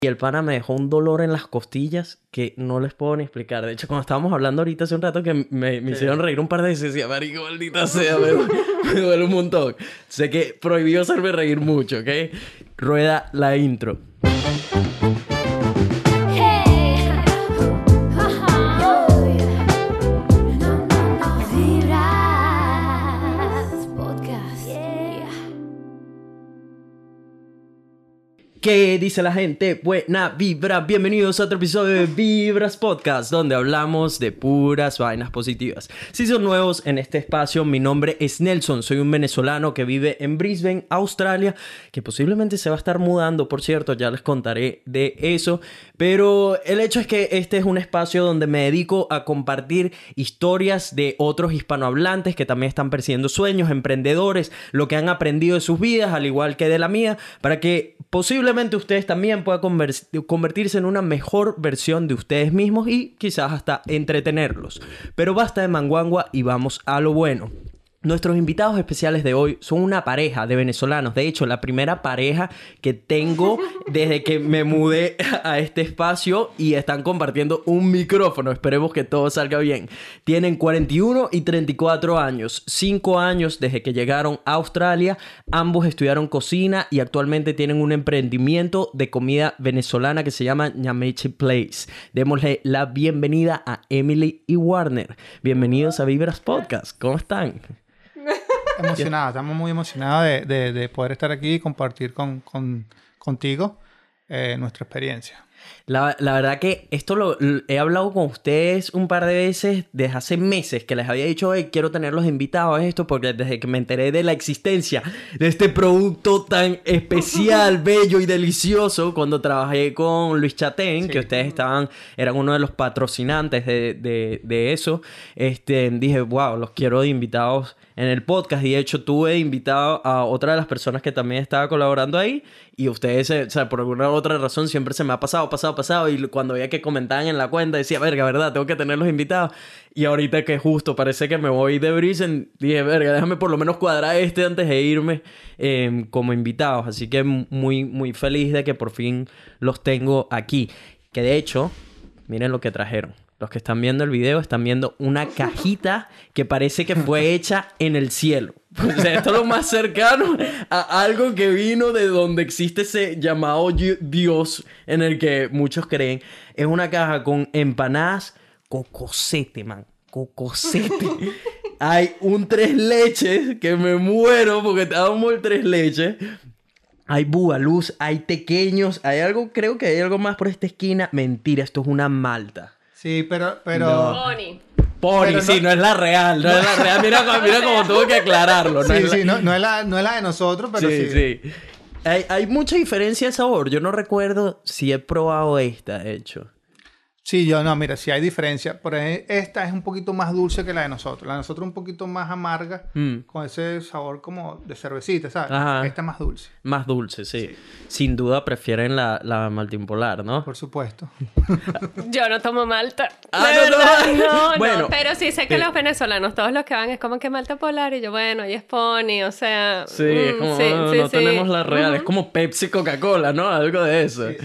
Y el pana me dejó un dolor en las costillas que no les puedo ni explicar. De hecho, cuando estábamos hablando ahorita hace un rato que me hicieron reír un par de veces, decía, marico, maldita sea, me duele un montón. Sé que prohibió hacerme reír mucho, ¿ok? Rueda la intro. ¿Qué dice la gente? Buena vibra, bienvenidos a otro episodio de Vibras Podcast, donde hablamos de puras vainas positivas. Si son nuevos en este espacio, mi nombre es Nelson, soy un venezolano que vive en Brisbane, Australia, que posiblemente se va a estar mudando, por cierto, ya les contaré de eso, pero el hecho es que este es un espacio donde me dedico a compartir historias de otros hispanohablantes que también están persiguiendo sueños, emprendedores, lo que han aprendido de sus vidas, al igual que de la mía, para que posiblemente ustedes también puedan convertirse en una mejor versión de ustedes mismos y quizás hasta entretenerlos. Pero basta de manguangua y vamos a lo bueno. Nuestros invitados especiales de hoy son una pareja de venezolanos. De hecho, la primera pareja que tengo desde que me mudé a este espacio y están compartiendo un micrófono. Esperemos que todo salga bien. Tienen 41 y 34 años. 5 años desde que llegaron a Australia. Ambos estudiaron cocina y actualmente tienen un emprendimiento de comida venezolana que se llama Ñameche Place. Démosle la bienvenida a Emily y Warner. Bienvenidos a Vibras Podcast. ¿Cómo están? Emocionado, estamos muy emocionados de poder estar aquí y compartir contigo nuestra experiencia. La verdad que esto lo he hablado con ustedes un par de veces desde hace meses, que les había dicho, hey, quiero tenerlos invitados a esto, porque desde que me enteré de la existencia de este producto tan especial, bello y delicioso, cuando trabajé con Luis Chatén, sí, que ustedes eran uno de los patrocinantes de eso, dije, wow, los quiero de invitados en el podcast. Y de hecho tuve invitado a otra de las personas que también estaba colaborando ahí, y ustedes, o sea, por alguna otra razón siempre se me ha pasado, y cuando veía que comentaban en la cuenta decía, verga, verdad, tengo que tenerlos invitados. Y ahorita que justo parece que me voy de Brisbane, dije, verga, déjame por lo menos cuadrar antes de irme como invitados. Así que muy, muy feliz de que por fin los tengo aquí. Que de hecho, miren lo que trajeron. Los que están viendo el video están viendo una cajita que parece que fue hecha en el cielo. O sea, esto es lo más cercano a algo que vino de donde existe ese llamado Dios en el que muchos creen. Es una caja con empanadas cocosete, man. Cocosete. Hay un 3 leches que me muero porque te damos el 3 leches. Hay bugalús, hay tequeños, hay algo, creo que hay algo más por esta esquina. Mentira, esto es una malta. Sí, pero... No. Pony, sí, no es la real, no es la real. Mira cómo tuve que aclararlo. No es la de nosotros, pero sí. Hay mucha diferencia de sabor. Yo no recuerdo si he probado esta, de hecho. Sí, mira, sí hay diferencia. Por ejemplo, esta es un poquito más dulce que la de nosotros. La de nosotros un poquito más amarga, con ese sabor como de cervecita, ¿sabes? Ajá. Esta es más dulce. Más dulce, sí. Sin duda prefieren la malta impolar, ¿no? Por supuesto. Yo no tomo malta. No. Bueno, pero sí sé que los venezolanos, todos los que van es como que malta polar. Y yo, bueno, y es Pony, o sea... Sí, es como, no tenemos la real. Es como Pepsi, Coca-Cola, ¿no? Algo de eso. Sí.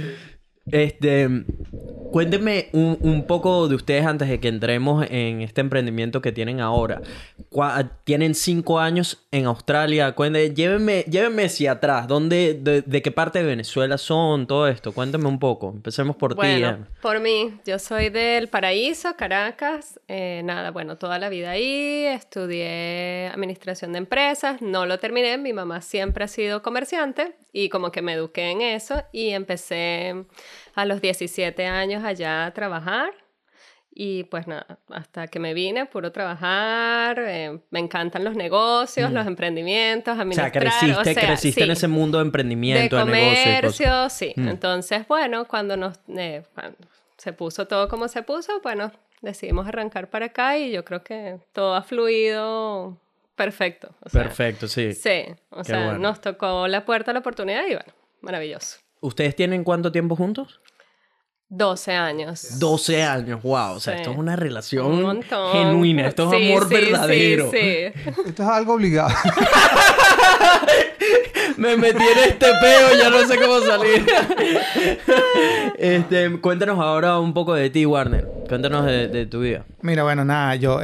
Cuéntenme un poco de ustedes antes de que entremos en este emprendimiento que tienen ahora. Tienen 5 años en Australia. Llévenme hacia atrás. ¿De qué parte de Venezuela son? Todo esto. Cuéntenme un poco. Empecemos por ti. Bueno, por mí. Yo soy del Paraíso, Caracas. Toda la vida ahí. Estudié administración de empresas. No lo terminé. Mi mamá siempre ha sido comerciante y como que me eduqué en eso y empecé a los 17 años allá a trabajar y pues nada, hasta que me vine, puro trabajar, me encantan los negocios, los emprendimientos, administrar. O sea, creciste en ese mundo de emprendimiento, de comercio, sí. Entonces, bueno, cuando se puso todo como se puso, bueno, decidimos arrancar para acá y yo creo que todo ha fluido perfecto. Perfecto, sí. Sí, o sea, bueno, nos tocó la puerta a la oportunidad y bueno, maravilloso. ¿Ustedes tienen cuánto tiempo juntos? 12 años. 12 años, wow. O sea, sí, esto es una relación genuina. Esto es amor verdadero. Sí. Esto es algo obligado. Me metí en este peo, ya no sé cómo salir. Cuéntanos ahora un poco de ti, Warner. Cuéntanos de tu vida. Mira, bueno, nada, yo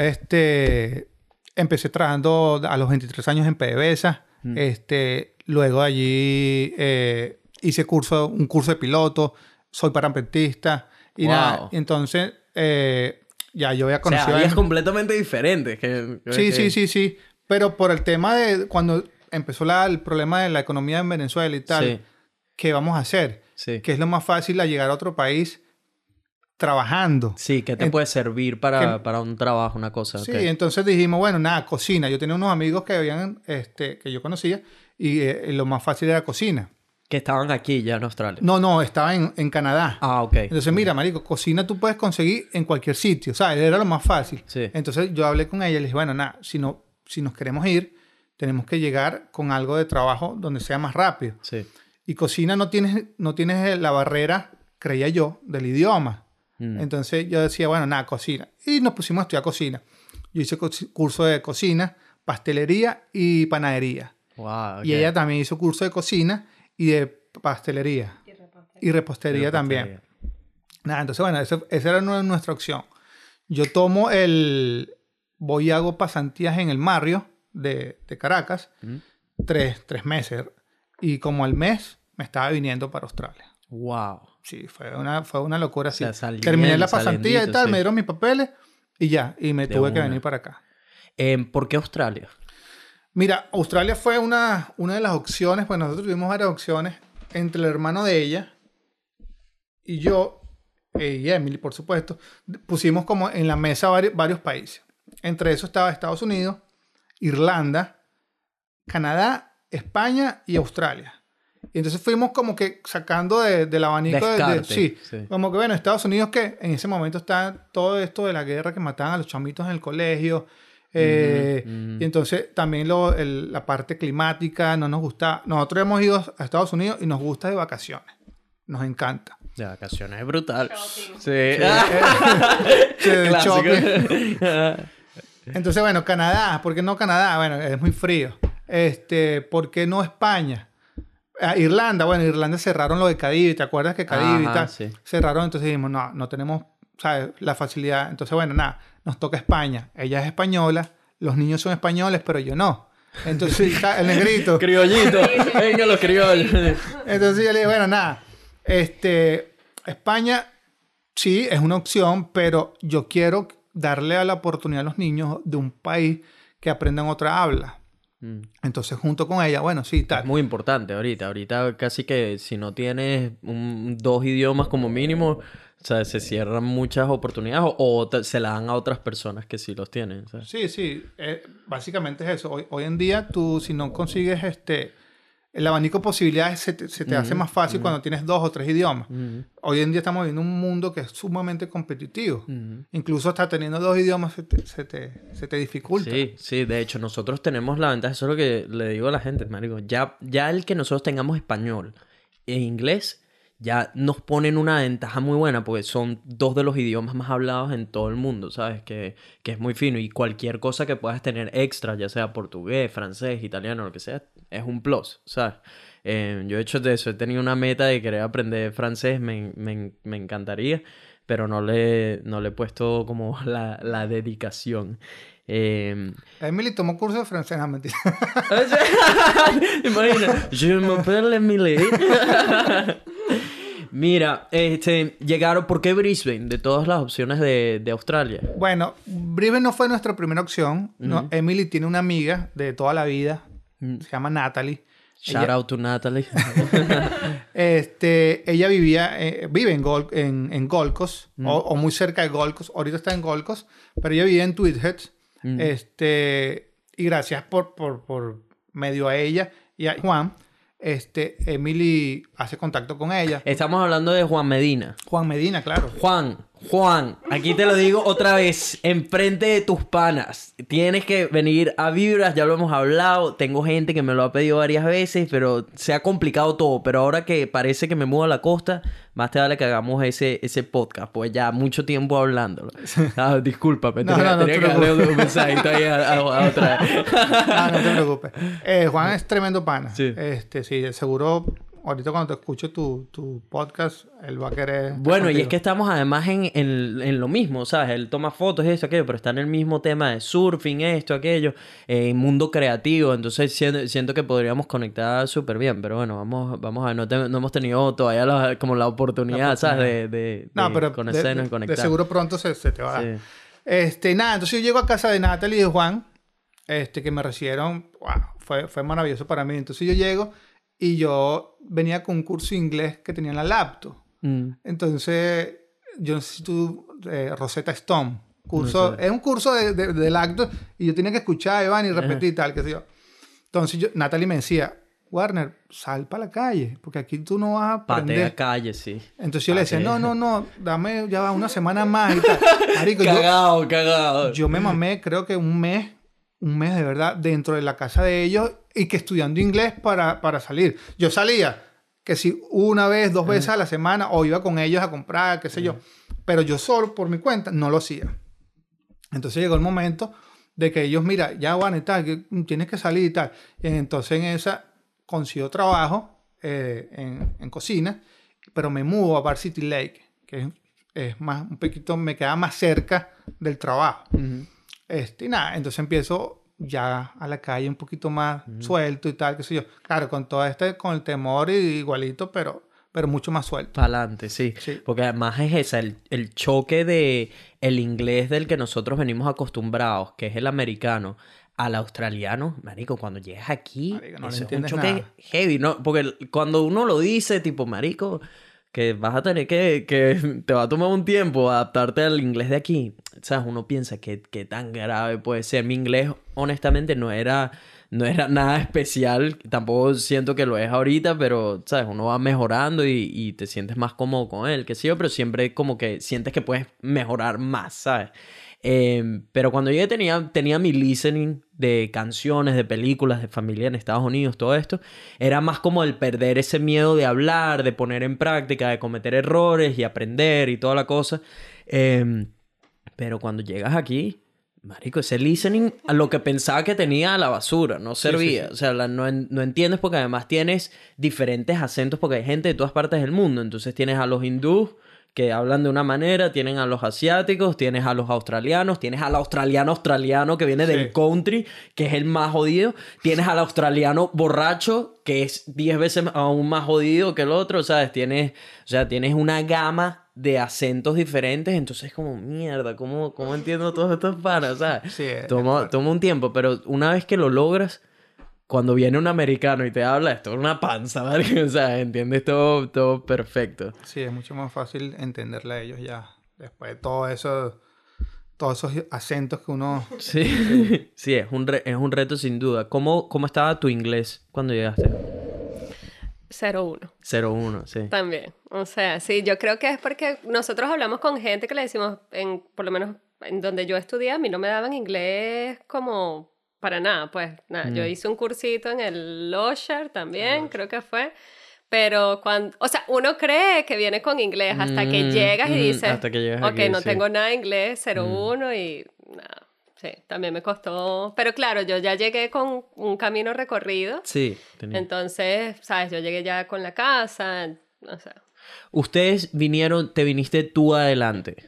empecé trabajando a los 23 años en PDVSA. Luego de allí hice un curso de piloto, soy parapentista y nada. Y entonces ya yo había conocido... O sea, es completamente diferente. Sí. Pero por el tema de cuando empezó el problema de la economía en Venezuela y tal, ¿qué vamos a hacer? Sí. ¿Qué es lo más fácil a llegar a otro país trabajando? Sí, ¿qué te puede servir para un trabajo, una cosa? Sí, entonces dijimos, bueno, nada, cocina. Yo tenía unos amigos que yo conocía y lo más fácil era cocina. Que estaban aquí ya en Australia. No, estaba en Canadá. Ah, ok. Entonces, mira, marico, cocina tú puedes conseguir en cualquier sitio, ¿sabes? Era lo más fácil. Sí. Entonces yo hablé con ella y le dije, bueno, nada, si nos queremos ir, tenemos que llegar con algo de trabajo donde sea más rápido. Sí. Y cocina no tienes la barrera, creía yo, del idioma. Entonces yo decía, bueno, nada, cocina. Y nos pusimos a estudiar cocina. Yo hice curso de cocina, pastelería y panadería. Wow, okay. Y ella también hizo curso de cocina y de pastelería. Y repostería también. Nada, entonces, bueno, esa era nuestra opción. Yo voy y hago pasantías en el Marrio de Caracas, 3 meses. Y como al mes me estaba viniendo para Australia. Wow. Sí, fue una locura así. O sea, terminé la pasantía y tal, me dieron mis papeles y ya. Y me tuve que venir para acá. ¿Por qué Australia? Mira, Australia fue una de las opciones, pues nosotros tuvimos varias opciones entre el hermano de ella y yo, y Emily, por supuesto, pusimos como en la mesa varios países. Entre esos estaba Estados Unidos, Irlanda, Canadá, España y Australia. Y entonces fuimos como que sacando del abanico sí. Como que bueno, Estados Unidos, que en ese momento está todo esto de la guerra, que mataban a los chamitos en el colegio. Y entonces también la parte climática no nos gusta. Nosotros hemos ido a Estados Unidos y nos gusta de vacaciones. Nos encanta. De vacaciones es brutal. Shopping. Sí. Shopping. Entonces, bueno, Canadá. ¿Por qué no Canadá? Bueno, es muy frío. ¿Por qué no España? Irlanda. Bueno, Irlanda cerraron lo de Cadivi. ¿Te acuerdas que Cadivi y tal? Sí. Cerraron. Entonces dijimos, no tenemos, ¿sabes?, la facilidad. Entonces, bueno, nada. Nos toca España. Ella es española. Los niños son españoles, pero yo no. Entonces, el negrito. Criollito. Venga, los criollos. Entonces yo le dije, bueno, nada. España sí es una opción, pero yo quiero darle a la oportunidad a los niños de un país que aprendan otra habla. Entonces, junto con ella, bueno, sí, tal. Es muy importante ahorita. Ahorita casi que si no tienes 2 idiomas como mínimo, o sea, se cierran muchas oportunidades o se la dan a otras personas que sí los tienen, ¿sabes? Sí. Básicamente es eso. Hoy en día, tú, si no consigues el abanico de posibilidades, se te hace más fácil cuando tienes 2 o 3 idiomas. Hoy en día estamos viviendo un mundo que es sumamente competitivo. Incluso hasta teniendo 2 idiomas se te dificulta. Sí. De hecho, nosotros tenemos la ventaja. Eso es lo que le digo a la gente, marico. Ya el que nosotros tengamos español e inglés ya nos ponen una ventaja muy buena porque son 2 de los idiomas más hablados en todo el mundo, ¿sabes? Que es muy fino y cualquier cosa que puedas tener extra, ya sea portugués, francés, italiano, lo que sea, es un plus, ¿sabes? Yo he hecho de eso, he tenido una meta de querer aprender francés, me encantaría, pero no le he puesto como la dedicación. Emily tomó curso de francés, no, mentira. Imagina, je m'appelle Emily. Mira, llegaron... ¿Por qué Brisbane? De todas las opciones de Australia. Bueno, Brisbane no fue nuestra primera opción. No, Emily tiene una amiga de toda la vida. Se llama Natalie. Shout out to Natalie. Ella vive en Gold Coast. O muy cerca de Gold Coast. Ahorita está en Gold Coast. Pero ella vive en Tweedhead. Y gracias por medio a ella y a Juan, Emily hace contacto con ella. Estamos hablando de Juan Medina. Juan Medina, claro. Juan Juan, aquí te lo digo otra vez, enfrente de tus panas. Tienes que venir a Vibras, ya lo hemos hablado. Tengo gente que me lo ha pedido varias veces, pero se ha complicado todo. Pero ahora que parece que me mudo a la costa, más te vale que hagamos ese podcast, pues ya mucho tiempo hablándolo. Discúlpame, tenía que darle un mensajito ahí a otra vez. No te preocupes. Juan es tremendo pana. Sí. Sí, seguro... Ahorita cuando te escuche tu podcast, él va a querer... Bueno, y es que estamos además en lo mismo, ¿sabes? Él toma fotos, eso, aquello, pero está en el mismo tema de surfing, esto, aquello, mundo creativo. Entonces siento que podríamos conectar súper bien. Pero bueno, vamos a ver. No hemos tenido todavía como la oportunidad, ¿sabes? De conocernos y conectar. De seguro pronto se te va a dar. Nada, entonces yo llego a casa de Natalie y de Juan, que me recibieron. Wow, fue maravilloso para mí. Entonces yo llego... Y yo venía con un curso de inglés que tenía en la laptop. Entonces, yo no sé si tú... Rosetta Stone. Curso, es un curso de laptop. Y yo tenía que escuchar a Iván y repetir y tal, qué sé yo. Entonces, Natalie me decía... Warner, sal para la calle. Porque aquí tú no vas a aprender. Patea calle, sí. Entonces yo le decía... No. Dame ya una semana más y tal. Marico, cagado. Yo me mamé, creo que un mes de verdad dentro de la casa de ellos y que estudiando inglés para salir. Yo salía que si una vez, 2 veces a la semana o iba con ellos a comprar, qué sé yo. Pero yo solo, por mi cuenta, no lo hacía. Entonces llegó el momento de que ellos, mira, ya Juan y tal, que tienes que salir y tal. Y entonces en esa consiguió trabajo en cocina, pero me mudo a Bar City Lake, que es más, un poquito, me queda más cerca del trabajo. Y nada, entonces empiezo ya a la calle un poquito más suelto y tal, qué sé yo. Claro, con todo con el temor igualito, pero mucho más suelto. Para adelante, sí. Porque además es esa, el choque de el inglés del que nosotros venimos acostumbrados, que es el americano, al australiano. Marico, cuando llegas aquí, marico, no eso es un choque nada. Heavy, ¿no? Porque cuando uno lo dice, tipo, marico... que vas a tener que te va a tomar un tiempo adaptarte al inglés de aquí. ¿Sabes? Uno piensa que tan grave puede ser. Mi inglés, honestamente, no era nada especial. Tampoco siento que lo es ahorita, pero, ¿sabes? Uno va mejorando y te sientes más cómodo con él, qué sé yo, pero siempre como que sientes que puedes mejorar más, ¿sabes? Pero cuando llegué tenía mi listening de canciones, de películas, de familia en Estados Unidos, todo esto. Era más como el perder ese miedo de hablar, de poner en práctica, de cometer errores y aprender y toda la cosa. Pero cuando llegas aquí, marico, ese listening a lo que pensaba que tenía a la basura, no servía. Sí. O sea, no entiendes porque además tienes diferentes acentos porque hay gente de todas partes del mundo. Entonces tienes a los hindúes que hablan de una manera, tienen a los asiáticos, tienes a los australianos, tienes al australiano que viene del country, que es el más jodido, tienes al australiano borracho, que es 10 veces aún más jodido que el otro, ¿sabes? Tienes una gama de acentos diferentes, entonces como, mierda, ¿cómo entiendo todos estos panas, ¿sabes? Sí, toma un tiempo, pero una vez que lo logras, cuando viene un americano y te habla, esto es una panza, ¿vale? O sea, entiendes todo perfecto. Sí, es mucho más fácil entenderle a ellos ya. Después de todos esos acentos que uno... Sí, sí, es un reto sin duda. ¿Cómo estaba tu inglés cuando llegaste? 0-1. 0-1, sí. También. O sea, sí, yo creo que es porque nosotros hablamos con gente que le decimos, por lo menos en donde yo estudié, a mí no me daban inglés como... Para nada, pues nada. Yo hice un cursito en el Locher también, creo que fue. Pero o sea, uno cree que viene con inglés hasta que llegas y dices, hasta que llegas ok, aquí, no tengo nada de inglés, 0-1 y nada. Sí, también me costó. Pero claro, yo ya llegué con un camino recorrido. Sí. Entonces, ¿sabes? Yo llegué ya con la casa, o sea. Ustedes te viniste tú adelante.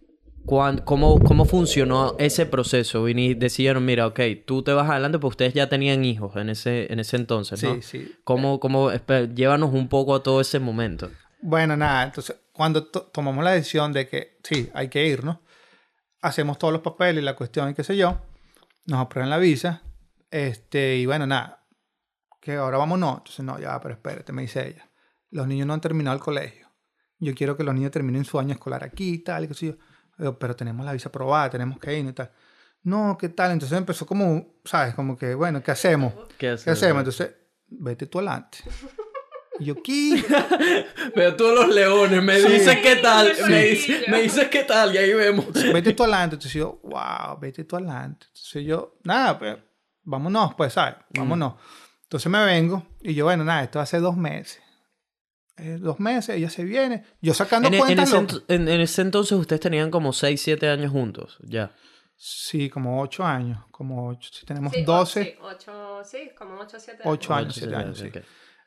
¿Cómo funcionó ese proceso? Decidieron, mira, ok, tú te vas adelante porque ustedes ya tenían hijos en ese entonces, ¿no? Sí. Llévanos un poco a todo ese momento. Bueno, nada, entonces cuando tomamos la decisión de que sí, hay que irnos, hacemos todos los papeles, la cuestión y qué sé yo, nos aprueban la visa, y bueno, nada, que ahora vámonos. Entonces, no, ya, pero espérate, me dice ella, los niños no han terminado el colegio, yo quiero que los niños terminen su año escolar aquí y tal, y qué sé yo. Pero tenemos la visa aprobada, tenemos que ir y tal. No, ¿qué tal? Entonces empezó como, ¿sabes? Como que, bueno, ¿qué hacemos? ¿Qué hacemos? Entonces, vete tú adelante. Y yo, ¿qué? Veo todos los leones, me dices qué tal, me dices qué tal, y ahí vemos. Vete tú adelante. Entonces yo, wow, vete tú adelante. Entonces yo, nada, pues, vámonos, pues, ¿sabes? Vámonos. Entonces me vengo y yo, bueno, nada, esto hace 2 meses. 2 meses, ella se viene. Yo sacando cuentas. En ese entonces ustedes tenían como 6, 7 años juntos, ya. Sí, como 8 años. Como 8. Si tenemos 12. Sí, 8, sí, como 8, 7 años. 8 años, 7 años, sí. Okay.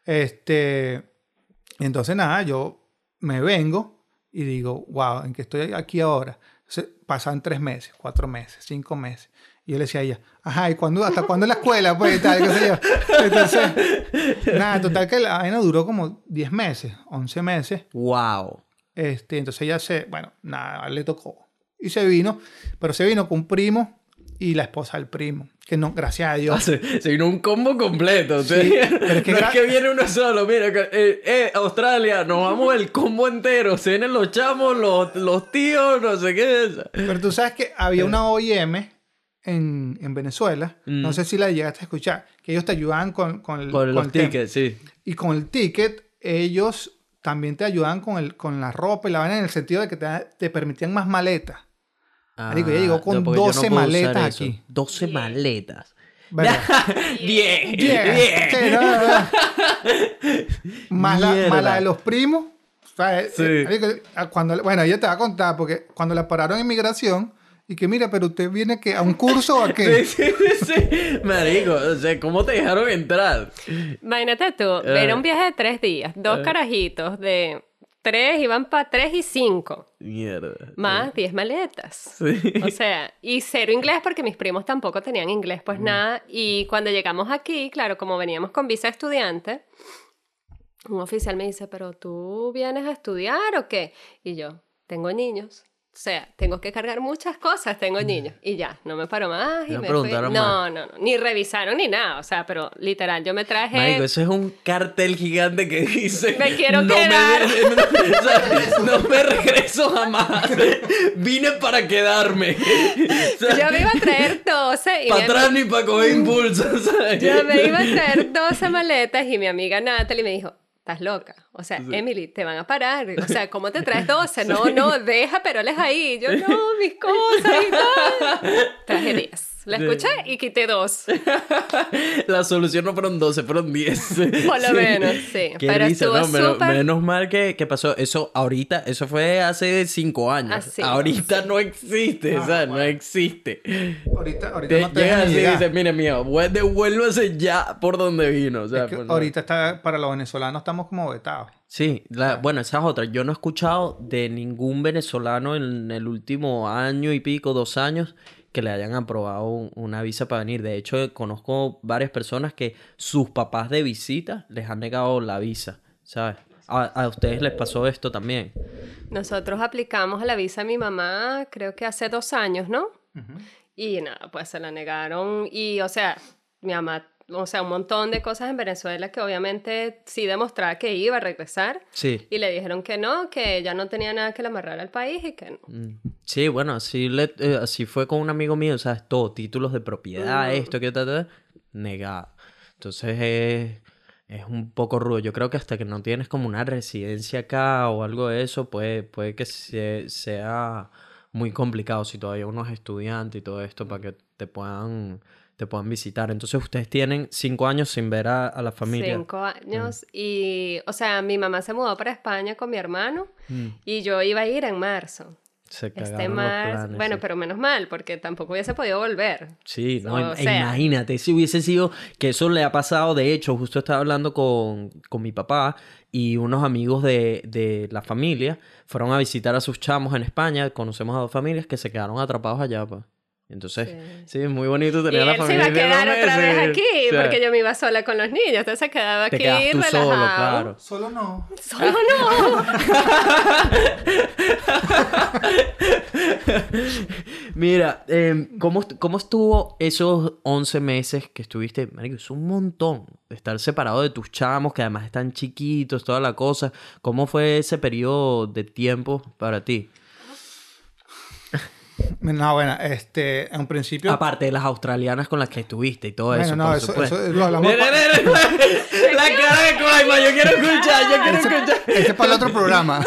Entonces, nada, yo me vengo y digo, wow, ¿en qué estoy aquí ahora? Entonces, pasan 3 meses, 4 meses, 5 meses. Y yo le decía a ella, ajá, ¿y hasta cuándo en la escuela? Pues, y tal, qué sé yo. Entonces, nada, total que la vaina duró como 10 meses, 11 meses. Wow. Entonces ella bueno, nada, le tocó. Y se vino, pero se vino con un primo y la esposa del primo. Que no, gracias a Dios. Se vino un combo completo. Sí, pero es que, no es que viene uno solo. Mira, Australia, nos vamos el combo entero. Se vienen los chamos, los tíos, no sé qué. Pero tú sabes que había una OIM en Venezuela. No sé si la llegaste a escuchar. Que ellos te ayudaban con los tickets, sí. Y con el ticket, ellos también te ayudaban con la ropa y la vaina en el sentido de que te permitían más maletas. Marico, ella llegó con 12 maletas aquí. 12 maletas. 10. Sí, no. Más la de los primos. ¿Sabes? Sí. Bueno, ella te va a contar, porque cuando la pararon en inmigración, y que mira, pero usted viene a un curso o a qué. Sí. Marico, o sea, ¿cómo te dejaron entrar? Imagínate tú, era un viaje de 3 días, 2 carajitos de 3, iban para 3 y 5. Mierda. Más 10 maletas. Sí. O sea, y 0 inglés porque mis primos tampoco tenían inglés, pues nada. Y cuando llegamos aquí, claro, como veníamos con visa estudiante, un oficial me dice, ¿pero tú vienes a estudiar o qué? Y yo, tengo niños. O sea, tengo que cargar muchas cosas, tengo niños. Y ya, no me paró más. Y me fui. No, ni revisaron ni nada. O sea, pero literal, yo me traje... Marico, eso es un cartel gigante que dice... Me quiero quedar. No me regreso jamás. Vine para quedarme. O sea, yo me iba a traer 12. Para atrás ni para coger impulso. ¿Sabes? Yo me iba a traer 12 maletas y mi amiga Natalie me dijo... Estás loca. O sea, sí. Emily, te van a parar. O sea, ¿cómo te traes 12? No, deja peroles ahí. Yo, no, mis cosas y tal. Traje 10. La escuché y quité 2. La solución no fueron 12, fueron 10. Por lo menos, sí. Qué pero risa, estuvo súper... Menos mal que pasó. Eso ahorita, eso fue hace 5 años. Así, ahorita no existe, ¿sabes? Bueno. No existe. Ahorita no te dejan así y llegar. dices, mire, mío, devuélvase ya por donde vino. O sea, es que ahorita está, para los venezolanos estamos como vetados. Sí, bueno, esa es otra. Yo no he escuchado de ningún venezolano en el último año y pico, 2 años, que le hayan aprobado una visa para venir. De hecho, conozco varias personas que sus papás de visita les han negado la visa, ¿sabes? ¿A ustedes les pasó esto también? Nosotros aplicamos a la visa a mi mamá, creo que hace 2 años, ¿no? Uh-huh. Y nada, pues se la negaron. Y, o sea, mi mamá... O sea, un montón de cosas en Venezuela que obviamente sí demostraba que iba a regresar. Sí. Y le dijeron que no, que ya no tenía nada que le amarrar al país y que no. Sí, bueno, así fue con un amigo mío, ¿sabes? Todo, títulos de propiedad, esto, que tal, negado. Entonces es un poco rudo. Yo creo que hasta que no tienes como una residencia acá o algo de eso, puede que sea muy complicado si todavía uno es estudiante y todo esto para que te puedan visitar. Entonces, ustedes tienen 5 años sin ver a la familia. 5 años. Y, o sea, mi mamá se mudó para España con mi hermano y yo iba a ir en marzo. Se cagaron los planes, bueno, sí. Pero menos mal, porque tampoco hubiese podido volver. Sí, no, imagínate, si hubiese sido que eso le ha pasado. De hecho, justo estaba hablando con mi papá y unos amigos de la familia fueron a visitar a sus chamos en España. Conocemos a 2 familias que se quedaron atrapados allá, pues. Entonces, sí, es muy bonito tener a la familia. Y él se iba a quedar otra vez aquí, o sea, porque yo me iba sola con los niños. Entonces se quedaba aquí relajado. Solo, claro. Solo no. Solo no. Mira, ¿cómo estuvo esos 11 meses que estuviste? Marico, es un montón de estar separado de tus chamos, que además están chiquitos, toda la cosa. ¿Cómo fue ese periodo de tiempo para ti? No, bueno, en un principio... Aparte de las australianas con las que estuviste y todo bueno, eso, no, por eso supuesto. lo hablamos... La cara de Coima, yo quiero escuchar. Ese es para el otro programa.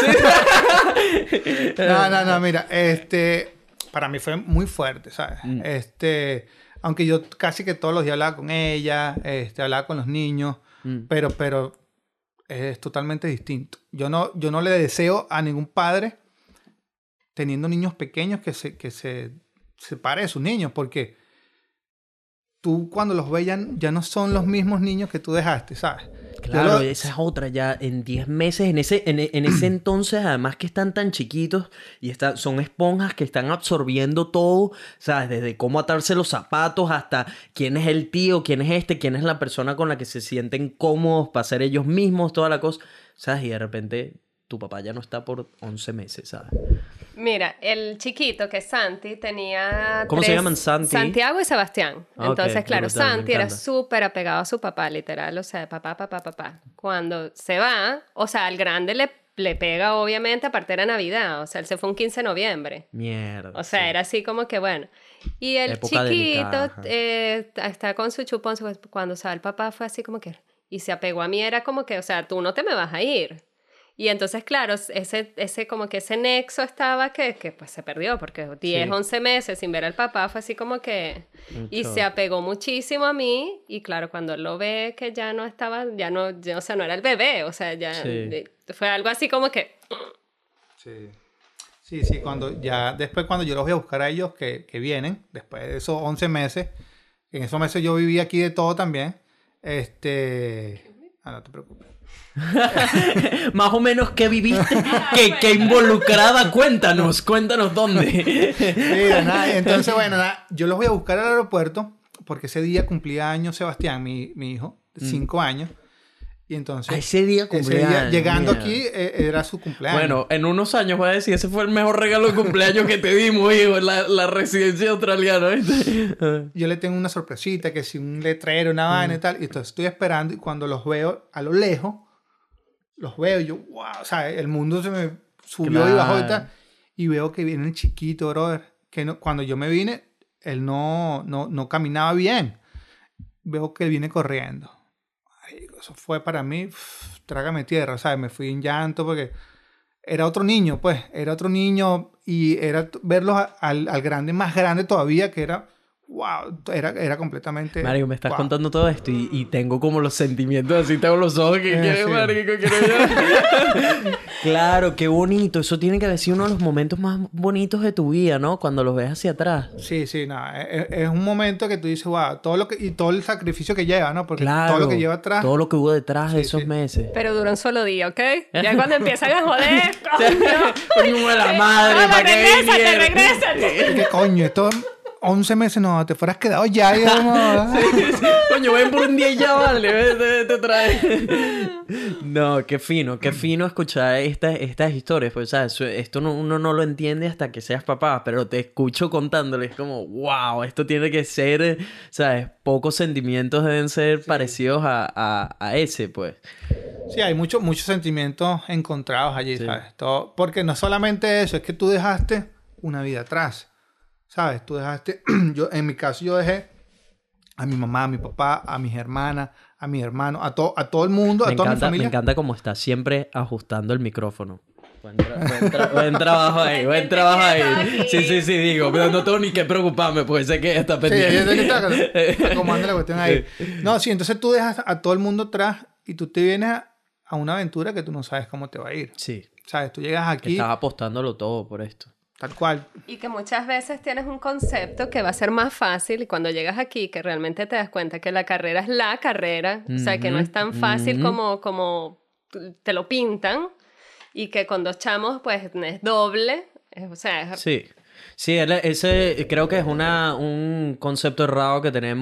No, mira, para mí fue muy fuerte, ¿sabes? Aunque yo casi que todos los días hablaba con ella, hablaba con los niños, pero es totalmente distinto. Yo no le deseo a ningún padre teniendo niños pequeños que se separe de sus niños, porque tú cuando los ves ya no son los mismos niños que tú dejaste, ¿sabes? Claro, esa es otra, ya en 10 meses, en ese entonces, además que están tan chiquitos y son esponjas que están absorbiendo todo, ¿sabes? Desde cómo atarse los zapatos hasta quién es el tío, quién es quién es la persona con la que se sienten cómodos para ser ellos mismos, toda la cosa, ¿sabes? Y de repente tu papá ya no está por 11 meses, ¿sabes? Mira, el chiquito que es Santi tenía... ¿Cómo se llaman Santi? Santiago y Sebastián. Entonces, Okay, claro, brutal, Santi era súper apegado a su papá, literal. O sea, papá. Cuando se va, o sea, al grande le pega, obviamente, aparte era Navidad. O sea, él se fue un 15 de noviembre. Mierda. O sea, sí. era así como que, bueno. Y el Época chiquito delicada, está con su chupón. Cuando se va el papá fue así como que... Y se apegó a mí, era como que, o sea, tú no te me vas a ir. Y entonces, claro, como que ese nexo estaba que pues se perdió, porque 10, 11 meses sin ver al papá fue así como que... Y se apegó muchísimo a mí, y claro, cuando él lo ve que ya no estaba, o sea, no era el bebé, o sea, ya fue algo así como que... Sí, después cuando yo los voy a buscar a ellos que vienen, después de esos 11 meses, en esos meses yo viví aquí de todo también, no te preocupes. Más o menos qué viviste, qué involucrada, cuéntanos dónde. Mira, nada, entonces bueno, yo los voy a buscar al aeropuerto porque ese día cumplía años Sebastián, mi hijo, de 5 años, y entonces ese día cumplía años, llegando aquí era su cumpleaños. Bueno, en unos años voy a decir, ese fue el mejor regalo de cumpleaños que te dimos, hijo, la residencia australiana, ¿viste? Yo le tengo una sorpresita, que si un letrero, una vaina y tal, y entonces estoy esperando, y cuando los veo a lo lejos, los veo y yo, wow, o sea, el mundo se me subió y bajó y tal, y veo que viene el chiquito, brother, que cuando yo me vine, él no caminaba bien, veo que él viene corriendo. Ay, eso fue para mí, trágame tierra, ¿sabes? Me fui en llanto porque era otro niño, y era verlos al grande, más grande todavía, que era... Wow, era completamente... Marico, me estás contando todo esto y tengo como los sentimientos así, tengo los ojos que quiero, sí. Marico, quiero yo. Claro, qué bonito. Eso tiene que haber sido uno de los momentos más bonitos de tu vida, ¿no? Cuando los ves hacia atrás. Sí, nada. Es un momento que tú dices, wow, todo el sacrificio que lleva, ¿no? Porque claro, todo lo que lleva atrás... Todo lo que hubo detrás de esos meses. Pero duró un solo día, ¿ok? Ya cuando empiezan a joder, coño. de la madre, no, regrésate. ¿Qué coño? Esto... 11 meses, no, te fueras quedado ya. Sí. Coño, ven por un día y ya, vale. Te trae. No, qué fino escuchar estas historias. Pues, ¿sabes? Esto uno no lo entiende hasta que seas papá, pero te escucho contándoles como, wow, esto tiene que ser, ¿sabes? Pocos sentimientos deben ser parecidos a ese, pues. Sí, hay muchos sentimientos encontrados allí, ¿sabes? Porque no solamente eso, es que tú dejaste una vida atrás. ¿Sabes? Tú dejaste... en mi caso, yo dejé a mi mamá, a mi papá, a mis hermanas, a mis hermanos, a todo el mundo, a toda mi familia. Me encanta cómo estás siempre ajustando el micrófono. Buen trabajo ahí, buen trabajo ahí. Sí, digo, pero no tengo ni que preocuparme porque sé que está pendiente. Sí, está acomodando la cuestión ahí. No, sí, entonces tú dejas a todo el mundo atrás y tú te vienes a una aventura que tú no sabes cómo te va a ir. Sí. ¿Sabes? Tú llegas aquí... Estás apostándolo todo por esto. Tal cual. Y que muchas veces tienes un concepto que va a ser más fácil y cuando llegas aquí que realmente te das cuenta que la carrera es la carrera, o sea, que no es tan fácil como te lo pintan y que con 2 chamos pues es doble, o sea... Sí, ese creo que es un concepto errado que tenemos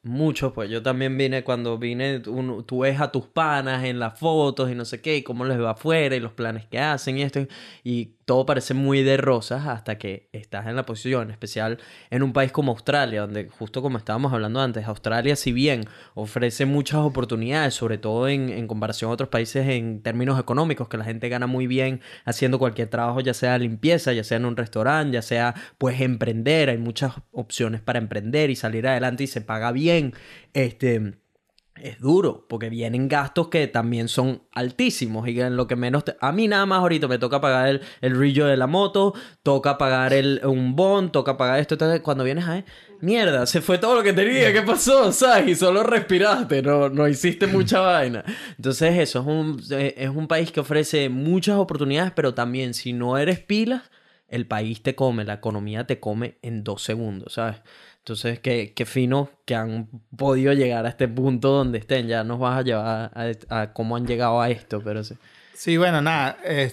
muchos, pues yo también vine, cuando vine, tú ves a tus panas en las fotos y no sé qué, y cómo les va afuera y los planes que hacen y esto, y todo parece muy de rosas hasta que estás en la posición, en especial en un país como Australia, donde justo como estábamos hablando antes, Australia, si bien ofrece muchas oportunidades, sobre todo en comparación a otros países en términos económicos, que la gente gana muy bien haciendo cualquier trabajo, ya sea limpieza, ya sea en un restaurante, ya sea pues emprender, hay muchas opciones para emprender y salir adelante y se paga bien, es duro, porque vienen gastos que también son altísimos y que en lo que menos... A mí nada más ahorita me toca pagar el rillo de la moto, toca pagar un bond, toca pagar esto. Entonces, cuando vienes a... Mierda, se fue todo lo que tenía, ¿qué pasó? ¿Sabes? Y solo respiraste, no hiciste mucha vaina. Entonces eso, es un país que ofrece muchas oportunidades, pero también si no eres pilas, el país te come, la economía te come en 2 segundos, ¿sabes? Entonces, qué fino que han podido llegar a este punto donde estén. Ya nos vas a llevar a cómo han llegado a esto, pero sí. Sí, bueno, nada,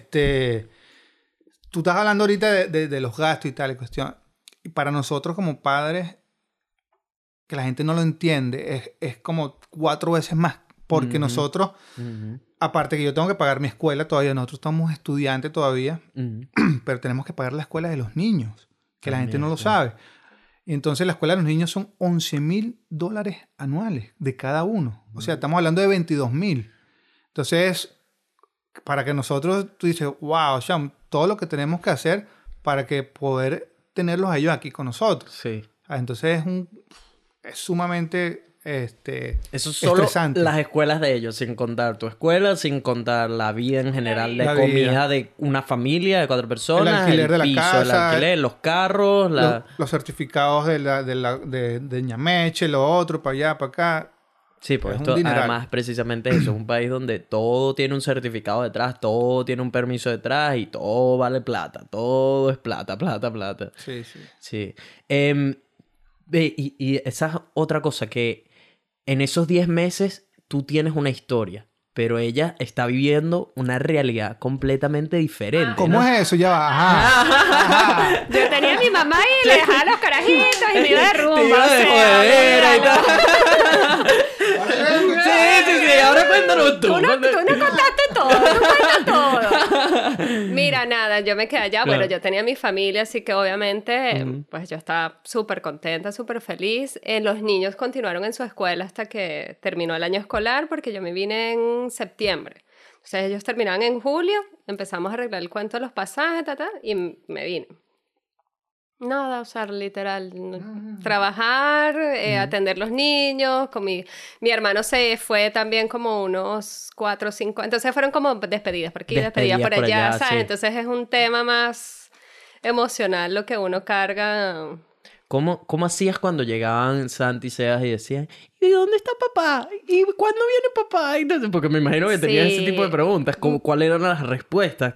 tú estás hablando ahorita de los gastos y tal, y cuestión. Y para nosotros como padres, que la gente no lo entiende, es como 4 veces más. Porque nosotros, aparte que yo tengo que pagar mi escuela todavía, nosotros somos estudiantes todavía, pero tenemos que pagar la escuela de los niños, que la gente no lo sabe. Y entonces la escuela de los niños son $11,000 anuales de cada uno. O sea, estamos hablando de 22,000. Entonces, para que nosotros, tú dices, wow, Sean, todo lo que tenemos que hacer para que poder tenerlos a ellos aquí con nosotros. Sí. Entonces es sumamente eso es solo estresante. Las escuelas de ellos, sin contar tu escuela, sin contar la vida en general de la comida vida. De una familia de 4 personas, el alquiler de la piso, casa, el alquiler, los carros, los certificados de Ñameche, lo otro, para allá, para acá. Sí, pues esto además precisamente eso, es un país donde todo tiene un certificado detrás, todo tiene un permiso detrás y todo vale plata, todo es plata. Sí, sí. Sí. Y esa es otra cosa, que en esos 10 meses tú tienes una historia, pero ella está viviendo una realidad completamente diferente. ¿Cómo es eso? Ya va. Ajá. Yo tenía a mi mamá y le dejaba los carajitos y me iba de rumba. Te iba de jodedera y tal. Sí, ahora cuéntanos tú. Tú no contaste todo, tú cuentas todo. Mira, nada, yo me quedé allá. Claro. Bueno, yo tenía mi familia, así que obviamente, pues yo estaba súper contenta, súper feliz. Los niños continuaron en su escuela hasta que terminó el año escolar, porque yo me vine en septiembre. Entonces ellos terminaban en julio, empezamos a arreglar el cuento de los pasajes, y me vine. Nada, o sea, literal, trabajar, atender los niños, con mi hermano se fue también como unos 4 o 5, entonces fueron como despedidas por aquí, despedidas por allá, ¿sabes? Sí. Entonces es un tema más emocional lo que uno carga. ¿Cómo hacías cuando llegaban Santi y Sebas y decían, ¿y dónde está papá? ¿Y cuándo viene papá? Entonces, porque me imagino que tenías ese tipo de preguntas, ¿cuáles eran las respuestas?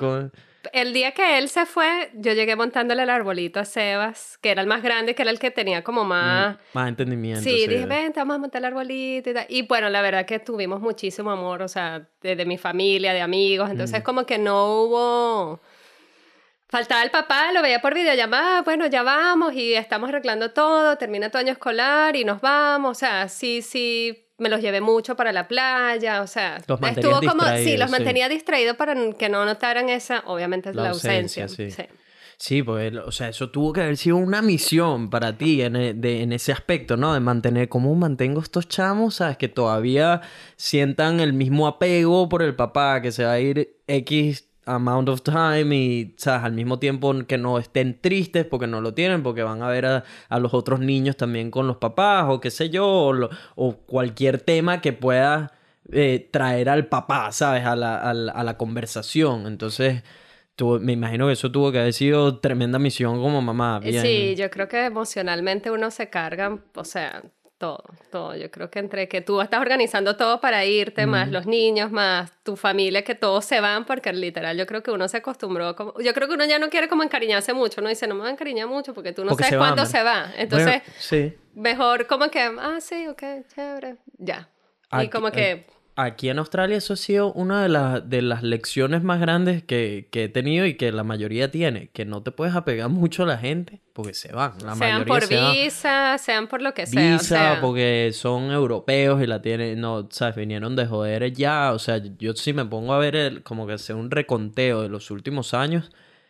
El día que él se fue, yo llegué montándole el arbolito a Sebas, que era el más grande, que era el que tenía como más entendimiento. Sí, dije, ven, vamos a montar el arbolito y tal. Y bueno, la verdad que tuvimos muchísimo amor, o sea, de mi familia, de amigos. Entonces como que no hubo... Faltaba el papá, lo veía por videollamada, bueno, ya vamos y estamos arreglando todo, termina tu año escolar y nos vamos. O sea, sí... Me los llevé mucho para la playa, o sea, estuvo como... Sí, los mantenía distraídos para que no notaran esa, obviamente, la ausencia. Sí, pues, o sea, eso tuvo que haber sido una misión para ti en ese aspecto, ¿no? De mantener, ¿cómo mantengo estos chamos? ¿Sabes? Que todavía sientan el mismo apego por el papá, que se va a ir X amount of time y, ¿sabes? Al mismo tiempo que no estén tristes porque no lo tienen, porque van a ver a los otros niños también con los papás o qué sé yo, o cualquier tema que pueda traer al papá, ¿sabes? A la conversación. Entonces, me imagino que eso tuvo que haber sido tremenda misión como mamá. Bien. Sí, yo creo que emocionalmente uno se carga, o sea... Todo. Yo creo que entre que tú estás organizando todo para irte, más los niños, más tu familia, que todos se van, porque literal yo creo que uno se acostumbró, yo creo que uno ya no quiere como encariñarse mucho, uno dice, no me voy a encariñar mucho porque tú no sabes cuándo se va. Entonces, bueno, sí. Mejor como que, sí, ok, chévere, ya. Y como que aquí en Australia eso ha sido una de las lecciones más grandes que he tenido y que la mayoría tiene, que no te puedes apegar mucho a la gente porque se van. La sean mayoría por se van. visa, sean por lo que sea. Visa, O sea, porque son europeos y la tienen, no, sabes, vinieron de joder ya. O sea, yo sí me pongo a ver como que hacer un reconteo de los últimos años.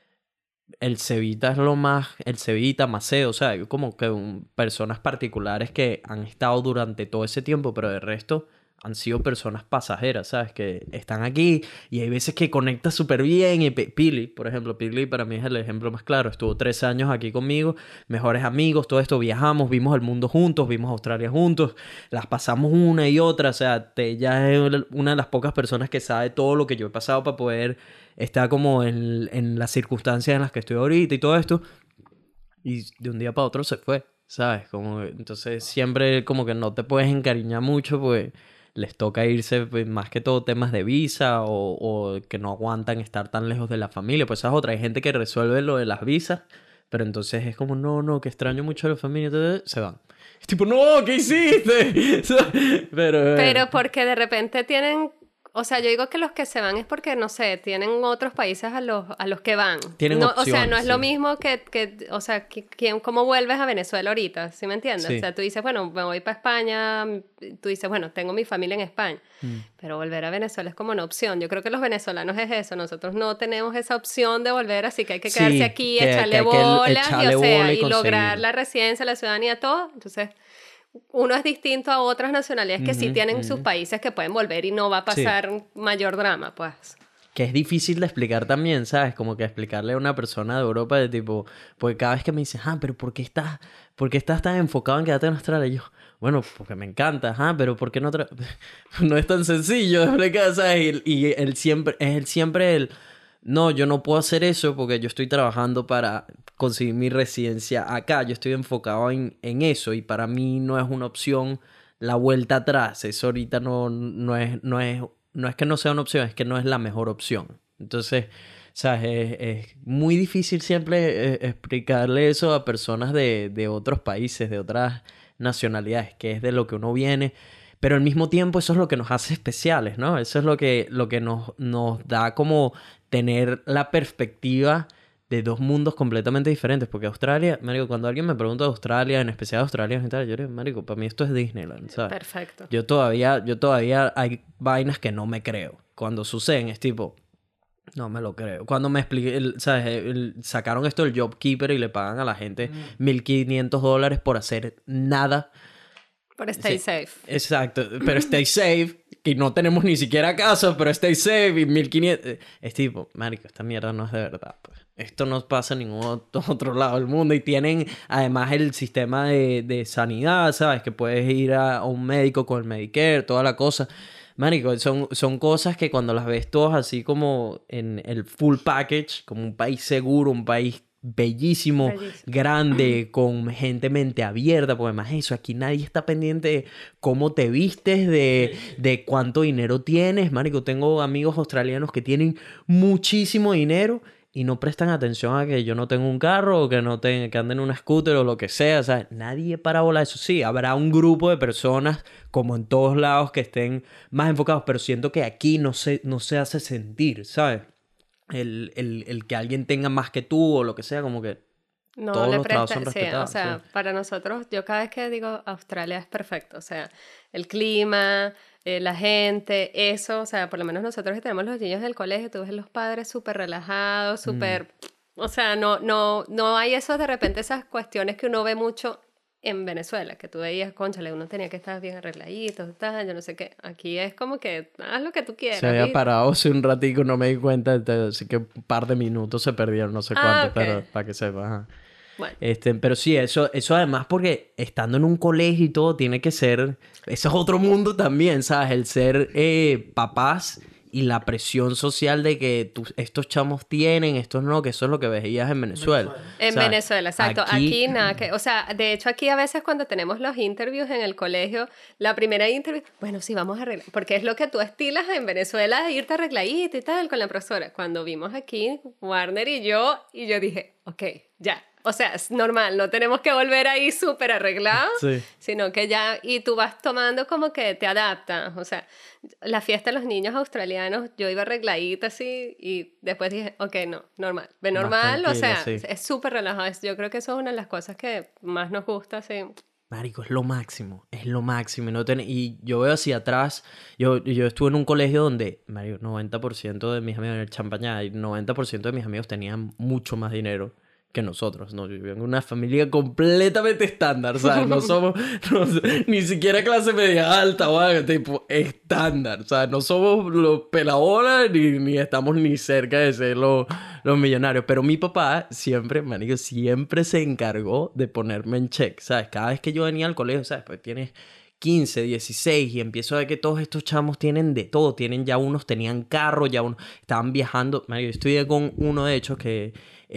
El Cevita es lo más, el Cevita, Maceo, o sea, hay como que personas particulares que han estado durante todo ese tiempo, pero de resto han sido personas pasajeras, ¿sabes? Que están aquí y hay veces que conecta súper bien. Y Pili, por ejemplo, Pili para mí es el ejemplo más claro. Estuvo 3 años aquí conmigo, mejores amigos, todo esto, viajamos, vimos el mundo juntos, vimos Australia juntos, las pasamos una y otra, o sea, ella es una de las pocas personas que sabe todo lo que yo he pasado para poder estar como en las circunstancias en las que estoy ahorita y todo esto. Y de un día para otro se fue, ¿sabes? Como, entonces siempre como que no te puedes encariñar mucho, pues les toca irse, pues, más que todo temas de visa o que no aguantan estar tan lejos de la familia. Pues esa es otra. Hay gente que resuelve lo de las visas, pero entonces es como, no, que extraño mucho a la familia. Entonces se van. Es tipo, no, ¿qué hiciste? pero porque de repente tienen... O sea, yo digo que los que se van es porque, no sé, tienen otros países a los que van. Tienen no, opciones, o sea, no es sí. lo mismo o sea, ¿cómo vuelves a Venezuela ahorita? ¿Sí me entiendes? Sí. O sea, tú dices, bueno, me voy para España, tú dices, bueno, tengo mi familia en España, pero volver a Venezuela es como una opción. Yo creo que los venezolanos es eso, nosotros no tenemos esa opción de volver, así que hay que quedarse aquí, echarle bolas, echarle bola y lograr la residencia, la ciudadanía, todo. Entonces... Uno es distinto a otras nacionalidades que sí tienen sus países que pueden volver y no va a pasar mayor drama, pues. Que es difícil de explicar también, ¿sabes? Como que explicarle a una persona de Europa de tipo... Porque cada vez que me dice, pero ¿por qué estás tan enfocado en quedarte en Australia? Y yo, bueno, porque me encanta, pero ¿por qué no? No es tan sencillo de explicar, ¿sabes? Y él siempre... No, yo no puedo hacer eso porque yo estoy trabajando para conseguir mi residencia acá. Yo estoy enfocado en eso y para mí no es una opción la vuelta atrás. Eso ahorita no es que no sea una opción, es que no es la mejor opción. Entonces, ¿sabes? Es muy difícil siempre explicarle eso a personas de otros países, de otras nacionalidades, que es de lo que uno viene. Pero al mismo tiempo eso es lo que nos hace especiales, ¿no? Eso es lo que nos da como tener la perspectiva de dos mundos completamente diferentes. Porque Australia, marico, cuando alguien me pregunta de Australia, en especial Australia y tal, yo digo, marico, para mí esto es Disneyland, ¿sabes? Perfecto. Yo todavía hay vainas que no me creo. Cuando suceden es tipo... No me lo creo. Cuando me expliqué, ¿sabes? Sacaron esto del JobKeeper y le pagan a la gente $1,500 por hacer nada. Por stay safe. Exacto, pero stay safe, y no tenemos ni siquiera casa, pero stay safe y 1,500. Es tipo, marico, esta mierda no es de verdad, pues. Esto no pasa en ningún otro lado del mundo. Y tienen además el sistema de sanidad, ¿sabes? Que puedes ir a un médico con el Medicare, toda la cosa. Marico, son cosas que cuando las ves todas así como en el full package, como un país seguro, un país bellísimo, grande, con gente mente abierta, porque además eso, aquí nadie está pendiente de cómo te vistes, de cuánto dinero tienes. Marico, tengo amigos australianos que tienen muchísimo dinero y no prestan atención a que yo no tengo un carro o que que anden en una scooter o lo que sea. O sea, nadie para bola. Eso sí, habrá un grupo de personas como en todos lados que estén más enfocados, pero siento que aquí no se hace sentir, ¿sabes? El que alguien tenga más que tú o lo que sea, como que no todos le los trabajos son presta, respetados. Sí, o sea, sí. para nosotros, yo cada vez que digo Australia es perfecto, o sea, el clima, la gente, eso, o sea, por lo menos nosotros que tenemos los niños del colegio, tú ves los padres súper relajados, súper, o sea, no hay eso de repente, esas cuestiones que uno ve mucho en Venezuela, que tú veías, cónchale, uno tenía que estar bien arregladito, yo no sé qué. Aquí es como que haz lo que tú quieras. Se había parado hace un ratico, no me di cuenta, así que un par de minutos se perdieron, no sé cuántos, okay. Pero para que sepas. Ajá. Bueno. Pero sí, eso además porque estando en un colegio y todo tiene que ser... Ese es otro mundo también, ¿sabes? El ser papás y la presión social de que estos chamos tienen, estos no, que eso es lo que veías en Venezuela. En Venezuela, exacto. Aquí nada que... O sea, de hecho aquí a veces cuando tenemos los interviews en el colegio, la primera interview, bueno, sí, vamos a arreglar, porque es lo que tú estilas en Venezuela, irte arregladito y tal con la profesora. Cuando vimos aquí, Warner y yo dije, ok, ya. o sea, es normal, no tenemos que volver ahí súper arreglados, sino que ya, y tú vas tomando como que te adaptas, o sea, la fiesta de los niños australianos, yo iba arregladita así, y después dije, ok, no, normal, ve normal, o sea, es súper relajado, yo creo que eso es una de las cosas que más nos gusta, sí. Marico, es lo máximo. Y yo veo hacia atrás, yo estuve en un colegio donde, marico, 90% de mis amigos en el Champañá, y 90% de mis amigos tenían mucho más dinero que nosotros, ¿no? Yo vivo en una familia completamente estándar, ¿sabes? No somos ni siquiera clase media alta o algo, tipo estándar, ¿sabes? No somos los pelabolas ni estamos ni cerca de ser los millonarios. Pero mi papá siempre, marico, siempre se encargó de ponerme en check, ¿sabes? Cada vez que yo venía al colegio, ¿sabes? Pues tienes 15, 16 y empiezo a ver que todos estos chamos tienen de todo. Unos tenían carro, ya unos estaban viajando. Marico, yo estudié con uno de hecho que...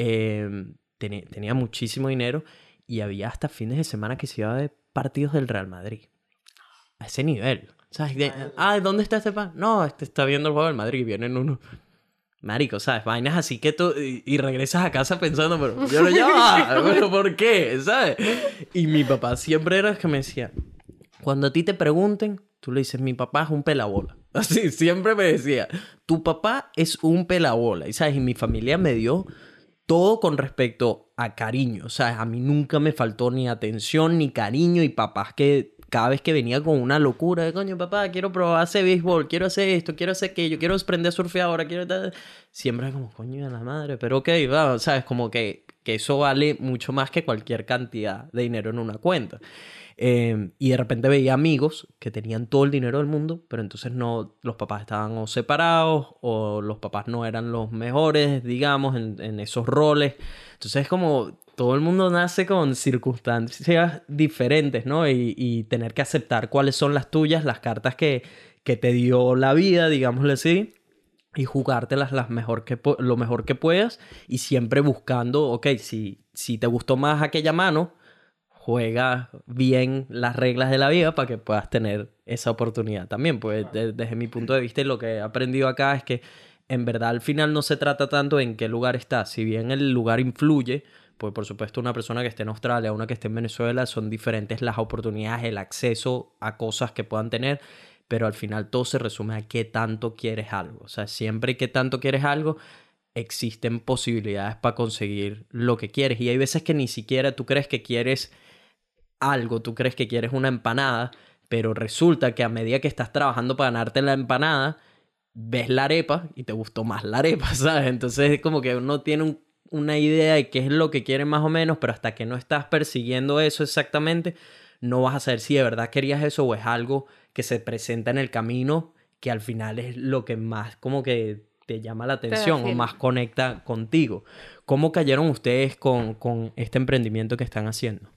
tenía muchísimo dinero y había hasta fines de semana que se iba a ver partidos del Real Madrid. A ese nivel. ¿Sabes? ¿Dónde está este pan? No, está viendo el juego del Madrid y vienen unos... Marico, ¿sabes? Vainas así que tú... Y regresas a casa pensando, pero yo no llamo, pero ¿por qué? ¿Sabes? Y mi papá siempre era el que me decía, cuando a ti te pregunten, tú le dices, mi papá es un pelabola. Así, siempre me decía, tu papá es un pelabola. Y, ¿sabes? Y mi familia me dio... todo con respecto a cariño, o sea, a mí nunca me faltó ni atención ni cariño y papás que cada vez que venía con una locura de coño, papá, quiero probar hacer béisbol, quiero hacer esto, quiero hacer aquello, quiero aprender a surfear ahora, siempre como, coño de la madre, pero ok, va, sabes, como que eso vale mucho más que cualquier cantidad de dinero en una cuenta. Y de repente veía amigos que tenían todo el dinero del mundo, pero entonces no, los papás estaban o separados o los papás no eran los mejores, digamos, en esos roles. Entonces es como todo el mundo nace con circunstancias diferentes, ¿no? Y tener que aceptar cuáles son las tuyas, las cartas que te dio la vida, digámosle así, y jugártelas lo mejor que puedas y siempre buscando, ok, si te gustó más aquella mano, juega bien las reglas de la vida para que puedas tener esa oportunidad también. Pues desde mi punto de vista y lo que he aprendido acá es que en verdad al final no se trata tanto en qué lugar estás. Si bien el lugar influye, pues por supuesto una persona que esté en Australia, una que esté en Venezuela, son diferentes las oportunidades, el acceso a cosas que puedan tener, pero al final todo se resume a qué tanto quieres algo. O sea, siempre que tanto quieres algo, existen posibilidades para conseguir lo que quieres. Y hay veces que ni siquiera tú crees que quieres algo, tú crees que quieres una empanada, pero resulta que a medida que estás trabajando para ganarte la empanada, ves la arepa y te gustó más la arepa, ¿sabes? Entonces es como que uno tiene una idea de qué es lo que quiere más o menos, pero hasta que no estás persiguiendo eso exactamente, no vas a saber si de verdad querías eso o es algo que se presenta en el camino que al final es lo que más como que te llama la atención o más conecta contigo. ¿Cómo cayeron ustedes con este emprendimiento que están haciendo?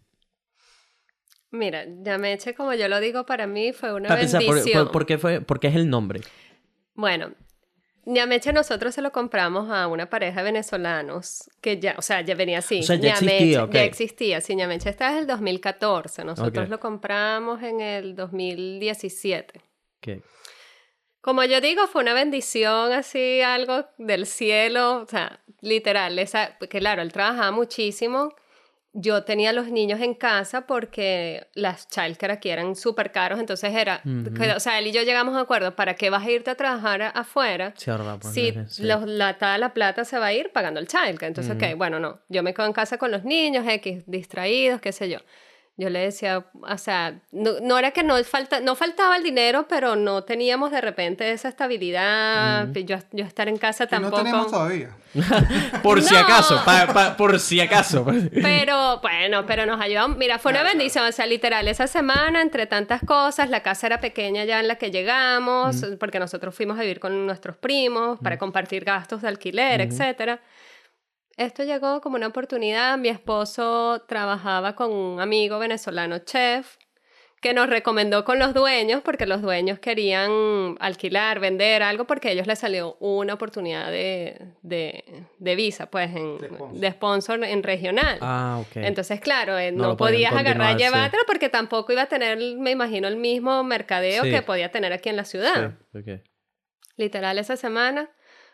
Mira, Yameche, como yo lo digo, para mí fue una bendición. ¿Por qué es el nombre? Bueno, Yameche nosotros se lo compramos a una pareja de venezolanos que ya, o sea, ya venía así. O sea, ya existía, okay. Ya existía, sí, Yameche está desde el 2014. Nosotros lo compramos en el 2017. Okay. Como yo digo, fue una bendición, así, algo del cielo, o sea, literal. Porque claro, él trabajaba muchísimo. Yo tenía los niños en casa porque las childcare aquí eran súper caros, entonces era, o sea, él y yo llegamos a acuerdo, ¿para qué vas a irte a trabajar afuera? Sí, ahora si toda la plata se va a ir pagando el childcare. Entonces, ok, bueno, no, yo me quedo en casa con los niños, distraídos, qué sé yo. Yo le decía, o sea, no era que no faltaba el dinero, pero no teníamos de repente esa estabilidad. Yo estar en casa tampoco. No tenemos todavía. Por si acaso, por si acaso. Pero bueno, pero nos ayudó. Mira, fue una bendición, o sea, literal, esa semana, entre tantas cosas, la casa era pequeña ya en la que llegamos, porque nosotros fuimos a vivir con nuestros primos para compartir gastos de alquiler, etcétera. Esto llegó como una oportunidad. Mi esposo trabajaba con un amigo venezolano chef que nos recomendó con los dueños porque los dueños querían alquilar, vender algo porque a ellos les salió una oportunidad de visa, pues, de sponsor en regional. Ah, ok. Entonces, claro, no podías agarrar y llevártelo porque tampoco iba a tener, me imagino, el mismo mercadeo que podía tener aquí en la ciudad. Sí, okay. Literal, esa semana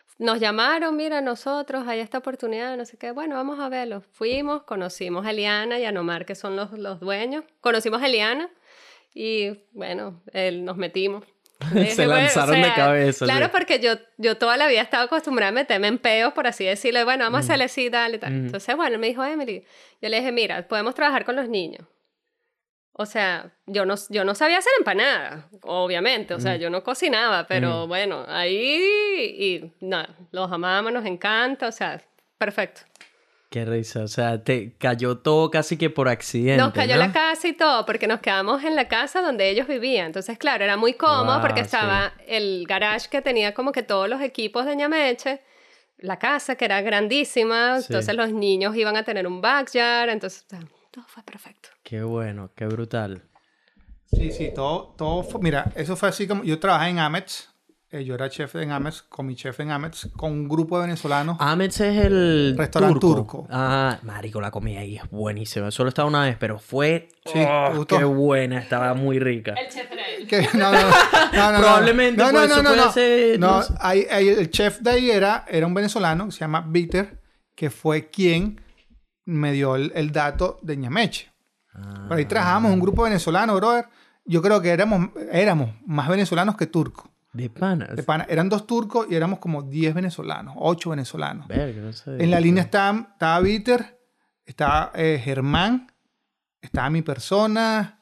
Nos llamaron, mira, nosotros, hay esta oportunidad, no sé qué. Bueno, vamos a verlo. Fuimos, conocimos a Eliana y a Nomar, que son los dueños. Conocimos a Eliana y, bueno, nos metimos. Se lanzaron de cabeza. Claro, porque yo toda la vida estaba acostumbrada a meterme en peos, por así decirlo. Bueno, vamos a hacerle así, dale, tal. Entonces, bueno, él me dijo, Emily, yo le dije, mira, podemos trabajar con los niños. O sea, yo no sabía hacer empanadas, obviamente. O sea, yo no cocinaba, pero bueno, ahí y nada, los amamos, nos encanta, o sea, perfecto. Qué risa, o sea, te cayó todo casi que por accidente, Nos cayó ¿no? la casa y todo, porque nos quedamos en la casa donde ellos vivían. Entonces, claro, era muy cómodo porque estaba el garage que tenía como que todos los equipos de Ñameche, la casa que era grandísima, entonces los niños iban a tener un backyard, entonces todo fue perfecto. Qué bueno, qué brutal. Sí, todo fue, mira, eso fue así como, yo trabajé en Amex, yo era chef en Amex, con mi chef en Amex, con un grupo de venezolanos. Amex es el restaurante turco. Ah, marico, la comida ahí es buenísima. Solo he estado una vez, pero fue... Sí, ¿te gustó? Qué buena, estaba muy rica. El chef era él. No. Probablemente puede ser... No, el chef de ahí era un venezolano que se llama Bitter, que fue quien me dio el dato de Ñameche. Por ahí trabajamos un grupo venezolano, brother. Yo creo que éramos más venezolanos que turcos. De panas. Eran 2 turcos y éramos como 10 venezolanos, 8 venezolanos. Verga, no sé. En la línea estaba Bitter, estaba Germán, estaba mi persona,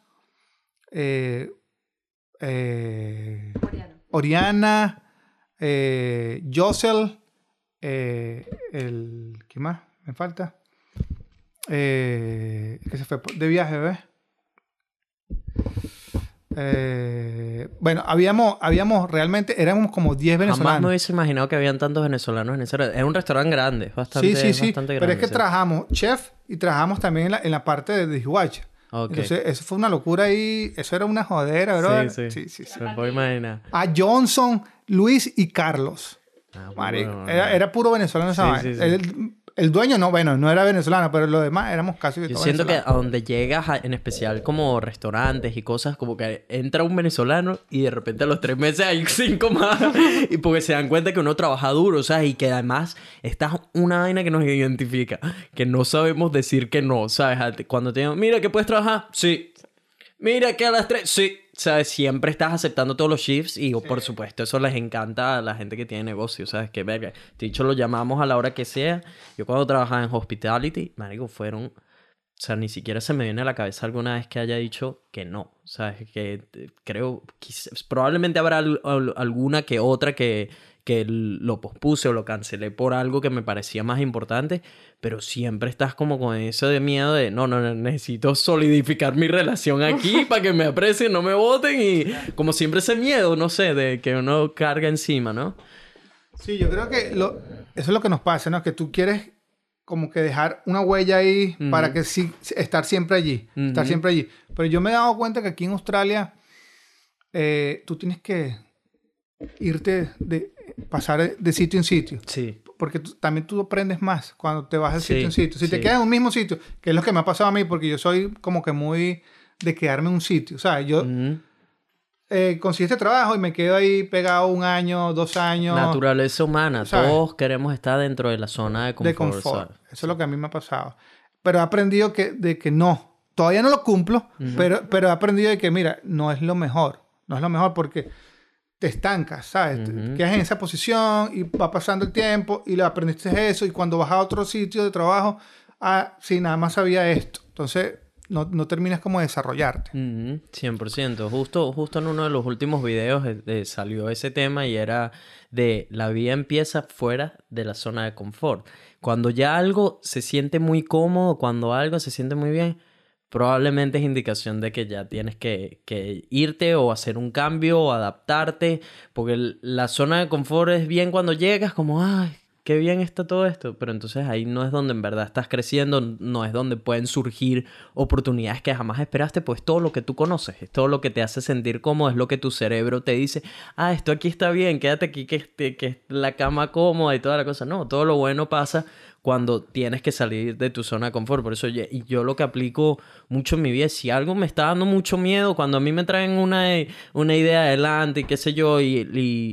Oriana, Josel, ¿qué más me falta? Que se fue de viaje, ¿ves? Bueno, habíamos realmente, éramos como 10 venezolanos. Jamás me hubiese imaginado que habían tantos venezolanos en ese... Es un restaurante grande, bastante, sí. bastante grande. Pero es que trabajamos chef y trabajamos también en la parte de dishuacha. Okay. Entonces, eso fue una locura ahí. Eso era una jodera, bro. Sí. Me puedo imaginar. A Johnson, Luis y Carlos. Marico, bueno. Era puro venezolano esa vaina. El dueño no era venezolano, pero los demás éramos casi Yo todos siento que a donde llegas, en especial como restaurantes y cosas, como que entra un venezolano y de repente a los 3 meses hay 5 más. Y porque se dan cuenta que uno trabaja duro, ¿sabes? Y que además esta es una vaina que nos identifica. Que no sabemos decir que no, ¿sabes? Cuando te digan, mira, ¿que puedes trabajar? Sí. Mira, que a las 3... Sí. ¿Sabes? Siempre estás aceptando todos los shifts y por supuesto eso les encanta a la gente que tiene negocio, ¿sabes? Que verga, de hecho lo llamamos a la hora que sea. Yo cuando trabajaba en hospitality, marico, fueron... O sea, ni siquiera se me viene a la cabeza alguna vez que haya dicho que no, ¿sabes? Que creo... probablemente habrá alguna que otra que lo pospuse o lo cancelé por algo que me parecía más importante, pero siempre estás como con eso de miedo de no, necesito solidificar mi relación aquí para que me aprecien, no me voten y como siempre ese miedo, no sé, de que uno carga encima, ¿no? Sí, yo creo que eso es lo que nos pasa, ¿no? Que tú quieres como que dejar una huella ahí para que sí, estar siempre allí, estar siempre allí. Pero yo me he dado cuenta que aquí en Australia tú tienes que irte pasar de sitio en sitio. Sí. Porque también tú aprendes más cuando te vas de sitio en sitio. Si te quedas en un mismo sitio, que es lo que me ha pasado a mí, porque yo soy como que muy de quedarme en un sitio. O sea, yo conseguí este trabajo y me quedo ahí pegado 1 año, 2 años. Naturaleza humana. ¿Sabes? Todos queremos estar dentro de la zona de confort. Eso es lo que a mí me ha pasado. Pero he aprendido de que no. Todavía no lo cumplo, pero he aprendido de que, mira, no es lo mejor. No es lo mejor porque te estancas, ¿sabes? Te quedas en esa posición y va pasando el tiempo y le aprendiste eso y cuando vas a otro sitio de trabajo, sí, nada más sabía esto. Entonces, no terminas como de desarrollarte. 100%. Justo en uno de los últimos videos salió ese tema y era de la vida empieza fuera de la zona de confort. Cuando ya algo se siente muy cómodo, cuando algo se siente muy bien, probablemente es indicación de que ya tienes que irte o hacer un cambio o adaptarte, porque la zona de confort es bien cuando llegas como, ay, qué bien está todo esto, pero entonces ahí no es donde en verdad estás creciendo, no es donde pueden surgir oportunidades que jamás esperaste, pues todo lo que tú conoces, es todo lo que te hace sentir cómodo, es lo que tu cerebro te dice, esto aquí está bien, quédate aquí que es la cama cómoda y toda la cosa. No, todo lo bueno pasa cuando tienes que salir de tu zona de confort. Por eso yo lo que aplico mucho en mi vida es si algo me está dando mucho miedo, cuando a mí me traen una idea adelante y qué sé yo, y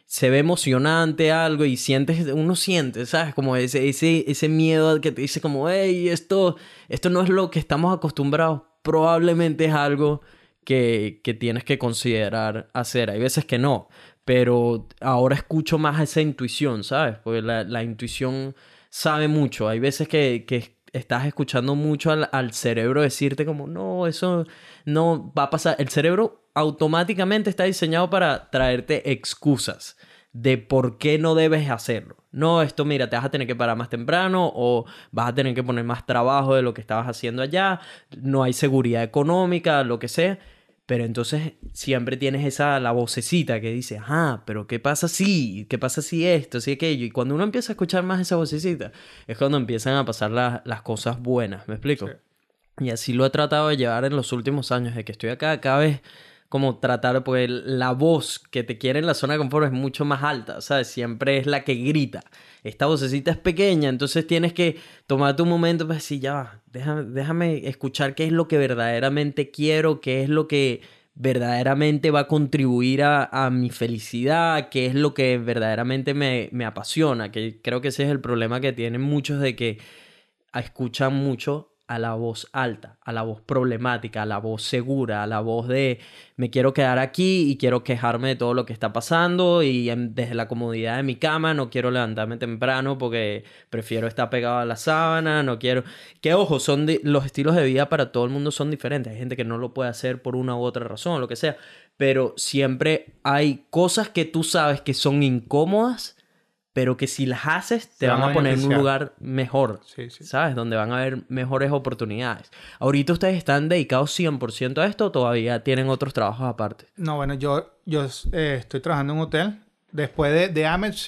se ve emocionante algo y uno siente, ¿sabes? Como ese miedo que te dice como, hey, esto no es lo que estamos acostumbrados. Probablemente es algo que tienes que considerar hacer. Hay veces que no, pero ahora escucho más esa intuición, ¿sabes? Porque la intuición sabe mucho. Hay veces que estás escuchando mucho al cerebro decirte como, no, eso no va a pasar. El cerebro automáticamente está diseñado para traerte excusas de por qué no debes hacerlo. No, esto mira, te vas a tener que parar más temprano o vas a tener que poner más trabajo de lo que estabas haciendo allá, no hay seguridad económica, lo que sea. Pero entonces siempre tienes la vocecita que dice, pero ¿qué pasa si? ¿Qué pasa si esto, si aquello? Y cuando uno empieza a escuchar más esa vocecita, es cuando empiezan a pasar las cosas buenas, ¿me explico? Sí. Y así lo he tratado de llevar en los últimos años, de que estoy acá, cada vez como tratar, pues la voz que te quiere en la zona de confort es mucho más alta, ¿sabes? Siempre es la que grita. Esta vocecita es pequeña, entonces tienes que tomarte un momento para decir, ya va, déjame escuchar qué es lo que verdaderamente quiero, qué es lo que verdaderamente va a contribuir a mi felicidad, qué es lo que verdaderamente me apasiona, que creo que ese es el problema que tienen muchos de que escuchan mucho a la voz alta, a la voz problemática, a la voz segura, a la voz de me quiero quedar aquí y quiero quejarme de todo lo que está pasando y desde la comodidad de mi cama no quiero levantarme temprano porque prefiero estar pegado a la sábana, no quiero... Que ojo, los estilos de vida para todo el mundo son diferentes. Hay gente que no lo puede hacer por una u otra razón, lo que sea, pero siempre hay cosas que tú sabes que son incómodas, pero que si las haces te van a poner en un lugar mejor, sí. ¿Sabes? Donde van a haber mejores oportunidades. ¿Ahorita ustedes están dedicados 100% a esto o todavía tienen otros trabajos aparte? No, bueno, yo estoy trabajando en un hotel. Después de Amex,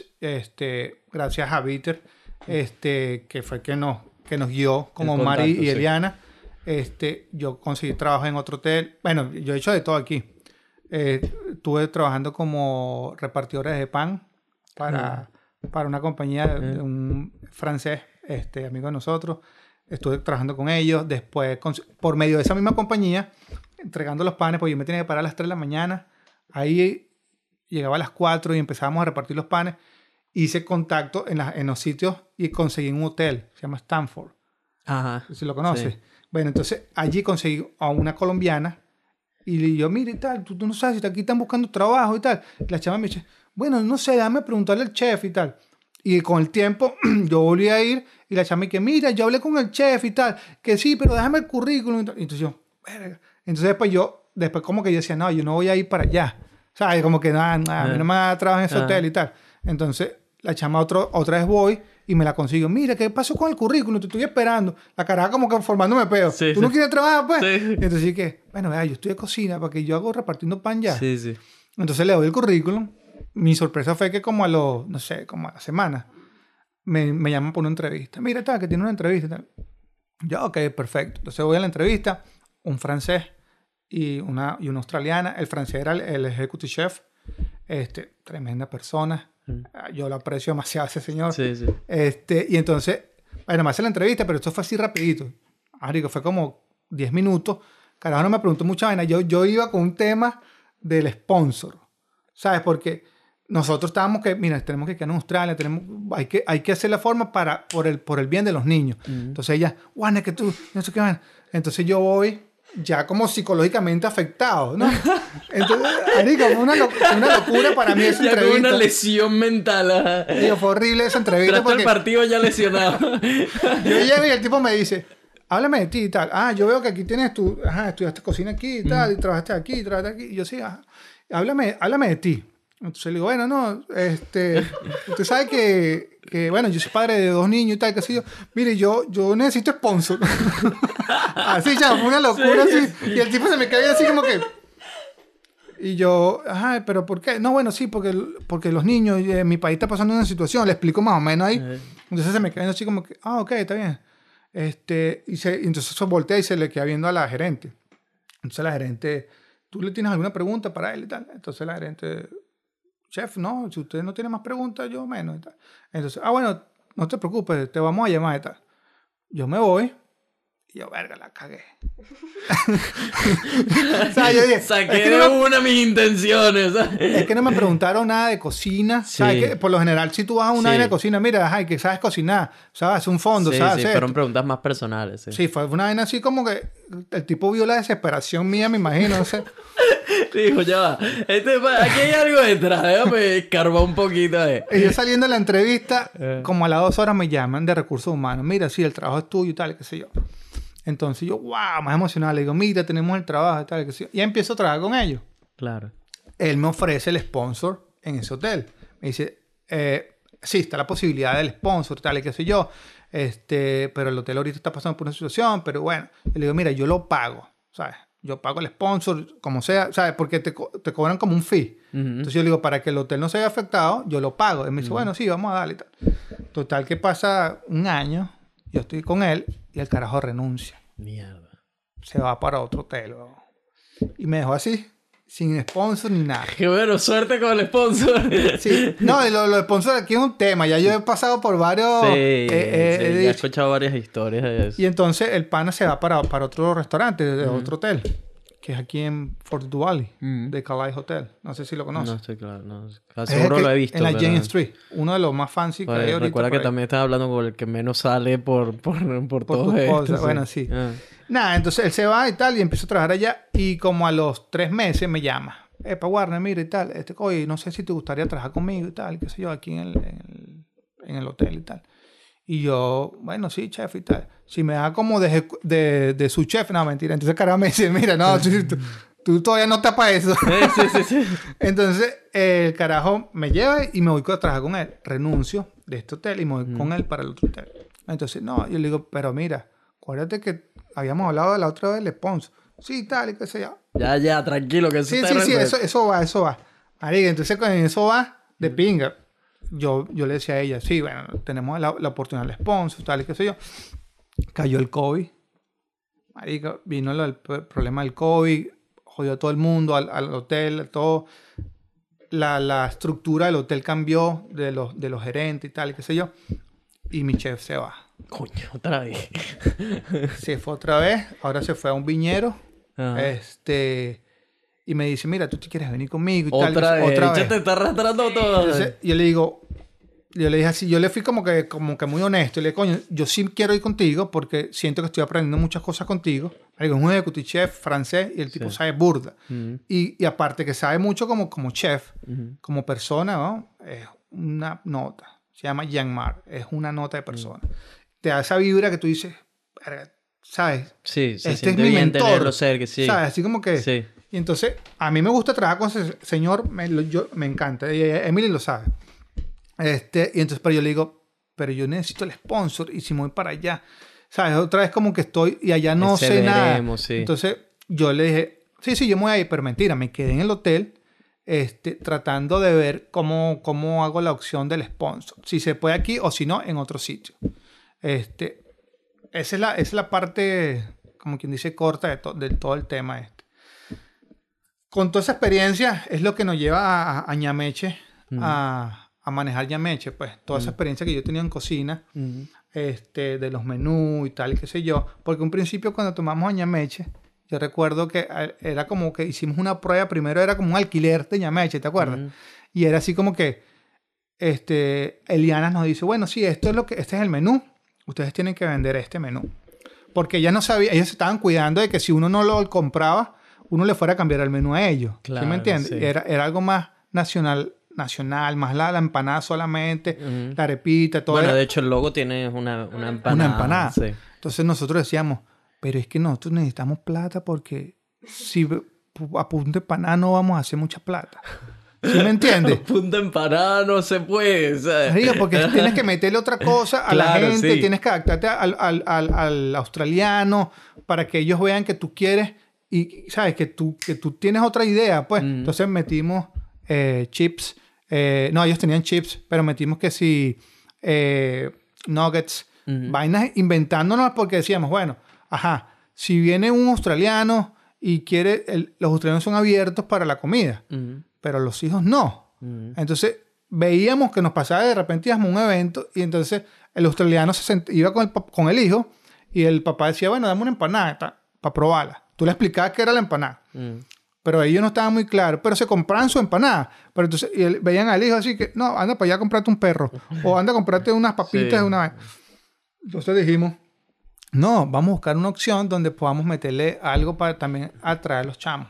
gracias a Viter, que fue que nos guió como Mari y Eliana, yo conseguí trabajo en otro hotel. Bueno, yo he hecho de todo aquí. Estuve trabajando como repartidores de pan para una compañía de un francés, amigo de nosotros. Estuve trabajando con ellos. Después, por medio de esa misma compañía, entregando los panes, pues yo me tenía que parar a las 3 de la mañana. Ahí llegaba a las 4 y empezábamos a repartir los panes. Hice contacto en los sitios y conseguí un hotel. Se llama Stanford. Ajá. Si lo conoces. Sí. Bueno, entonces allí conseguí a una colombiana. Y yo, mire y tal, tú no sabes si aquí están buscando trabajo y tal. Y la chava me dice, bueno, no sé, déjame preguntarle al chef y tal. Y con el tiempo yo volví a ir y la chava me dice, mira, yo hablé con el chef y tal, que sí, pero déjame el currículum y tal. Y entonces yo, verga. Entonces después como que yo decía, no, yo no voy a ir para allá. O sea, como que nada, a mí no me va a trabajar en ese hotel y tal. Entonces la chama otra vez voy y me la consigo. Mira, ¿qué pasó con el currículum? Te estoy esperando. La caraja como que formándome peo. Sí, ¿Tú no quieres trabajar, pues? Sí. Entonces dije, bueno, vea, yo estoy de cocina para que yo hago repartiendo pan ya. Sí, sí. Entonces le doy el currículum. Mi sorpresa fue que como a la semana me llaman por una entrevista. Mira, tal, que tiene una entrevista y tal. Yo, ok, perfecto. Entonces voy a la entrevista. Un francés y una australiana. El francés era el executive chef. Tremenda persona. Yo lo aprecio demasiado a ese señor. Sí, sí. Y entonces, bueno, me hace la entrevista, pero esto fue así rapidito. Fue como 10 minutos. Carajo, no me preguntó mucha vaina. Yo iba con un tema del sponsor. ¿Sabes? Porque nosotros estábamos mira, tenemos que quedar en Australia, hay que hacer la forma por el bien de los niños. Entonces ella, Juan, es que tú, no sé qué van. Entonces yo voy ya como psicológicamente afectado, ¿no? Entonces, marica, fue una locura para mí esa entrevista. Ya con una lesión mental. Digo, fue horrible esa entrevista. Tras el partido ya lesionado. Yo llego y el tipo me dice, háblame de ti y tal. Yo veo que aquí tienes estudiaste cocina aquí y tal, y trabajaste aquí. Y yo sí, háblame de ti. Entonces le digo, bueno, no, usted sabe que, bueno, yo soy padre de 2 niños y tal, qué sé yo. Mire, yo necesito sponsor. Así ya, fue una locura así. Y el tipo se me cae así como que... Y yo, pero ¿por qué? No, bueno, sí, porque los niños, en mi país está pasando una situación, le explico más o menos ahí. Entonces se me cae así como que, ok, está bien. Entonces se voltea y se le queda viendo a la gerente. Entonces la gerente, ¿tú le tienes alguna pregunta para él y tal? Entonces la gerente... Chef, no, si usted no tiene más preguntas, yo menos y tal. Entonces, bueno, no te preocupes, te vamos a llamar y tal. Yo me voy Y yo, verga, la cagué. O sea, yo dije, saqué de una mis intenciones. Es que no me preguntaron nada de cocina. Sí. ¿Sabes que por lo general, si tú vas a una vaina de cocina, mira, ay, que sabes cocinar, sabes hacer un fondo, sabes hacer fueron preguntas más personales. Sí, fue una vaina así como que el tipo vio la desesperación mía, me imagino. No sé. Dijo, ya va. Aquí hay algo detrás. Déjame escarbar un poquito. Y yo saliendo de la entrevista, como a las 2 horas me llaman de recursos humanos. Mira, sí, el trabajo es tuyo y tal, qué sé yo. Entonces yo, wow, más emocionado. Le digo, mira, tenemos el trabajo y tal, qué sé yo. Y empiezo a trabajar con ellos. Claro. Él me ofrece el sponsor en ese hotel. Me dice, sí, está la posibilidad del sponsor, tal, qué sé yo. Pero el hotel ahorita está pasando por una situación, pero bueno. Y le digo, mira, yo lo pago, ¿sabes? Yo pago el sponsor, como sea, ¿sabes? Porque te cobran como un fee. Entonces yo le digo, para que el hotel no se vea afectado, yo lo pago. Él me dice, bueno, sí, vamos a darle y tal. Total, que pasa un año, yo estoy con él y el carajo renuncia. Mierda. Se va para otro hotel, ¿no? Y me dejó así, sin sponsor ni nada. Qué bueno, suerte con el sponsor. Sí, no, lo sponsor aquí es un tema. Ya yo he pasado por varios... Sí, he escuchado varias historias de eso. Y entonces el pana se va para otro restaurante, de otro hotel, que es aquí en Fort Valley, de Calais Hotel. No sé si lo conoces. No estoy claro. No. Seguro lo he visto. En la Jane Street. Uno de los más fancy que hay ahorita. Recuerda que también estás hablando con el que menos sale por todo esto. Bueno, sí. Nada, entonces él se va y tal, y empiezo a trabajar allá. Y como a los 3 meses me llama. Epa, Warner, mira y tal. Oye, no sé si te gustaría trabajar conmigo y tal, qué sé yo, aquí en el hotel y tal. Y yo, bueno, sí, chef y tal. Si me da como de su chef, no, mentira. Entonces, carajo, me dice, mira, no, tú todavía no estás para eso. Sí. Entonces, el carajo me lleva y me voy a trabajar con él. Renuncio de este hotel y me voy con él para el otro hotel. Entonces, no, yo le digo, pero mira, acuérdate que habíamos hablado de la otra vez del sponsor. Sí, tal, y qué sé yo. Ya, tranquilo, que sí, eso va. Marica, entonces con eso va de pinga. Yo le decía a ella, sí, bueno, tenemos la oportunidad del sponsor, tal, y qué sé yo. Cayó el COVID. Marica, vino el problema del COVID, jodió a todo el mundo, al hotel, a todo. La estructura del hotel cambió de los gerentes y tal, y qué sé yo. Y mi chef se va. Coño, otra vez. Se fue otra vez. Ahora se fue a un viñero. Y me dice, mira, tú te quieres venir conmigo y otra tal. Otra vez. Ya te está arrastrando todo. Entonces, yo le dije así, yo le fui como que muy honesto. Y le dije, coño, yo sí quiero ir contigo porque siento que estoy aprendiendo muchas cosas contigo. Es un executive chef francés y el tipo sabe burda. Y aparte que sabe mucho como chef, como persona, ¿no? Es una nota. Se llama Jean-Marc. Es una nota de persona. Te da esa vibra que tú dices, ¿sabes? Sí, este es mi mentor. Cerca, sí. ¿Sabes? Así como que... Sí. Y entonces, a mí me gusta trabajar con ese señor. Me encanta. Y Emily lo sabe. Y entonces, pero yo le digo, pero yo necesito el sponsor. Y si me voy para allá, ¿sabes? Otra vez como que estoy y allá no sé nada. Sí. Entonces, yo le dije, sí, yo me voy a ir. Pero mentira, me quedé en el hotel tratando de ver cómo hago la opción del sponsor. Si se puede aquí o si no, en otro sitio. Esa es la parte, como quien dice, corta de todo el tema Con toda esa experiencia es lo que nos lleva a Ñameche, a manejar Ñameche, pues. Toda esa experiencia que yo tenía en cocina, de los menús y tal, y qué sé yo. Porque un principio cuando tomamos a Ñameche, yo recuerdo que era como que hicimos una prueba. Primero era como un alquiler de Ñameche, ¿te acuerdas? Y era así como que Eliana nos dice, bueno, sí, este es el menú. Ustedes tienen que vender este menú. Porque ellas no sabían, ellos se estaban cuidando de que si uno no lo compraba, uno le fuera a cambiar el menú a ellos. Claro, ¿sí me entiendes? Sí. Era algo más nacional, más la empanada solamente, la arepita, todo. Bueno, de hecho el logo tiene una empanada. Una empanada. Sí. Entonces nosotros decíamos, pero es que nosotros necesitamos plata porque si a punta de empanada no vamos a hacer mucha plata. ¿Sí me entiendes? Punta empanada no se puede, ¿sabes? Digo, porque tienes que meterle otra cosa a la gente, sí. Tienes que adaptarte al australiano para que ellos vean que tú quieres y, ¿sabes? Que tú tienes otra idea, pues. Entonces metimos chips. No, ellos tenían chips, pero metimos que sí, nuggets, vainas inventándonos porque decíamos, bueno, si viene un australiano y quiere, los australianos son abiertos para la comida. Pero los hijos no. Entonces, veíamos que nos pasaba de repente íbamos a un evento y entonces el australiano iba con el hijo Y el papá decía, bueno, dame una empanada para probarla. Tú le explicabas qué era la empanada. Pero ellos no estaban muy claros. Pero se compraban su empanada. Pero entonces veían al hijo así que, no, anda para allá a comprarte un perro. O anda a comprarte unas papitas de una vez. Entonces dijimos, no, vamos a buscar una opción donde podamos meterle algo para también atraer a los chamos.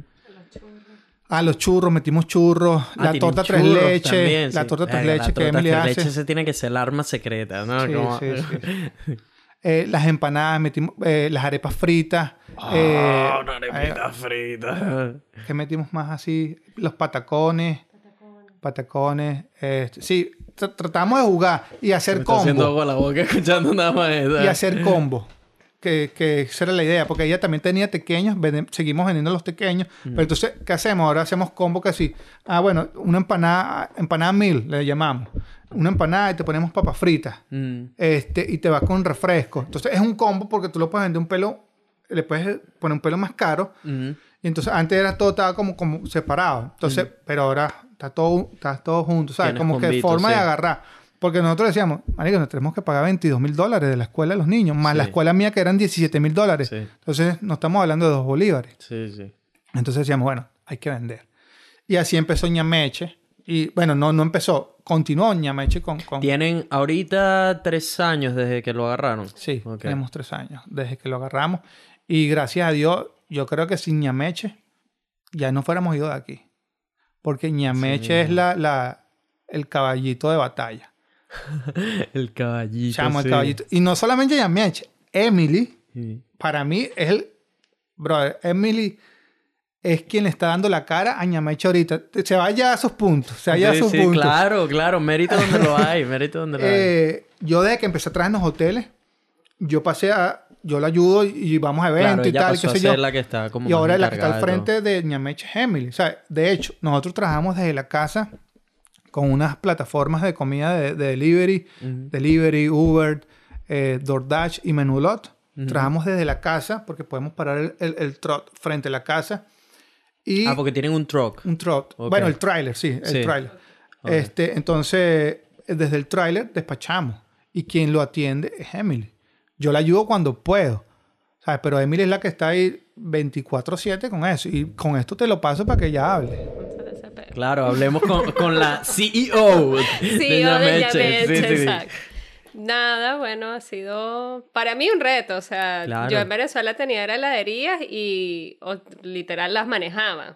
A los churros, metimos churros, la torta tres leches, también, la torta tres leches que Emily hace. La torta tres leches se tiene que ser el arma secreta, ¿no? Sí, como... las empanadas, metimos las arepas fritas. Una arepita frita. ¿Qué metimos más así? Los patacones. Sí, tratamos de jugar y hacer combo. Haciendo agua a la boca escuchando nada más eso. Y hacer combo. Que esa era la idea, porque ella también tenía tequeños, seguimos vendiendo los tequeños, pero entonces, ¿qué hacemos? Ahora hacemos combo que así, bueno, una empanada mil, le llamamos, una empanada y te ponemos papas fritas, y te vas con un refresco. Entonces, es un combo porque tú lo puedes vender un pelo, le puedes poner un pelo más caro, y entonces, antes estaba como separado, entonces, pero ahora está todo junto, ¿sabes? Como convito, que forma de agarrar. Porque nosotros decíamos, marico, nos tenemos que pagar $22,000 de la escuela de los niños, más la escuela mía que eran $17,000. Sí. Entonces, no estamos hablando de $2. Sí. Entonces decíamos, bueno, hay que vender. Y así empezó Ñameche. Y bueno, no empezó, continuó Ñameche con... ¿Tienen ahorita 3 años desde que lo agarraron? Sí, tenemos 3 años desde que lo agarramos. Y gracias a Dios, yo creo que sin Ñameche ya no fuéramos ido de aquí. Porque Ñameche es el caballito de batalla. El caballito. Chamo, el caballito. Y no solamente Ñameche. Emily, para mí, es el... Brother, Emily es quien le está dando la cara a Ñameche ahorita. Se vaya a sus puntos. Puntos. Claro. Mérito donde lo hay. Yo desde que empecé a trabajar en los hoteles, yo la ayudo y vamos a eventos y tal. Qué sé yo. La que está como y ahora la que está al frente de Ñameche es Emily. O sea, de hecho, nosotros trabajamos desde la casa con unas plataformas de comida de delivery, Delivery, Uber, DoorDash y Menulot. Trabajamos desde la casa porque podemos parar el truck frente a la casa. Y porque tienen un truck. Un truck. Okay. Bueno, el tráiler, sí. El tráiler. Okay. Entonces, desde el tráiler despachamos. Y quien lo atiende es Emily. Yo la ayudo cuando puedo. ¿Sabes? Pero Emily es la que está ahí 24/7 con eso. Y con esto te lo paso para que ella hable. Claro, hablemos con la CEO de Ñameche. Sí. Exacto. Nada, bueno, ha sido para mí un reto. O sea, yo en Venezuela tenía heladerías y literal las manejaba.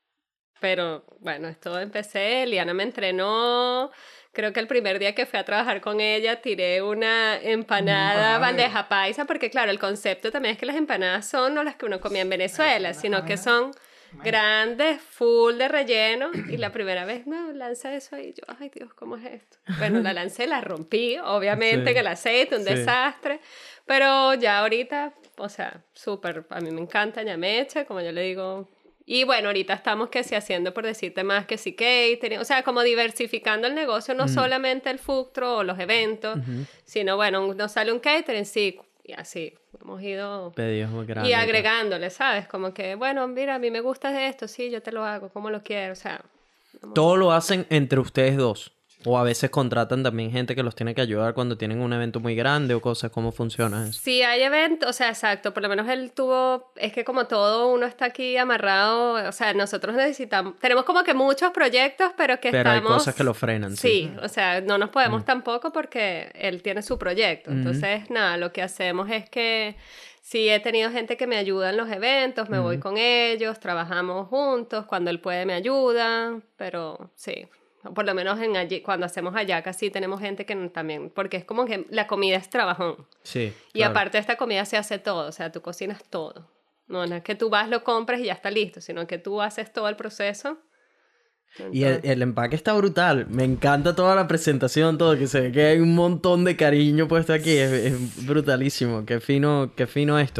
Pero bueno, esto empecé, Liana me entrenó. Creo que el primer día que fui a trabajar con ella tiré una empanada bandeja paisa, porque claro, el concepto también es que las empanadas son no las que uno comía en Venezuela, sino que son grandes, full de relleno. Y la primera vez, lanza eso ahí. Yo, ay Dios, ¿cómo es esto? Bueno, la lancé, la rompí, obviamente, en el aceite, un desastre. Pero ya ahorita, o sea, súper, a mí me encanta Ñameche, como yo le digo. Y bueno, ahorita estamos haciendo, por decirte más, que sí catering, o sea, como diversificando el negocio, no solamente el food truck o los eventos, sino bueno, nos sale un catering, sí, y así hemos ido pedidos muy grandes, y agregándole, ¿sabes? Como que, bueno, mira, a mí me gusta esto, sí, yo te lo hago, como lo quiero, o sea. ¿Todo lo hacen entre ustedes dos? O a veces contratan también gente que los tiene que ayudar cuando tienen un evento muy grande o cosas. ¿Cómo funciona eso? Sí, hay eventos, o sea, exacto. Por lo menos él tuvo... Es que como todo uno está aquí amarrado, o sea, nosotros necesitamos... Tenemos como que muchos proyectos, pero estamos... hay cosas que lo frenan. Sí, o sea, no nos podemos tampoco porque él tiene su proyecto. Entonces, nada, lo que hacemos es que... Sí, he tenido gente que me ayuda en los eventos, me voy con ellos, trabajamos juntos, cuando él puede me ayuda, pero sí... Por lo menos cuando hacemos hallaca sí tenemos gente que también... Porque es como que la comida es trabajón. Sí, y aparte de esta comida se hace todo. O sea, tú cocinas todo. No es que tú vas, lo compras y ya está listo. Sino que tú haces todo el proceso. Entonces... Y el empaque está brutal. Me encanta toda la presentación, todo. Que se ve que hay un montón de cariño puesto aquí. Es brutalísimo. Qué fino esto.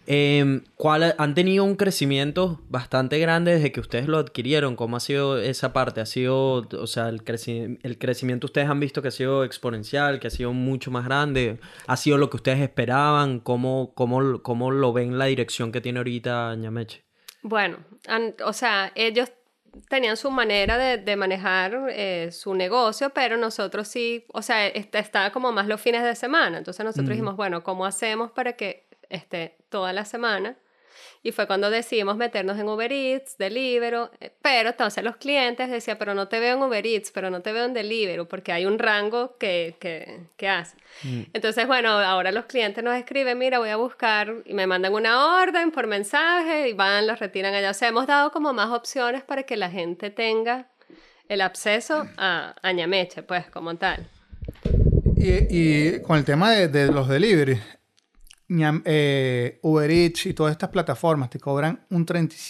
Han tenido un crecimiento bastante grande desde que ustedes lo adquirieron. ¿Cómo ha sido esa parte? ¿Ha sido, o sea, el crecimiento ustedes han visto que ha sido exponencial, que ha sido mucho más grande? ¿Ha sido lo que ustedes esperaban? ¿Cómo lo ven la dirección que tiene ahorita Ñameche? Bueno, o sea, ellos tenían su manera de manejar su negocio, pero nosotros sí, o sea, estaba como más los fines de semana. Entonces nosotros dijimos, bueno, ¿cómo hacemos para que esté toda la semana? Y fue cuando decidimos meternos en Uber Eats, Deliveroo, pero entonces los clientes decían, pero no te veo en Uber Eats, pero no te veo en Deliveroo, porque hay un rango que hace. Entonces, bueno, ahora los clientes nos escriben, mira, voy a buscar, y me mandan una orden por mensaje, y van, los retiran allá. O sea, hemos dado como más opciones para que la gente tenga el acceso a Ñameche, pues, como tal. Y con el tema de los deliveries, Uber Eats y todas estas plataformas te cobran un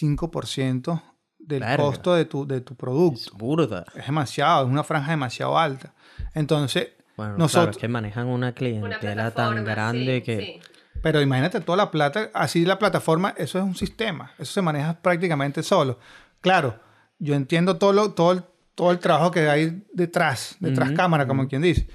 35% del costo de tu producto. Es burda. Es demasiado, es una franja demasiado alta. Entonces, bueno, nosotros... Claro, es que manejan una clientela tan grande que... Sí. Pero imagínate toda la plata, así la plataforma, eso es un sistema, eso se maneja prácticamente solo. Claro, yo entiendo todo el trabajo que hay detrás cámara, como quien dice.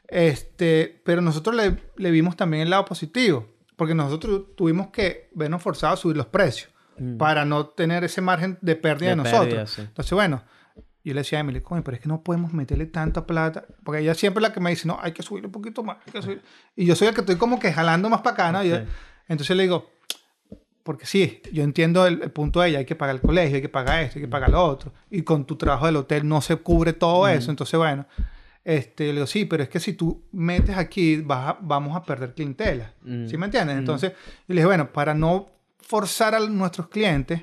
Pero nosotros le vimos también el lado positivo, porque nosotros tuvimos que vernos forzados a subir los precios para no tener ese margen de pérdida de nosotros. Sí. Entonces, bueno, yo le decía a Emily, coño, pero es que no podemos meterle tanta plata, porque ella siempre es la que me dice, no, hay que subirle un poquito más, hay que subir. Y yo soy el que estoy como que jalando más para acá, ¿no? Okay. Entonces le digo, porque sí, yo entiendo el punto de ella, hay que pagar el colegio, hay que pagar esto, hay que pagar lo otro, y con tu trabajo del hotel no se cubre todo eso, entonces, bueno... le digo, sí, pero es que si tú metes aquí, vamos a perder clientela. ¿Sí me entiendes? Entonces, yo le dije, bueno, para no forzar a nuestros clientes,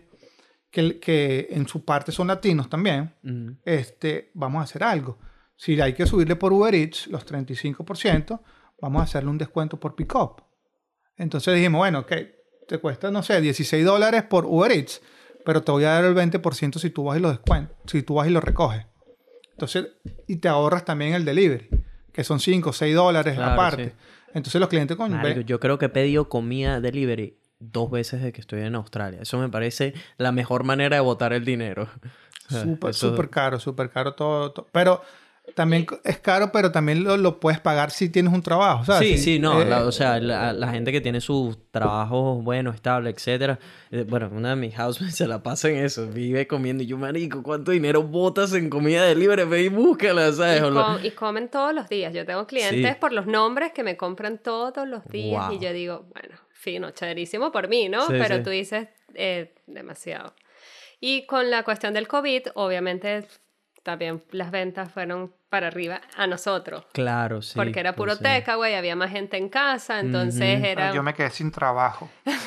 que en su parte son latinos también, vamos a hacer algo. Si hay que subirle por Uber Eats los 35%, vamos a hacerle un descuento por pick-up. Entonces dijimos, bueno, ok, te cuesta, no sé, $16 por Uber Eats, pero te voy a dar el 20% si tú vas y lo descuentas, si tú vas y lo recoges. Entonces, y te ahorras también el delivery, que son $5 o $6 claro, aparte. Sí. Entonces los clientes yo creo que he pedido comida delivery 2 veces desde que estoy en Australia. Eso me parece la mejor manera de botar el dinero. Súper caro todo. Pero también es caro, pero también lo puedes pagar si tienes un trabajo, ¿sabes? Sí, no. La gente que tiene sus trabajos buenos, estables, etcétera. Bueno, una de mis housemates se la pasa en eso. Vive comiendo. Y yo, marico, ¿cuánto dinero botas en comida delivery? Ve y búscala, ¿sabes? Y comen todos los días. Yo tengo clientes por los nombres que me compran todos los días. Wow. Y yo digo, bueno, fino, chéverísimo por mí, ¿no? Sí, pero tú dices, demasiado. Y con la cuestión del COVID, obviamente... También las ventas fueron para arriba a nosotros. Claro, sí. Porque era puro takeaway, había más gente en casa, entonces era... Pero yo me quedé sin trabajo.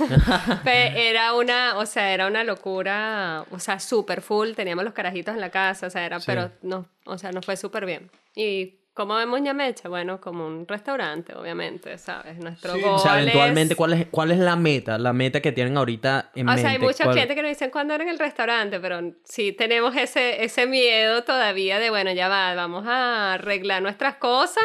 Era una locura, o sea, súper full, teníamos los carajitos en la casa, o sea, pero no, o sea, nos fue súper bien. Y ¿cómo vemos Ñameche? Bueno, como un restaurante, obviamente, ¿sabes? Nuestro gol O sea, eventualmente, ¿cuál es la meta? La meta que tienen ahorita en mente. O sea, hay muchos clientes que nos dicen cuándo era en el restaurante, pero sí tenemos ese miedo todavía de, bueno, ya vamos a arreglar nuestras cosas.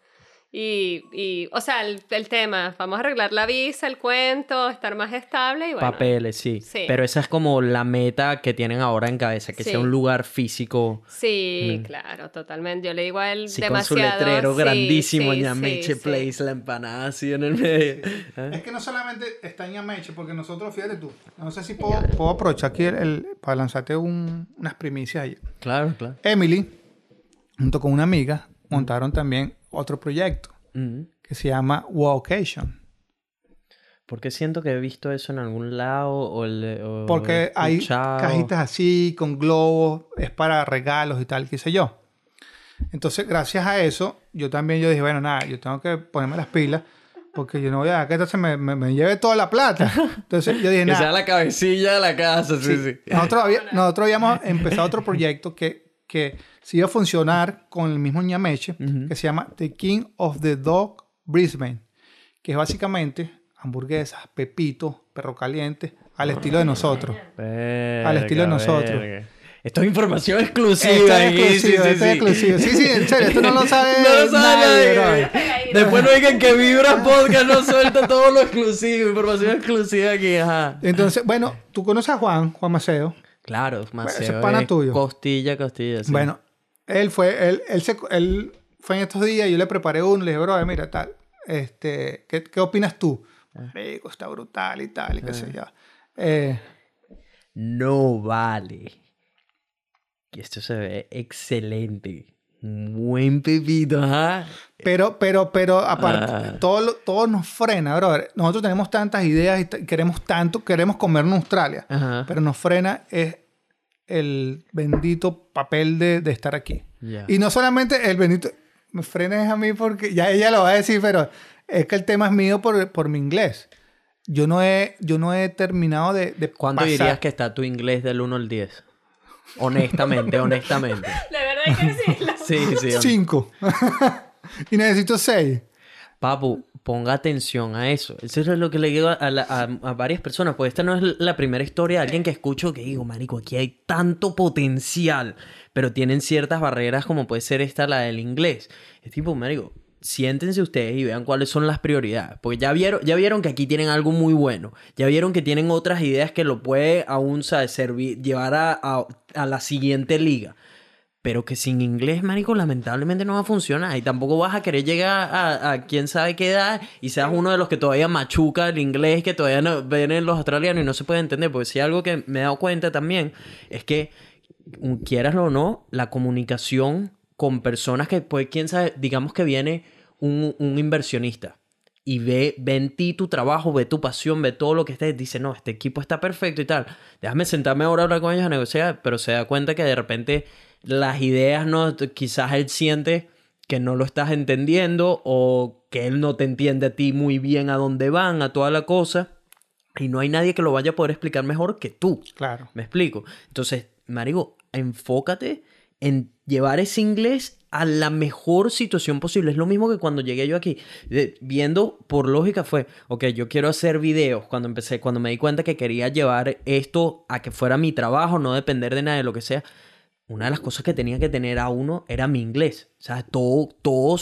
O sea, el tema, vamos a arreglar la visa, el cuento, estar más estable y bueno. Papeles, sí. Pero esa es como la meta que tienen ahora en cabeza, que sea un lugar físico. Sí, claro, totalmente. Yo le digo a él demasiado. Con su letrero grandísimo, Ñameche Place, la empanada así en el medio. Es que no solamente está en Ñameche, porque nosotros, fíjate tú, no sé si puedo aprovechar aquí para lanzarte unas primicias ahí. Claro. Emily, junto con una amiga, montaron también otro proyecto que se llama Wowcation. ¿Por qué siento que he visto eso en algún lado? Porque hay cajitas así, con globos, es para regalos y tal, qué sé yo. Entonces, gracias a eso, yo dije, bueno, nada, yo tengo que ponerme las pilas, porque yo no voy a dejar que esto me lleve toda la plata. Entonces, yo dije, nada. Que sea la cabecilla de la casa, sí. Nosotros habíamos empezado otro proyecto que se iba a funcionar con el mismo Ñameche, que se llama The King of the Dog Brisbane, que es básicamente hamburguesas, pepitos, perro caliente, al estilo de nosotros. Al estilo de nosotros. Esto es información exclusiva. Esto es exclusivo. Sí, en serio, esto no lo sabe nadie. Después no digan que Vibra Podcast no suelta todo lo exclusivo, información exclusiva aquí, ajá. Entonces, bueno, tú conoces a Juan Maceo. Claro, Maceo. Ese es pana tuyo. Costilla, sí. Bueno, él fue en estos días y yo le preparé uno y le dije, bro, mira, tal, ¿qué opinas tú? Rico, está brutal y tal, y qué sé yo. No vale. Esto se ve excelente. Buen pepito, ¿ah? Pero, aparte, todo nos frena, brother. Nosotros tenemos tantas ideas y queremos comernos Australia. Ajá. Pero nos frena es el bendito papel de estar aquí. Yeah. Y no solamente el bendito... Me frena es a mí porque... Ya ella lo va a decir, pero es que el tema es mío por mi inglés. Yo no he terminado de ¿Cuándo pasar... dirías que está tu inglés del 1 al 10? Honestamente. De verdad hay que decirlo. Sí. 5. Y necesito 6. Papu, ponga atención a eso. Eso es lo que le digo a varias personas. Pues esta no es la primera historia de alguien que escucho que digo, marico, aquí hay tanto potencial. Pero tienen ciertas barreras como puede ser esta, la del inglés. Es tipo, marico, siéntense ustedes y vean cuáles son las prioridades. Porque ya vieron que aquí tienen algo muy bueno. Ya vieron que tienen otras ideas que lo puede aún, ¿sabes? Llevar a la siguiente liga. Pero que sin inglés, marico, lamentablemente no va a funcionar. Y tampoco vas a querer llegar a quién sabe qué edad y seas uno de los que todavía machuca el inglés, que todavía no ven los australianos y no se puede entender. Porque si algo que me he dado cuenta también es que, quieras o no, la comunicación con personas que, pues, quién sabe, digamos que viene un inversionista y ve en ti tu trabajo, ve tu pasión, ve todo lo que estés, dice, no, este equipo está perfecto y tal. Déjame sentarme ahora a hablar con ellos a negociar, pero se da cuenta que de repente las ideas, no, quizás él siente que no lo estás entendiendo o que él no te entiende a ti muy bien a dónde van, a toda la cosa, y no hay nadie que lo vaya a poder explicar mejor que tú. Claro. ¿Me explico? Entonces, marico, enfócate en llevar ese inglés a la mejor situación posible. Es lo mismo que cuando llegué yo aquí. Viendo por lógica fue, ok, yo quiero hacer videos. Cuando me di cuenta que quería llevar esto a que fuera mi trabajo, no depender de nadie, lo que sea. Una de las cosas que tenía que tener a uno era mi inglés. O sea, todo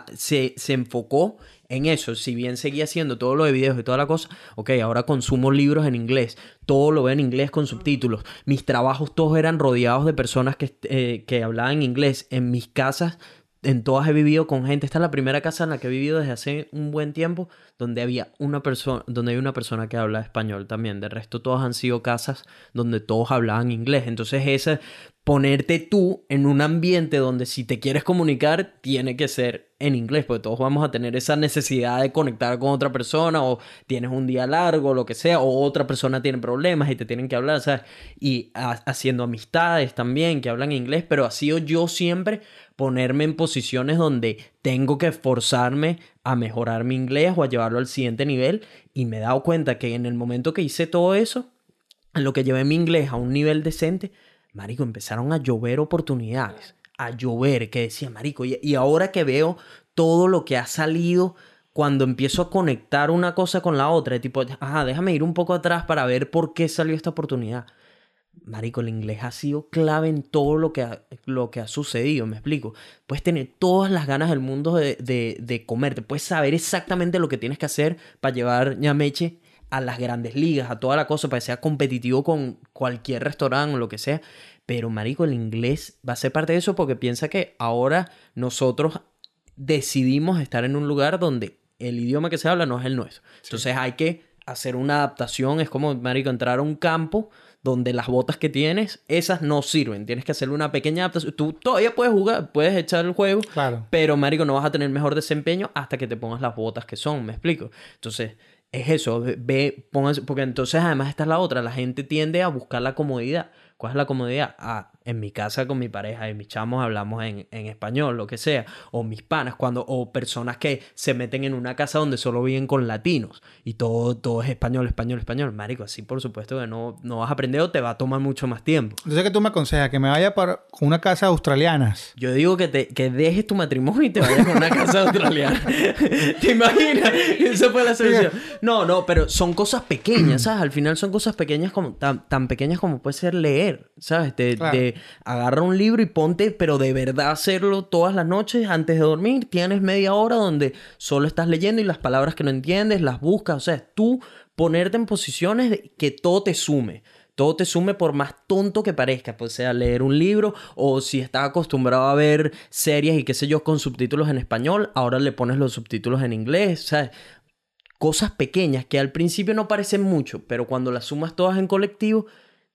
se enfocó en eso. Si bien seguía haciendo todo lo de videos y toda la cosa, ok, ahora consumo libros en inglés. Todo lo veo en inglés con subtítulos. Mis trabajos todos eran rodeados de personas que hablaban inglés. En mis casas, en todas he vivido con gente. Esta es la primera casa en la que he vivido desde hace un buen tiempo donde hay una persona que habla español también. De resto, todas han sido casas donde todos hablaban inglés. Entonces, ponerte tú en un ambiente donde si te quieres comunicar, tiene que ser en inglés, porque todos vamos a tener esa necesidad de conectar con otra persona, o tienes un día largo, lo que sea, o otra persona tiene problemas y te tienen que hablar, ¿sabes? Y haciendo amistades también que hablan inglés, pero ha sido yo siempre ponerme en posiciones donde tengo que esforzarme a mejorar mi inglés o a llevarlo al siguiente nivel, y me he dado cuenta que en el momento que hice todo eso, en lo que llevé mi inglés a un nivel decente, marico, empezaron a llover oportunidades, a llover, que decía, marico, y ahora que veo todo lo que ha salido cuando empiezo a conectar una cosa con la otra, de tipo, déjame ir un poco atrás para ver por qué salió esta oportunidad. Marico, el inglés ha sido clave en todo lo que ha sucedido, ¿me explico? Puedes tener todas las ganas del mundo de comerte, puedes saber exactamente lo que tienes que hacer para llevar ñameche a las grandes ligas, a toda la cosa, para que sea competitivo con cualquier restaurante o lo que sea. Pero, marico, el inglés va a ser parte de eso porque piensa que ahora nosotros decidimos estar en un lugar donde el idioma que se habla no es el nuestro. Sí. Entonces hay que hacer una adaptación. Es como, marico, entrar a un campo donde las botas que tienes, esas no sirven. Tienes que hacerle una pequeña adaptación. Tú todavía puedes jugar, puedes echar el juego, claro, pero, marico, no vas a tener mejor desempeño hasta que te pongas las botas que son. ¿Me explico? Entonces, es eso. Pónganse, porque entonces además esta es la otra. La gente tiende a buscar la comodidad. ¿Cuál es la comodidad? En mi casa con mi pareja y mis chamos hablamos en español, lo que sea. O mis panas, o personas que se meten en una casa donde solo viven con latinos y todo es español. Marico, así por supuesto que no vas a aprender o te va a tomar mucho más tiempo. Entonces, ¿qué tú me aconsejas? ¿Que me vaya con una casa australianas? Yo digo que dejes tu matrimonio y te vayas con una casa australiana. ¿Te imaginas? Esa fue la solución. No, pero son cosas pequeñas, ¿sabes? Al final son cosas pequeñas, como tan pequeñas como puede ser leer, ¿sabes? Claro. Agarra un libro y ponte, pero de verdad hacerlo todas las noches antes de dormir. Tienes media hora donde solo estás leyendo y las palabras que no entiendes las buscas. O sea, tú ponerte en posiciones de que todo te sume. Todo te sume por más tonto que parezca. Pues sea leer un libro o si estás acostumbrado a ver series y qué sé yo con subtítulos en español, ahora le pones los subtítulos en inglés, ¿sabes? Cosas pequeñas que al principio no parecen mucho, pero cuando las sumas todas en colectivo,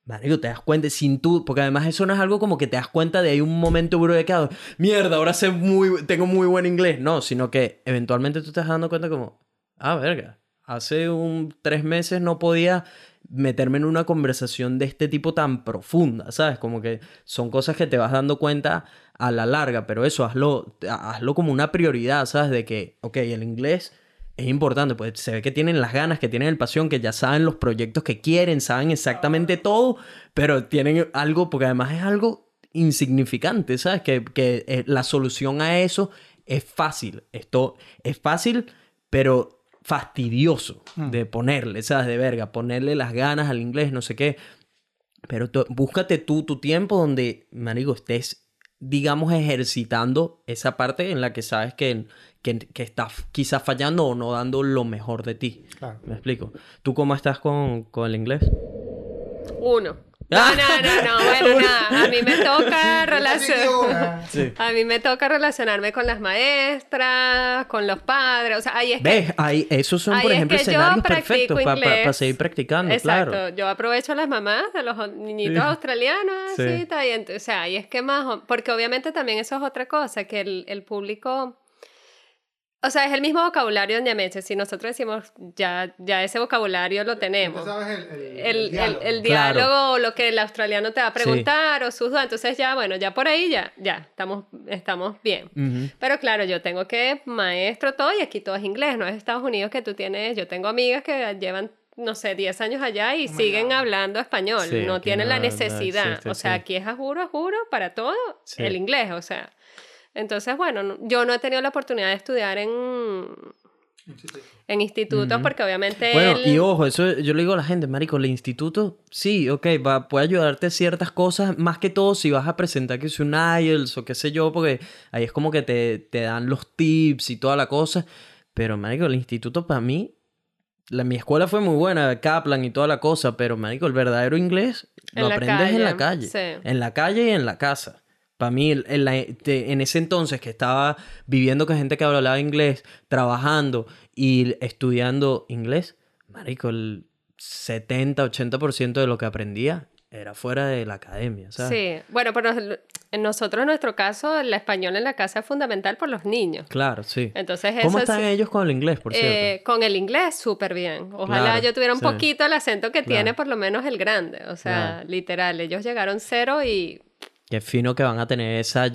marico, te das cuenta sin tú, porque además eso no es algo como que te das cuenta de ahí un momento bloqueado, mierda, ahora tengo muy buen inglés, no, sino que eventualmente tú te estás dando cuenta como, verga, hace 3 meses no podía meterme en una conversación de este tipo tan profunda, ¿sabes? Como que son cosas que te vas dando cuenta a la larga, pero eso, hazlo como una prioridad, ¿sabes? De que, ok, el inglés es importante, pues se ve que tienen las ganas, que tienen el pasión, que ya saben los proyectos que quieren, saben exactamente todo, pero tienen algo, porque además es algo insignificante, ¿sabes? Que la solución a eso es fácil. Esto es fácil, pero fastidioso de ponerle, ¿sabes? De verga, ponerle las ganas al inglés, no sé qué. Pero búscate tu tiempo donde, marico, estés, digamos, ejercitando esa parte en la que sabes que estás quizás fallando o no dando lo mejor de ti. Claro. ¿Me explico? ¿Tú cómo estás con el inglés? 1. No, bueno, nada. A mí me toca A mí me toca relacionarme con las maestras, con los padres. O sea, ahí es ¿ves? Ahí, esos son, por ejemplo, escenarios perfectos para seguir practicando. Exacto. Claro. Yo aprovecho a las mamás de los niñitos australianos. Sí. Así, o sea, ahí es que más... Porque obviamente también eso es otra cosa, que el público... O sea, es el mismo vocabulario en Yameche. Si nosotros decimos, ya ese vocabulario lo tenemos. ¿Sabes El diálogo, claro. lo que el australiano te va a preguntar o sus dudas. Entonces ya, bueno, ya por ahí ya estamos bien. Uh-huh. Pero claro, yo tengo que maestro todo y aquí todo es inglés. No es Estados Unidos que tú tienes... Yo tengo amigas que llevan, no sé, 10 años allá y siguen hablando español. Sí, no tienen la necesidad. existe, o sea, aquí es a juro, para todo el inglés, o sea... Entonces, bueno, yo no he tenido la oportunidad de estudiar en institutos porque obviamente... Bueno, y ojo, eso yo le digo a la gente, marico, el instituto, sí, ok, puede ayudarte a ciertas cosas, más que todo si vas a presentar que es un IELTS o qué sé yo, porque ahí es como que te dan los tips y toda la cosa, pero marico, el instituto para mí, mi escuela fue muy buena, Kaplan y toda la cosa, pero marico, el verdadero inglés lo aprendes en la calle, sí. En la calle y en la casa. Para mí, en ese entonces que estaba viviendo con gente que hablaba inglés, trabajando y estudiando inglés, marico, el 70-80% de lo que aprendía era fuera de la academia, ¿sabes? Sí, bueno, pero en nuestro caso, el español en la casa es fundamental por los niños. Claro, sí. Entonces, ¿Cómo están ellos con el inglés, por cierto? Con el inglés, súper bien. Ojalá yo tuviera un poquito el acento que tiene por lo menos el grande. O sea, literal, ellos llegaron 0 y... Qué fino que van a tener esa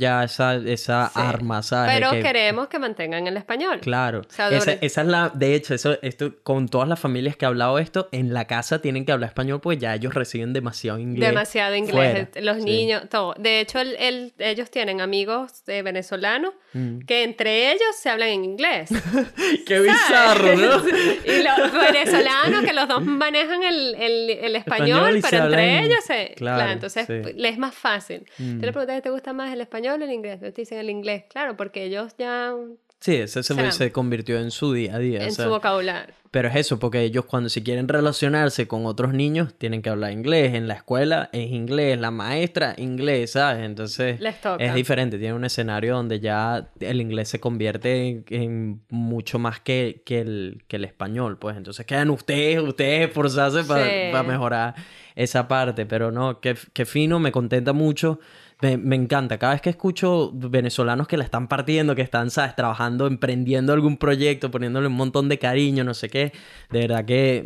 arma, ¿sabes? Pero queremos que mantengan el español. Claro. O sea, esa es la... De hecho, esto con todas las familias que he hablado esto, en la casa tienen que hablar español porque ya ellos reciben demasiado inglés. Demasiado inglés. Fuera. Los niños, todo. De hecho, ellos tienen amigos venezolanos que entre ellos se hablan en inglés. ¡Qué bizarro!, ¿no? Y los venezolanos que los dos manejan el español, pero entre ellos claro, entonces les es más fácil. Tú le preguntas, ¿te gusta más el español o el inglés? Te dicen el inglés, claro, porque ellos ya... Sí, ese se convirtió en su día a día. En su vocabulario. Pero es eso, porque ellos si quieren relacionarse con otros niños, tienen que hablar inglés. En la escuela es inglés, la maestra inglés, ¿sabes? Entonces les toca. Es diferente. Tiene un escenario donde ya el inglés se convierte en mucho más que el español, pues. Entonces quedan ustedes esforzarse para mejorar esa parte. Pero no, qué fino, me contenta mucho. Me encanta. Cada vez que escucho venezolanos que la están partiendo, que están, ¿sabes?, trabajando, emprendiendo algún proyecto, poniéndole un montón de cariño, no sé qué, de verdad que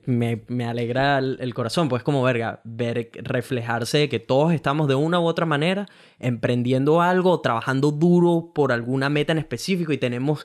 me alegra el corazón. Pues como ver reflejarse de que todos estamos de una u otra manera emprendiendo algo, trabajando duro por alguna meta en específico y tenemos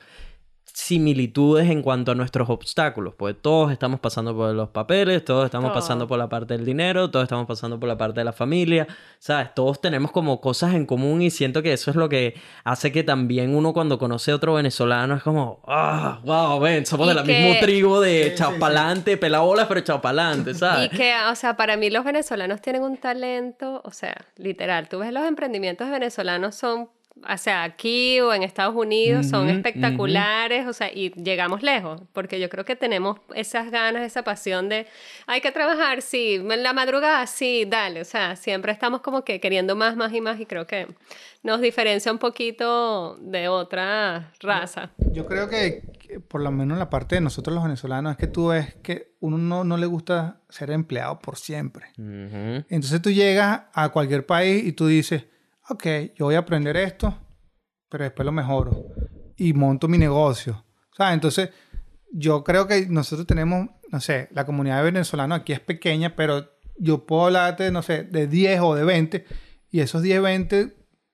similitudes en cuanto a nuestros obstáculos, pues todos estamos pasando por los papeles, todos estamos pasando por la parte del dinero, todos estamos pasando por la parte de la familia, ¿sabes? Todos tenemos como cosas en común y siento que eso es lo que hace que también uno cuando conoce a otro venezolano es como, wow, ven, somos de la misma tribu de chapalante, pelabolas, pero chapalante, ¿sabes? Y que, o sea, para mí los venezolanos tienen un talento, o sea, literal, tú ves los emprendimientos venezolanos son... O sea, aquí o en Estados Unidos son espectaculares, o sea, y llegamos lejos, porque yo creo que tenemos esas ganas, esa pasión de, hay que trabajar, sí, en la madrugada, sí, dale, o sea, siempre estamos como que queriendo más y más, y creo que nos diferencia un poquito de otra raza. Yo creo que por lo menos la parte de nosotros los venezolanos, es que tú ves que uno no le gusta ser empleado por siempre. Uh-huh. Entonces tú llegas a cualquier país y tú dices, ok, yo voy a aprender esto, pero después lo mejoro y monto mi negocio. ¿Sabes? Entonces yo creo que nosotros tenemos, no sé, la comunidad de venezolanos aquí es pequeña, pero yo puedo hablarte, no sé, de 10 o de 20, y esos 10, 20...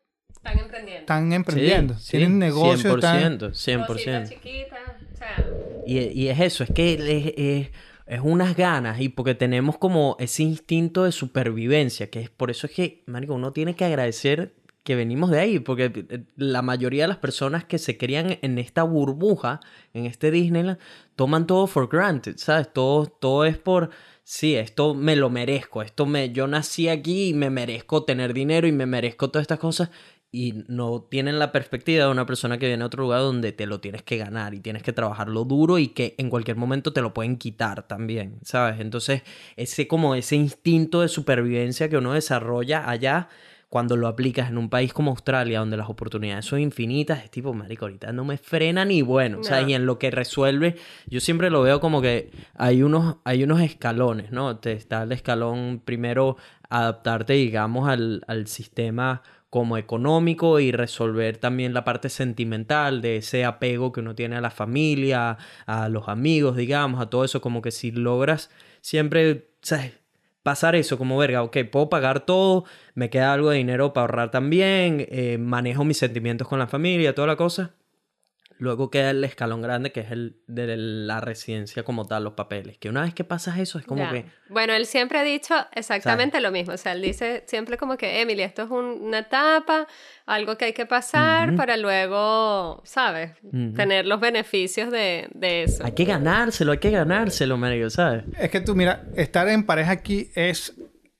Están emprendiendo. Sí, tienen negocios. 100%. 100%. Chiquita, o sea. Y es eso, es que es unas ganas, y porque tenemos como ese instinto de supervivencia, que es por eso es que, marico, uno tiene que agradecer que venimos de ahí, porque la mayoría de las personas que se crían en esta burbuja, en este Disneyland, toman todo for granted, ¿sabes? Todo es por... Sí, esto me lo merezco, yo nací aquí y me merezco tener dinero y me merezco todas estas cosas, y no tienen la perspectiva de una persona que viene a otro lugar donde te lo tienes que ganar y tienes que trabajarlo duro y que en cualquier momento te lo pueden quitar también, ¿sabes? Entonces, ese instinto de supervivencia que uno desarrolla allá, cuando lo aplicas en un país como Australia, donde las oportunidades son infinitas, es tipo, marico, ahorita no me frena ni bueno, no. ¿Sabes? Y en lo que resuelve, yo siempre lo veo como que hay unos escalones, ¿no? Está el escalón primero, adaptarte, digamos, al sistema como económico, y resolver también la parte sentimental de ese apego que uno tiene a la familia, a los amigos, digamos, a todo eso, como que si logras siempre, ¿sabes?, pasar eso como, verga, ok, puedo pagar todo, me queda algo de dinero para ahorrar también, manejo mis sentimientos con la familia, toda la cosa. Luego queda el escalón grande, que es el de la residencia como tal, los papeles. Que una vez que pasas eso, es como que... Bueno, él siempre ha dicho exactamente lo mismo. O sea, él dice siempre como que, Emily, esto es una etapa, algo que hay que pasar para luego, ¿sabes? Tener los beneficios de eso. Hay que ganárselo, Mario, ¿sabes? Es que tú, mira, estar en pareja aquí es...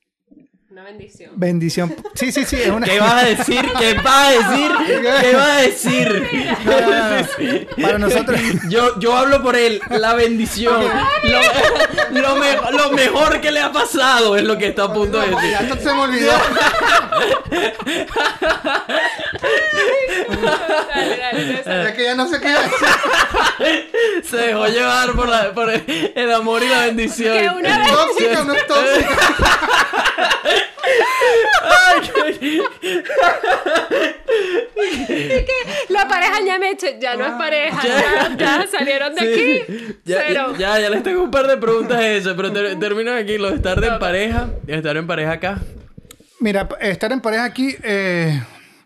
Una bendición. Bendición. Sí, es una... ¿Qué vas a decir? ¿Qué vas a decir? No. Para nosotros... Yo hablo por él. La bendición. Lo mejor que le ha pasado es lo que está a punto de decir. Ya esto se me olvidó. Dale. Es que ya no sé qué decir. Se dejó llevar por el amor y la bendición. Que una vez... ¿Tóxica no es tóxica? La pareja ya no es pareja, ya salieron de aquí. Ya les tengo un par de preguntas de eso, pero termino aquí, lo de estar en pareja acá. Mira, estar en pareja aquí es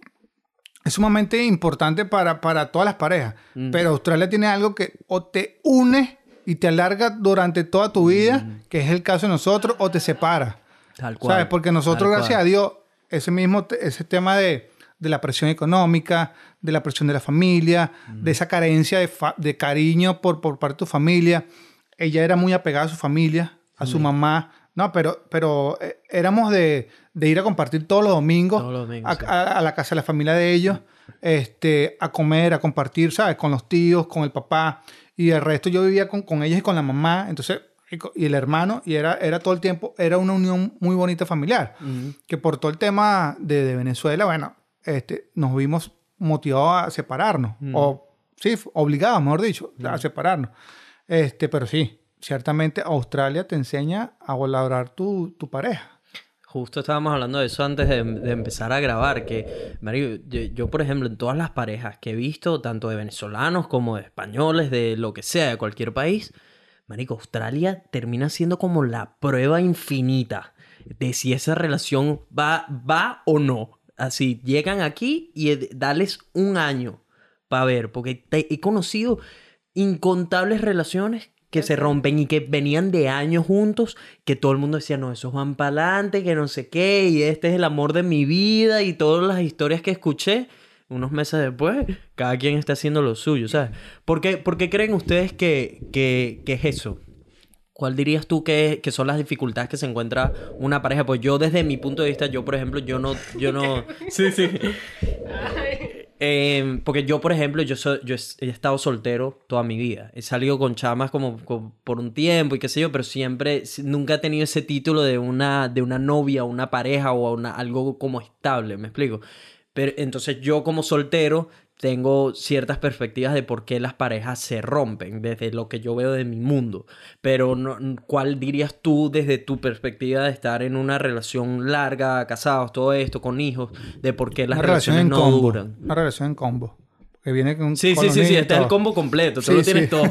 sumamente importante para todas las parejas, pero Australia tiene algo que o te une y te alarga durante toda tu vida, que es el caso de nosotros, o te separa. Tal cual. ¿Sabes? Porque nosotros, gracias a Dios, ese tema de la presión económica, de la presión de la familia, de esa carencia de cariño por parte de tu familia. Ella era muy apegada a su familia, a su mamá. No, pero éramos de ir a compartir todos los domingos a la casa de la familia de ellos, a comer, a compartir, ¿sabes? Con los tíos, con el papá. Y el resto yo vivía con ellos y con la mamá. Entonces... y el hermano, y era todo el tiempo, era una unión muy bonita familiar, que por todo el tema de Venezuela, bueno, nos vimos motivados a separarnos, obligados, mejor dicho, a separarnos. Pero sí, ciertamente Australia te enseña a valorar tu pareja. Justo estábamos hablando de eso antes de empezar a grabar, que Mario, yo, por ejemplo, en todas las parejas que he visto, tanto de venezolanos como de españoles, de lo que sea, de cualquier país, marico, Australia termina siendo como la prueba infinita de si esa relación va o no. Así, llegan aquí y dales un año para ver, porque he conocido incontables relaciones que se rompen y que venían de años juntos, que todo el mundo decía, no, esos van para adelante, que no sé qué, y este es el amor de mi vida, y todas las historias que escuché. Unos meses después, cada quien está haciendo lo suyo, ¿sabes? ¿Por qué creen ustedes que es eso? ¿Cuál dirías tú que son las dificultades que se encuentra una pareja? Pues yo, desde mi punto de vista, yo, por ejemplo, yo no... Sí. Porque yo, por ejemplo, yo he estado soltero toda mi vida. He salido con chamas como por un tiempo y qué sé yo, pero nunca he tenido ese título de una novia, una pareja o algo como estable, ¿me explico? Pero entonces yo como soltero tengo ciertas perspectivas de por qué las parejas se rompen, desde lo que yo veo de mi mundo. Pero ¿cuál dirías tú desde tu perspectiva de estar en una relación larga, casados, todo esto, con hijos, de por qué las relaciones no duran? Una relación en combo. Que viene con Sí, este es el combo completo, tú lo tienes todo.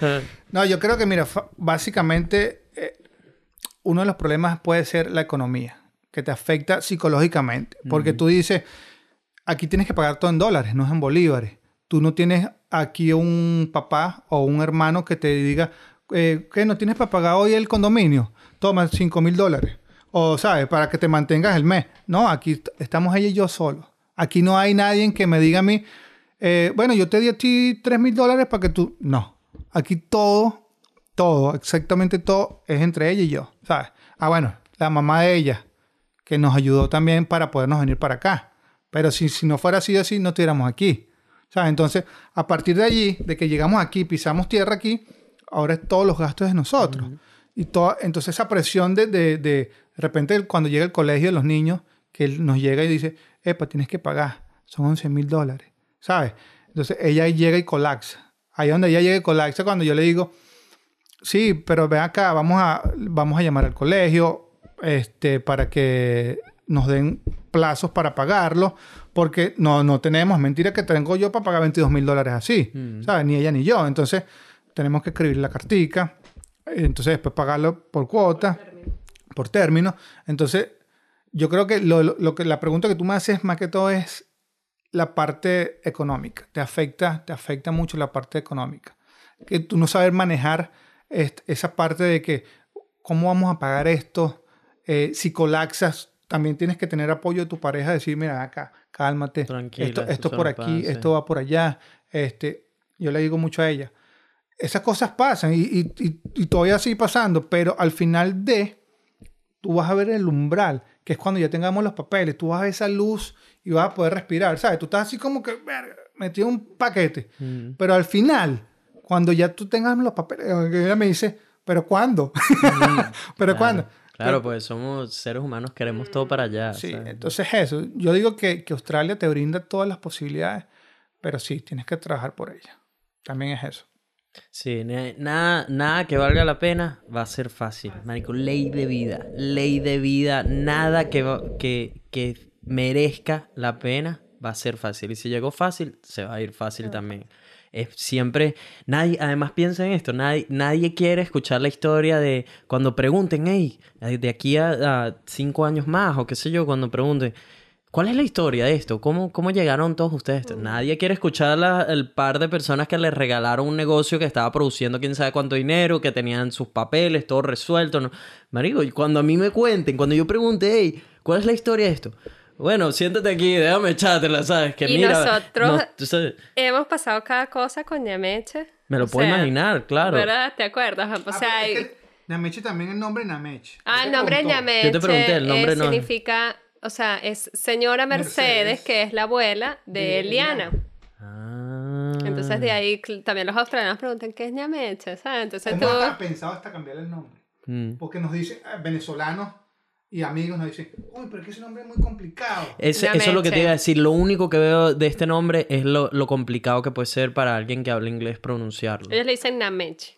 No, yo creo que, mira, básicamente uno de los problemas puede ser la economía, que te afecta psicológicamente. Porque tú dices, aquí tienes que pagar todo en dólares, no es en bolívares. Tú no tienes aquí un papá o un hermano que te diga, ¿qué no tienes para pagar hoy el condominio? Toma $5,000. O, ¿sabes? Para que te mantengas el mes. No, aquí estamos ella y yo solos. Aquí no hay nadie que me diga a mí, bueno, yo te di a ti $3,000 para que tú... No. Aquí todo, exactamente todo es entre ella y yo, ¿sabes? Ah, bueno, la mamá de ella, que nos ayudó también para podernos venir para acá. Pero si no fuera así, no estuviéramos aquí. ¿Sabes? Entonces, a partir de allí, de que llegamos aquí, pisamos tierra aquí, ahora todos los gastos de nosotros. Y entonces esa presión de repente cuando llega el colegio de los niños, que él nos llega y dice, tienes que pagar, son $11,000, ¿sabes? Entonces ella llega y colapsa. Ahí donde ella llega y colapsa cuando yo le digo, sí, pero ven acá, vamos a llamar al colegio para que nos den plazos para pagarlo, porque no tenemos, mentira que tengo yo para pagar $22,000 así, ¿sabes? Ni ella ni yo. Entonces tenemos que escribir la cartica, entonces después pagarlo por cuota, por término. Entonces yo creo que la pregunta que tú me haces más que todo es la parte económica. Te afecta mucho la parte económica, que tú no sabes manejar esa parte de que cómo vamos a pagar esto. Si colapsas, también tienes que tener apoyo de tu pareja, decir, mira, acá, cálmate, esto por aquí, esto va por allá. Yo le digo mucho a ella, esas cosas pasan y todavía sigue pasando, pero al final tú vas a ver el umbral, que es cuando ya tengamos los papeles, tú vas a ver esa luz y vas a poder respirar, ¿sabes? Tú estás así como que metido en un paquete, pero al final, cuando ya tú tengas los papeles, ella me dice, ¿pero cuándo? ¿Pero cuándo? Claro, pues somos seres humanos, queremos todo para allá. Sí, ¿sabes? Entonces eso. Yo digo que Australia te brinda todas las posibilidades, pero sí, tienes que trabajar por ella. También es eso. Sí, nada que valga la pena va a ser fácil. Marico, ley de vida. Nada que merezca la pena va a ser fácil. Y si llegó fácil, se va a ir fácil también. Es siempre... Además piensa en esto. Nadie quiere escuchar la historia de... Cuando pregunten, hey, de aquí a 5 años más o qué sé yo, cuando pregunten... ¿Cuál es la historia de esto? ¿Cómo llegaron todos ustedes a esto? Nadie quiere escuchar el par de personas que les regalaron un negocio que estaba produciendo quién sabe cuánto dinero, que tenían sus papeles, todo resuelto, ¿no? Marico, y cuando a mí me cuenten, cuando yo pregunte, hey, ¿cuál es la historia de esto? Bueno, siéntate aquí, déjame echártela, ¿sabes? Que y mira, nosotros hemos pasado cada cosa con Ñameche. Me lo puedo imaginar, claro. ¿Verdad? ¿Te acuerdas? O sea, Ñameche también el nombre Ñameche. El nombre Ñameche. Yo te pregunté, el nombre no significa... O sea, es señora Mercedes, que es la abuela de Eliana. Entonces de ahí también los australianos preguntan ¿qué es Ñameche? ¿Sabes? Entonces hemos pensado hasta cambiar el nombre. Porque nos dicen, venezolanos y amigos nos dicen, uy, pero es que ese nombre es muy complicado. Eso es lo que te iba a decir. Lo único que veo de este nombre es lo complicado que puede ser para alguien que habla inglés pronunciarlo. Ellos le dicen Ñameche.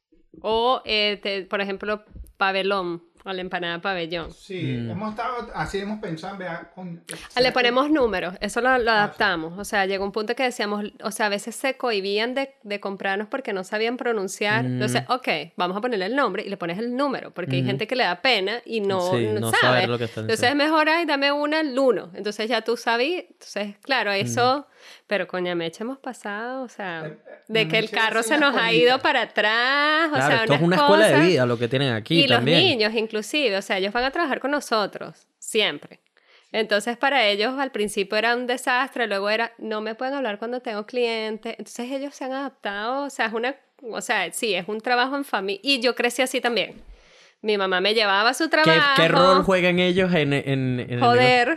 O, por ejemplo, pabellón. O la empanada pabellón. Sí, hemos pensado le ponemos números, eso lo adaptamos. O sea, llegó un punto que decíamos, o sea, a veces se cohibían de comprarnos porque no sabían pronunciar. Entonces, vamos a ponerle el nombre y le pones el número, porque hay gente que le da pena y no sabe lo que está diciendo. Entonces es mejor, dame el 1. Entonces ya tú sabes, entonces, claro, eso... Pero con Ñameche hemos pasado, o sea, de que el carro se nos ha ido para atrás, claro, esto es una escuela de vida lo que tienen aquí y también. Y los niños inclusive, o sea, ellos van a trabajar con nosotros, siempre. Entonces para ellos al principio era un desastre, luego era, no me pueden hablar cuando tengo clientes, entonces ellos se han adaptado, o sea, sí, es un trabajo en familia, y yo crecí así también. Mi mamá me llevaba a su trabajo. ¿Qué rol juegan ellos en joder.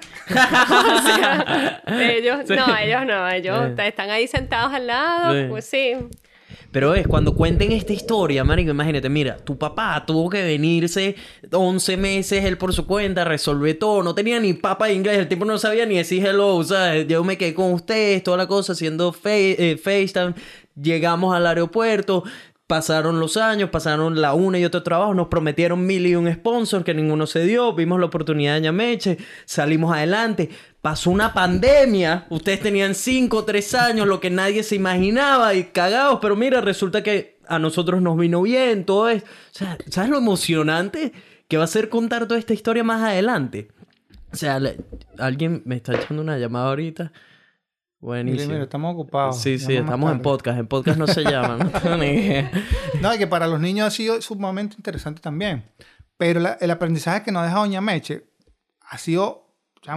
O sea, ellos... Sí. No, ellos están ahí sentados al lado. Sí. Pues sí. Pero es cuando cuenten esta historia, marico, imagínate, mira, tu papá tuvo que venirse 11 meses él por su cuenta, resolver todo, no tenía ni papa de inglés, el tipo no sabía ni decir hello, o sea, yo me quedé con ustedes, toda la cosa, haciendo FaceTime, llegamos al aeropuerto. Pasaron los años, pasaron la una y otro trabajo, nos prometieron 1,000,000 sponsors que ninguno se dio, vimos la oportunidad de Ñameche, salimos adelante, pasó una pandemia, ustedes tenían 5 o 3 años, lo que nadie se imaginaba y cagados, pero mira, resulta que a nosotros nos vino bien, todo es, o sea, ¿sabes lo emocionante que va a ser contar toda esta historia más adelante? O sea, alguien me está echando una llamada ahorita. Buenísimo. Mira, estamos ocupados. Sí, estamos en podcast. En podcast no se llama. No tengo ni idea. No, que para los niños ha sido sumamente interesante también. Pero el aprendizaje que nos ha dejado Doña Meche ha sido...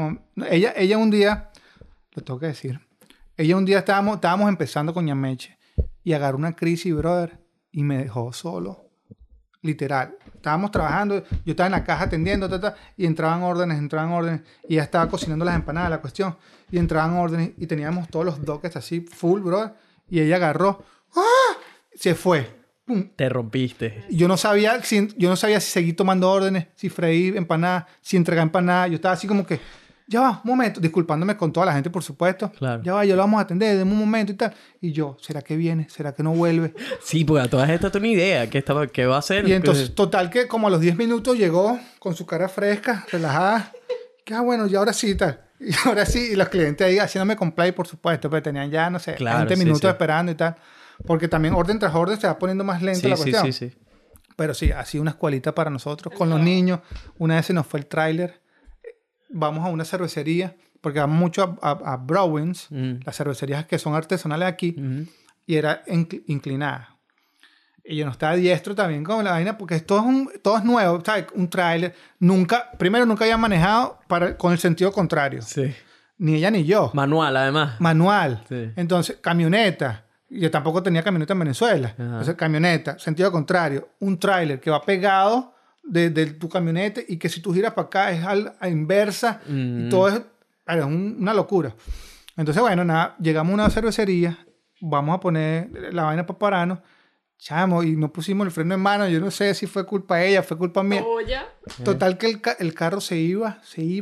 Ella un día... Lo tengo que decir. Ella un día estábamos empezando con Doña Meche y agarró una crisis, brother, y me dejó solo. Literal. Estábamos trabajando, yo estaba en la caja atendiendo, y entraban órdenes, y ella estaba cocinando las empanadas, la cuestión, y entraban órdenes, y teníamos todos los dockets así, full, bro, y ella agarró, ¡ah! Se fue. ¡Pum! Te rompiste. Yo no sabía si seguir tomando órdenes, si freír empanadas, si entregar empanadas, yo estaba así como que, ya va, un momento, disculpándome con toda la gente, por supuesto. Claro. Ya va, yo lo vamos a atender, en un momento y tal. Y yo, ¿será que viene? ¿Será que no vuelve? Sí, pues a todas estas tú ni idea. ¿Qué va a hacer? Y entonces, total que como a los 10 minutos llegó con su cara fresca, relajada. Que, bueno, y ahora sí y tal. Y ahora sí, y los clientes ahí haciéndome complain, por supuesto, pero tenían ya, no sé, claro, 20 minutos esperando y tal. Porque también orden tras orden se va poniendo más lento la cuestión. Sí. Pero sí, ha sido una escuelita para nosotros, con los niños. Una vez se nos fue el tráiler. Vamos a una cervecería, porque vamos mucho a Browins, las cervecerías que son artesanales aquí, y era inclinada. Y yo no estaba diestro también con la vaina, porque todo es nuevo, ¿sabes? Un tráiler. Primero nunca había manejado con el sentido contrario. Sí. Ni ella ni yo. Manual, además. Manual. Sí. Entonces, camioneta. Yo tampoco tenía camioneta en Venezuela. Ajá. Entonces, camioneta, sentido contrario. Un tráiler que va pegado de tu camioneta y que si tú giras para acá es a inversa y todo es una locura. Entonces, bueno, nada, llegamos a una cervecería, vamos a poner la vaina para pararnos, chamo, y no pusimos el freno en mano. Yo no sé si fue culpa de ella, fue culpa mía. Oh, ya. Total que el carro se iba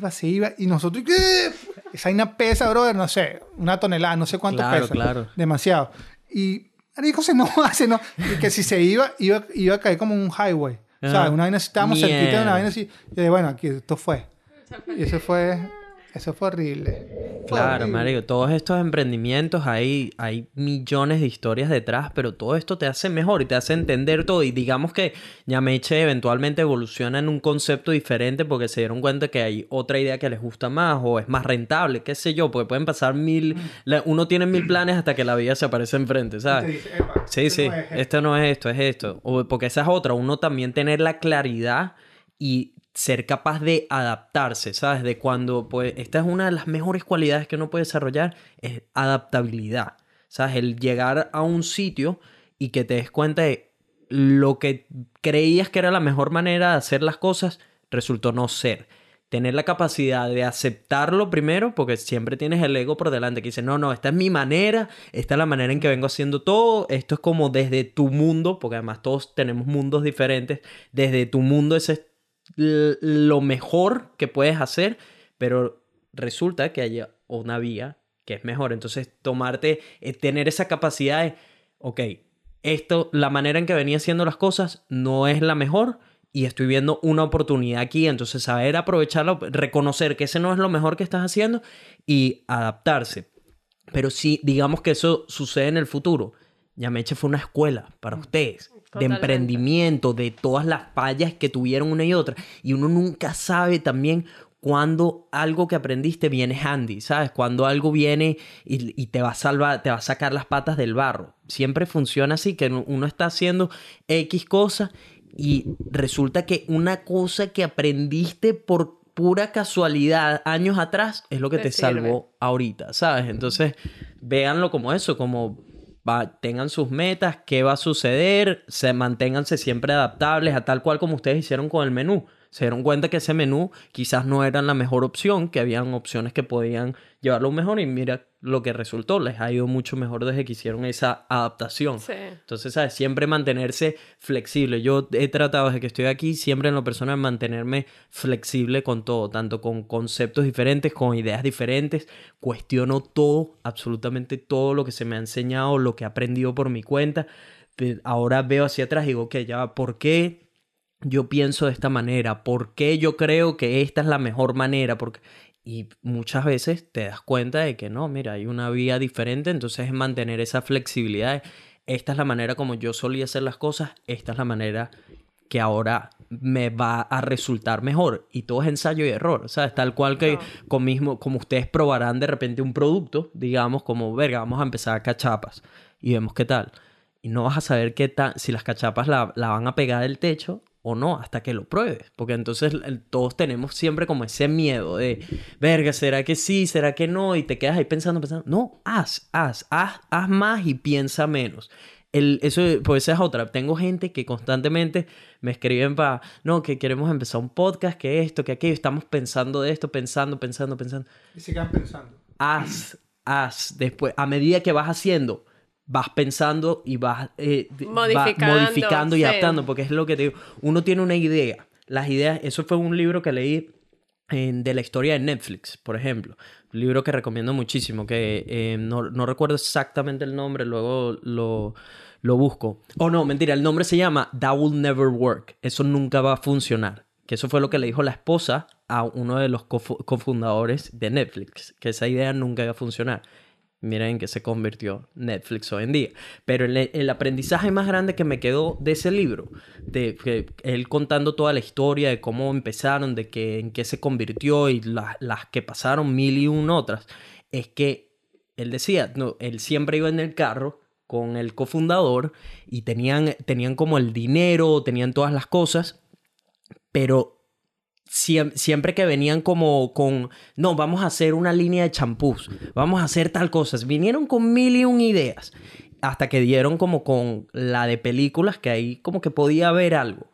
y nosotros, ¿qué? Esa vaina pesa, brother, no sé, 1 tonelada, no sé cuánto pesa. Claro. Demasiado. Y dijo, no. Y que si se iba a caer como un highway. O sea, una vaina así, estábamos cerquita de una vaina así. Y dije, bueno, aquí esto fue. Y eso fue horrible. Claro, marico, todos estos emprendimientos, hay millones de historias detrás, pero todo esto te hace mejor y te hace entender todo. Y digamos que Ñameche eventualmente evoluciona en un concepto diferente porque se dieron cuenta que hay otra idea que les gusta más o es más rentable, qué sé yo, porque pueden pasar uno tiene 1000 planes hasta que la vida se aparece enfrente, ¿sabes? Sí, esto no es esto, es esto. Porque esa es otra, uno también tener la claridad y ser capaz de adaptarse, ¿sabes? De cuando, pues, esta es una de las mejores cualidades que uno puede desarrollar, es adaptabilidad, ¿sabes? El llegar a un sitio y que te des cuenta de lo que creías que era la mejor manera de hacer las cosas, resultó no ser. Tener la capacidad de aceptarlo primero, porque siempre tienes el ego por delante que dice, no, esta es mi manera, esta es la manera en que vengo haciendo todo, esto es como desde tu mundo, porque además todos tenemos mundos diferentes, desde tu mundo ese es lo mejor que puedes hacer, pero resulta que hay una vía que es mejor. Entonces, tener esa capacidad de, ok, la manera en que venía haciendo las cosas no es la mejor y estoy viendo una oportunidad aquí. Entonces, saber aprovecharlo, reconocer que ese no es lo mejor que estás haciendo y adaptarse. Pero si digamos que eso sucede en el futuro, Ñameche fue una escuela para ustedes. De emprendimiento, de todas las fallas que tuvieron una y otra. Y uno nunca sabe también cuando algo que aprendiste viene handy, ¿sabes? Cuando algo viene y te va a salvar, te va a sacar las patas del barro. Siempre funciona así, que uno está haciendo X cosa y resulta que una cosa que aprendiste por pura casualidad años atrás es lo que te salvó ahorita, ¿sabes? Entonces, véanlo como eso, como... tengan sus metas, qué va a suceder, manténganse siempre adaptables a tal cual como ustedes hicieron con el menú. Se dieron cuenta que ese menú quizás no era la mejor opción, que habían opciones que podían llevarlo mejor y mira lo que resultó. Les ha ido mucho mejor desde que hicieron esa adaptación. Sí. Entonces, ¿sabes? Siempre mantenerse flexible. Yo he tratado desde que estoy aquí siempre en lo personal mantenerme flexible con todo, tanto con conceptos diferentes, con ideas diferentes. Cuestiono todo, absolutamente todo lo que se me ha enseñado, lo que he aprendido por mi cuenta. Ahora veo hacia atrás y digo, ok, ya va, ¿por qué yo pienso de esta manera? ¿Por qué yo creo que esta es la mejor manera? Y muchas veces te das cuenta de que no, mira, hay una vía diferente, entonces es mantener esa flexibilidad. Esta es la manera como yo solía hacer las cosas, esta es la manera que ahora me va a resultar mejor. Y todo es ensayo y error, ¿sabes? Tal cual que como ustedes probarán de repente un producto, digamos, como, verga, vamos a empezar a cachapas y vemos qué tal. Y no vas a saber si las cachapas la van a pegar del techo o no hasta que lo pruebes. Porque entonces todos tenemos siempre como ese miedo de, verga, ¿será que sí? ¿Será que no? Y te quedas ahí pensando. No, haz más y piensa menos. Pues esa es otra. Tengo gente que constantemente me escriben no, que queremos empezar un podcast, que esto, que aquello. Estamos pensando de esto, pensando. Y sigan pensando. Haz. Después, a medida que vas haciendo, vas pensando y vas modificando y adaptando, porque es lo que te digo. Uno tiene una idea. Las ideas, eso fue un libro que leí de la historia de Netflix, por ejemplo. Un libro que recomiendo muchísimo, que no recuerdo exactamente el nombre, luego lo busco. No, mentira, el nombre se llama That Will Never Work. Eso nunca va a funcionar. Que eso fue lo que le dijo la esposa a uno de los cofundadores de Netflix, que esa idea nunca iba a funcionar. Miren en qué se convirtió Netflix hoy en día. Pero el aprendizaje más grande que me quedó de ese libro, de que él contando toda la historia de cómo empezaron, en qué se convirtió y las que pasaron 1001 otras, es que él decía, no, él siempre iba en el carro con el cofundador y tenían como el dinero, tenían todas las cosas, pero siempre que venían como con, no, vamos a hacer una línea de champús, vamos a hacer tal cosa, vinieron con 1001 ideas, hasta que dieron como con la de películas, que ahí como que podía haber algo.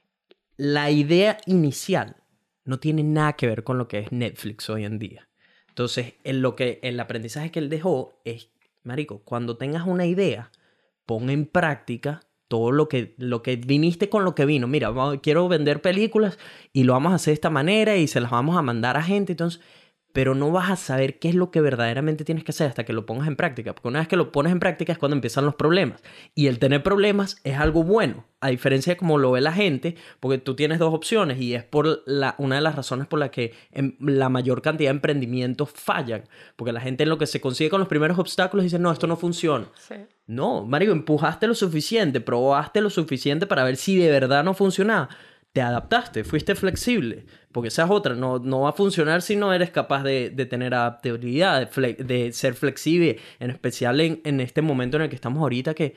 La idea inicial no tiene nada que ver con lo que es Netflix hoy en día. Entonces, el aprendizaje que él dejó es, marico, cuando tengas una idea, pon en práctica todo lo que viniste con lo que vino. Mira, quiero vender películas y lo vamos a hacer de esta manera y se las vamos a mandar a gente. Entonces, pero no vas a saber qué es lo que verdaderamente tienes que hacer hasta que lo pongas en práctica. Porque una vez que lo pones en práctica es cuando empiezan los problemas. Y el tener problemas es algo bueno, a diferencia de cómo lo ve la gente, porque tú tienes dos opciones y es una de las razones por las que la mayor cantidad de emprendimientos fallan. Porque la gente en lo que se consigue con los primeros obstáculos dice, no, esto no funciona. Sí. No, marico, empujaste lo suficiente, probaste lo suficiente para ver si de verdad no funcionaba. Te adaptaste, fuiste flexible, porque esa es otra, no va a funcionar si no eres capaz de tener adaptabilidad, de ser flexible, en especial en este momento en el que estamos ahorita, que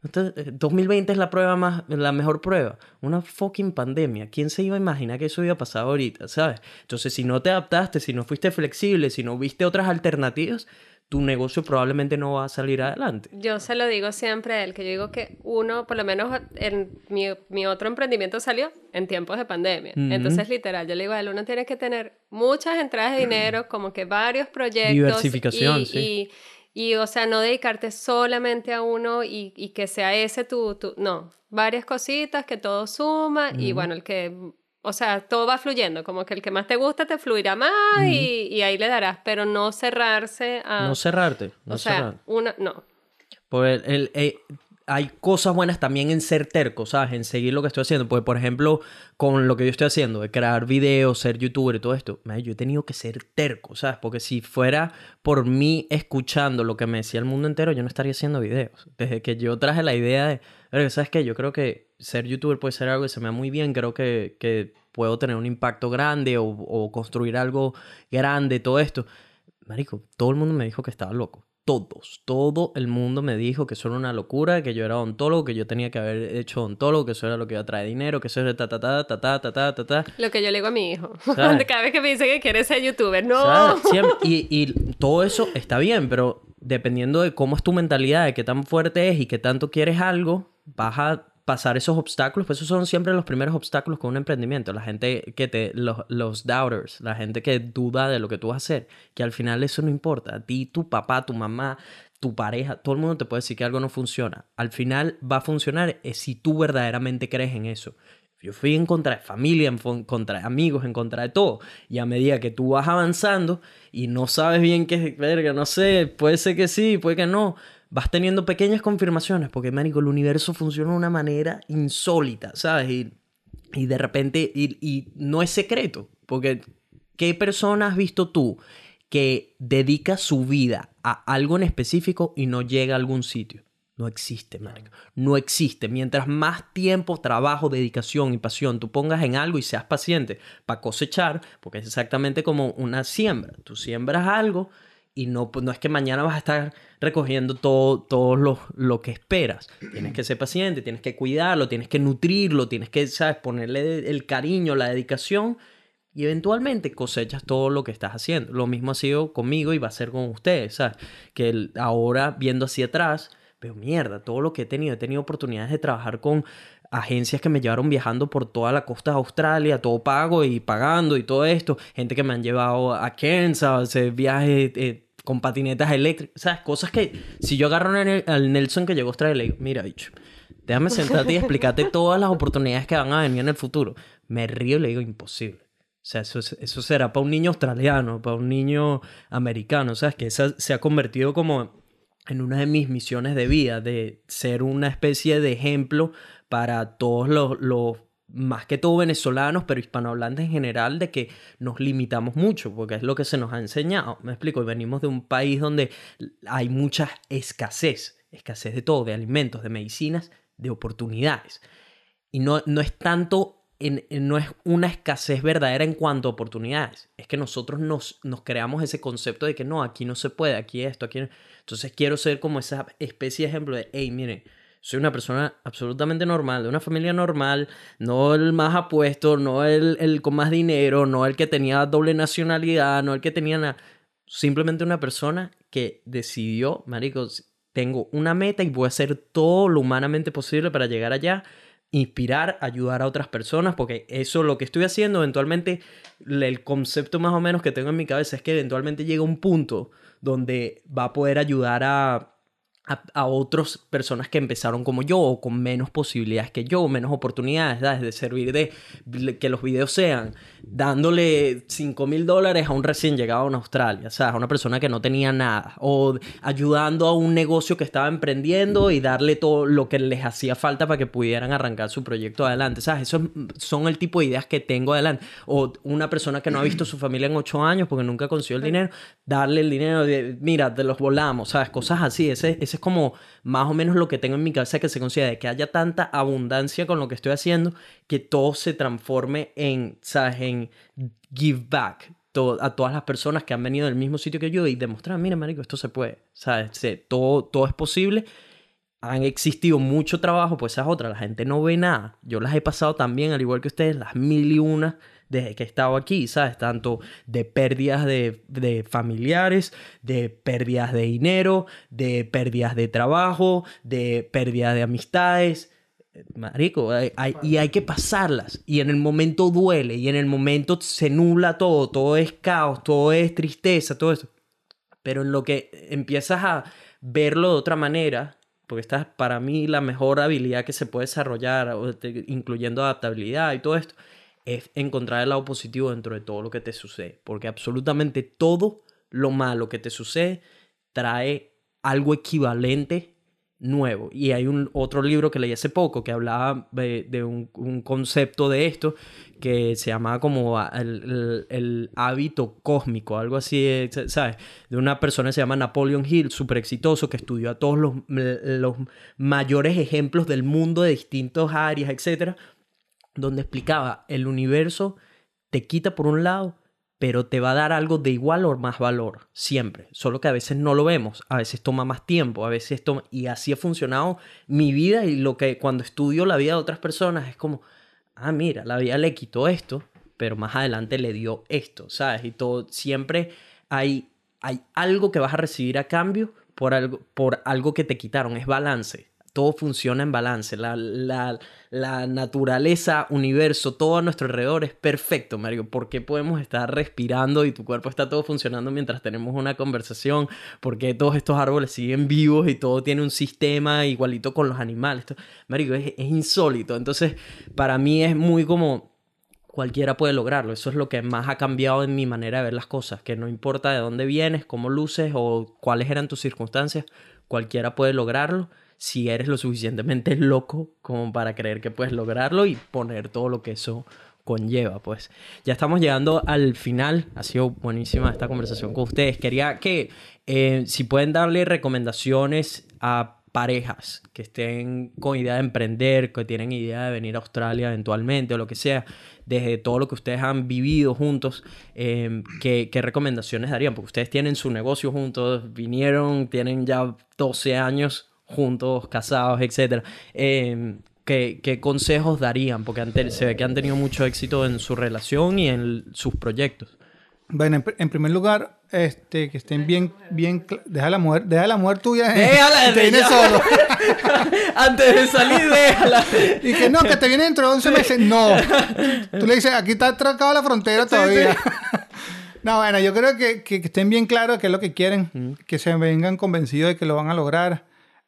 2020 es la mejor prueba, una fucking pandemia. ¿Quién se iba a imaginar que eso iba a pasar ahorita, sabes? Entonces, si no te adaptaste, si no fuiste flexible, si no viste otras alternativas, tu negocio probablemente no va a salir adelante. Yo se lo digo siempre a él, que yo digo que uno, por lo menos en mi otro emprendimiento salió en tiempos de pandemia. Uh-huh. Entonces, literal, yo le digo a él, uno tiene que tener muchas entradas de dinero, como que varios proyectos. Diversificación, sí. Y, o sea, no dedicarte solamente a uno y que sea ese no, varias cositas, que todo suma. Uh-huh. Y bueno, o sea, todo va fluyendo, como que el que más te gusta te fluirá más. Uh-huh. y ahí le darás, pero no cerrarse a... No cerrarte. No. Pues hay cosas buenas también en ser terco, ¿sabes? En seguir lo que estoy haciendo. Pues, por ejemplo, con lo que yo estoy haciendo, de crear videos, ser youtuber y todo esto, yo he tenido que ser terco, ¿sabes? Porque si fuera por mí escuchando lo que me decía el mundo entero, yo no estaría haciendo videos. Desde que yo traje la idea de, ¿sabes qué? Yo creo que ser youtuber puede ser algo que se me da muy bien. Creo que puedo tener un impacto grande o construir algo grande, todo esto. Marico, todo el mundo me dijo que estaba loco. Todo el mundo me dijo que eso era una locura, que yo era odontólogo, que yo tenía que haber hecho odontólogo, que eso era lo que iba a traer dinero, que eso era Lo que yo le digo a mi hijo. Cada vez que me dice que quiere ser youtuber, ¡no! Y todo eso está bien, pero dependiendo de cómo es tu mentalidad, de qué tan fuerte es y qué tanto quieres algo, vas a pasar esos obstáculos, pues esos son siempre los primeros obstáculos con un emprendimiento. La gente los doubters, la gente que duda de lo que tú vas a hacer, que al final eso no importa. A ti, tu papá, tu mamá, tu pareja, todo el mundo te puede decir que algo no funciona. Al final va a funcionar si tú verdaderamente crees en eso. Yo fui en contra de familia, en contra de amigos, en contra de todo. Y a medida que tú vas avanzando y no sabes bien qué es, verga, no sé, puede ser que sí, puede que no, vas teniendo pequeñas confirmaciones, porque, marico, el universo funciona de una manera insólita, ¿sabes? Y de repente, y no es secreto, porque ¿qué persona has visto tú que dedica su vida a algo en específico y no llega a algún sitio? No existe, marico. No existe. Mientras más tiempo, trabajo, dedicación y pasión tú pongas en algo y seas paciente para cosechar, porque es exactamente como una siembra. Tú siembras algo y no es que mañana vas a estar recogiendo todo lo que esperas. Tienes que ser paciente, tienes que cuidarlo, tienes que nutrirlo, tienes que, ¿sabes?, ponerle el cariño, la dedicación y eventualmente cosechas todo lo que estás haciendo. Lo mismo ha sido conmigo y va a ser con ustedes, ¿sabes? Que ahora, viendo hacia atrás, pero mierda, todo lo que he tenido oportunidades de trabajar con agencias que me llevaron viajando por toda la costa de Australia, todo pago y pagando y todo esto. Gente que me han llevado a Kansas, a hacer viajes con patinetas eléctricas. ¿Sabes? Cosas que si yo agarro al Nelson que llegó a Australia y le digo, mira, bicho, déjame sentarte y explicarte todas las oportunidades que van a venir en el futuro. Me río y le digo, imposible. O sea, eso será para un niño australiano, para un niño americano. ¿Sabes? Que esa se ha convertido como en una de mis misiones de vida, de ser una especie de ejemplo para todos los más que todo venezolanos, pero hispanohablantes en general, de que nos limitamos mucho, porque es lo que se nos ha enseñado. Me explico, y venimos de un país donde hay mucha escasez de todo, de alimentos, de medicinas, de oportunidades. Y no es tanto... no es una escasez verdadera en cuanto a oportunidades. Es que nosotros nos creamos ese concepto de que no, aquí no se puede, aquí esto, aquí no. Entonces quiero ser como esa especie de ejemplo de, hey, miren, soy una persona absolutamente normal, de una familia normal, no el más apuesto, no el con más dinero, no el que tenía doble nacionalidad, no el que tenía nada. Simplemente una persona que decidió, marico, tengo una meta y voy a hacer todo lo humanamente posible para llegar allá, inspirar, ayudar a otras personas, porque eso lo que estoy haciendo, eventualmente el concepto más o menos que tengo en mi cabeza es que eventualmente llega un punto donde va a poder ayudar a otras personas que empezaron como yo o con menos posibilidades que yo, menos oportunidades, ¿sabes? De servir de que los videos sean dándole $5,000 a un recién llegado en Australia, ¿sabes? A una persona que no tenía nada, o ayudando a un negocio que estaba emprendiendo y darle todo lo que les hacía falta para que pudieran arrancar su proyecto adelante, ¿sabes? Esos son el tipo de ideas que tengo adelante. O una persona que no ha visto a su familia en 8 años porque nunca consiguió el dinero, darle el dinero, mira, te los volamos, ¿sabes? Cosas así. Ese es como más o menos lo que tengo en mi cabeza, que se considera de que haya tanta abundancia con lo que estoy haciendo que todo se transforme en, ¿sabes?, en give back a todas las personas que han venido del mismo sitio que yo y demostrar, mira, marico, esto se puede, ¿sabes? Todo es posible. Han existido mucho trabajo, pues esa es otra, la gente no ve nada. Yo las he pasado también, al igual que ustedes, las 1001 desde que he estado aquí, ¿sabes? Tanto de pérdidas de familiares, de pérdidas de dinero, de pérdidas de trabajo, de pérdidas de amistades. Marico, hay que pasarlas. Y en el momento duele, y en el momento se nubla todo es caos, todo es tristeza, todo eso. Pero en lo que empiezas a verlo de otra manera, porque esta es para mí la mejor habilidad que se puede desarrollar, incluyendo adaptabilidad y todo esto, es encontrar el lado positivo dentro de todo lo que te sucede. Porque absolutamente todo lo malo que te sucede trae algo equivalente nuevo. Y hay otro libro que leí hace poco que hablaba de un concepto de esto que se llamaba como el hábito cósmico, algo así, ¿sabes? De una persona que se llama Napoleon Hill, súper exitoso, que estudió a todos los mayores ejemplos del mundo de distintas áreas, etcétera, donde explicaba, el universo te quita por un lado, pero te va a dar algo de igual o más valor, siempre. Solo que a veces no lo vemos, a veces toma más tiempo, a veces toma... Y así ha funcionado mi vida, y lo que cuando estudio la vida de otras personas es como, ah, mira, la vida le quitó esto, pero más adelante le dio esto, ¿sabes? Y todo, siempre hay algo que vas a recibir a cambio por algo que te quitaron, es balance. todo funciona en balance. La naturaleza, universo, todo a nuestro alrededor es perfecto, marico. ¿Por qué podemos estar respirando y tu cuerpo está todo funcionando mientras tenemos una conversación? ¿Por qué todos estos árboles siguen vivos y todo tiene un sistema igualito con los animales? Marico, es insólito. Entonces, para mí es muy como... Cualquiera puede lograrlo. Eso es lo que más ha cambiado en mi manera de ver las cosas. Que no importa de dónde vienes, cómo luces o cuáles eran tus circunstancias, cualquiera puede lograrlo si eres lo suficientemente loco como para creer que puedes lograrlo y poner todo lo que eso conlleva. Pues ya estamos llegando al final. Ha sido buenísima esta conversación con ustedes. Quería que si pueden darle recomendaciones a parejas que estén con idea de emprender, que tienen idea de venir a Australia eventualmente o lo que sea, desde todo lo que ustedes han vivido juntos, ¿qué recomendaciones darían? Porque ustedes tienen su negocio juntos, vinieron, tienen ya 12 años juntos, casados, etc. ¿Qué consejos darían? Porque se ve que han tenido mucho éxito en su relación y en sus proyectos. Bueno, en primer lugar, que estén bien, deja la mujer tuya. Déjala, te viene solo. Antes de salir, déjala. Y que no, que te viene dentro de 11 meses. No. Tú le dices, aquí está atracado la frontera todavía. Sí. No, bueno, yo creo que estén bien claros qué es lo que quieren, que se vengan convencidos de que lo van a lograr,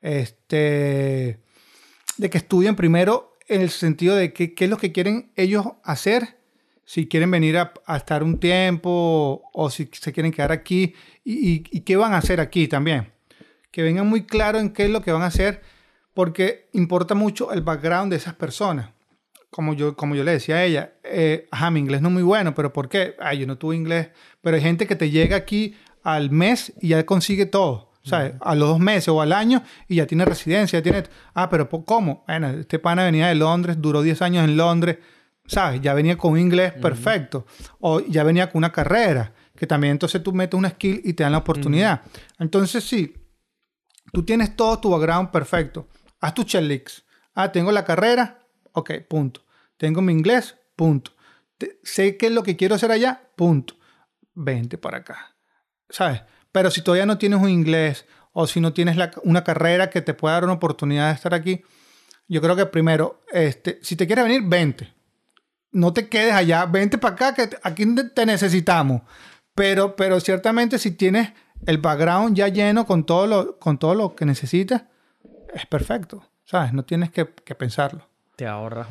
de que estudien primero en el sentido de qué es lo que quieren ellos hacer. Si quieren venir a estar un tiempo o si se quieren quedar aquí y qué van a hacer aquí también. Que vengan muy claros en qué es lo que van a hacer porque importa mucho el background de esas personas. Como yo le decía a ella, mi inglés no es muy bueno, pero ¿por qué? Yo no tuve inglés. Pero hay gente que te llega aquí al mes y ya consigue todo. ¿Sabes? A los 2 meses o al año y ya tiene residencia, pero ¿cómo? Bueno, este pana venía de Londres, duró 10 años en Londres. ¿Sabes? Ya venía con un inglés perfecto. O ya venía con una carrera. Que también entonces tú metes una skill y te dan la oportunidad. Entonces sí, tú tienes todo tu background perfecto. Haz tu checklist. Tengo la carrera. Ok, punto. Tengo mi inglés. Punto. Sé qué es lo que quiero hacer allá. Punto. Vente para acá. ¿Sabes? Pero si todavía no tienes un inglés o si no tienes una carrera que te pueda dar una oportunidad de estar aquí, yo creo que primero, si te quieres venir, vente. No te quedes allá, vente para acá, que aquí te necesitamos. Pero ciertamente si tienes el background ya lleno con todo lo que necesitas, es perfecto. ¿Sabes? No tienes que pensarlo. Te ahorras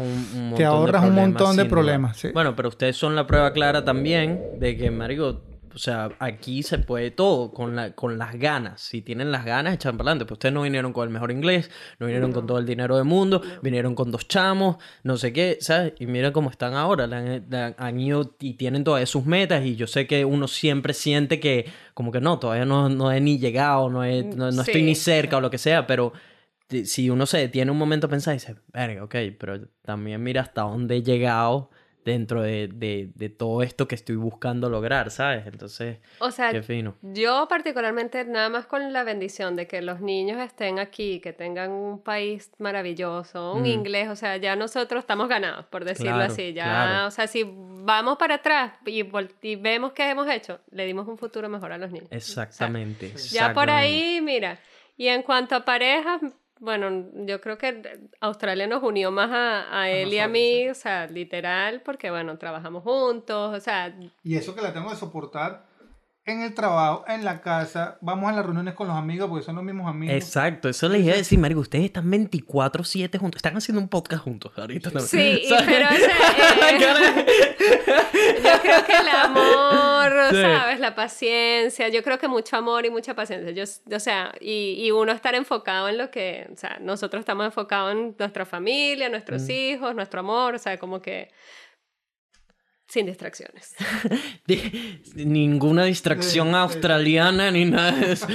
un montón de problemas. Sí. Bueno, pero ustedes son la prueba clara también de que, marico, o sea, aquí se puede todo con las ganas. Si tienen las ganas, echan para adelante. Pues ustedes no vinieron con el mejor inglés, no vinieron con todo el dinero del mundo, vinieron con 2 chamos, no sé qué, ¿sabes? Y mira cómo están ahora. Han ido y tienen todavía sus metas. Y yo sé que uno siempre siente que, como que no, todavía no he ni llegado, no estoy ni cerca o lo que sea, pero si uno se detiene un momento a pensar y dice, verga, ok, pero también mira hasta dónde he llegado dentro de todo esto que estoy buscando lograr, ¿sabes? Entonces, o sea, qué fino. Yo particularmente nada más con la bendición de que los niños estén aquí, que tengan un país maravilloso, un inglés, o sea, ya nosotros estamos ganados, por decirlo así. Ya, claro. O sea, si vamos para atrás y vemos qué hemos hecho, le dimos un futuro mejor a los niños. Exactamente. O sea, ya por ahí, mira. Y en cuanto a parejas, bueno, yo creo que Australia nos unió más a él y a mí, o sea, literal, porque, bueno, trabajamos juntos, o sea... Y eso que la tengo que soportar en el trabajo, en la casa, vamos a las reuniones con los amigos, porque son los mismos amigos. Exacto, eso les iba a decir, marico, ustedes están 24/7 juntos, están haciendo un podcast juntos ahorita también. Sí, pero, o sea, yo creo que el amor, sí. ¿Sabes? La paciencia, yo creo que mucho amor y mucha paciencia, o sea, y uno estar enfocado en lo que, o sea, nosotros estamos enfocados en nuestra familia, nuestros hijos, nuestro amor, o sea, como que... Sin distracciones. Ninguna distracción australiana ni nada de eso.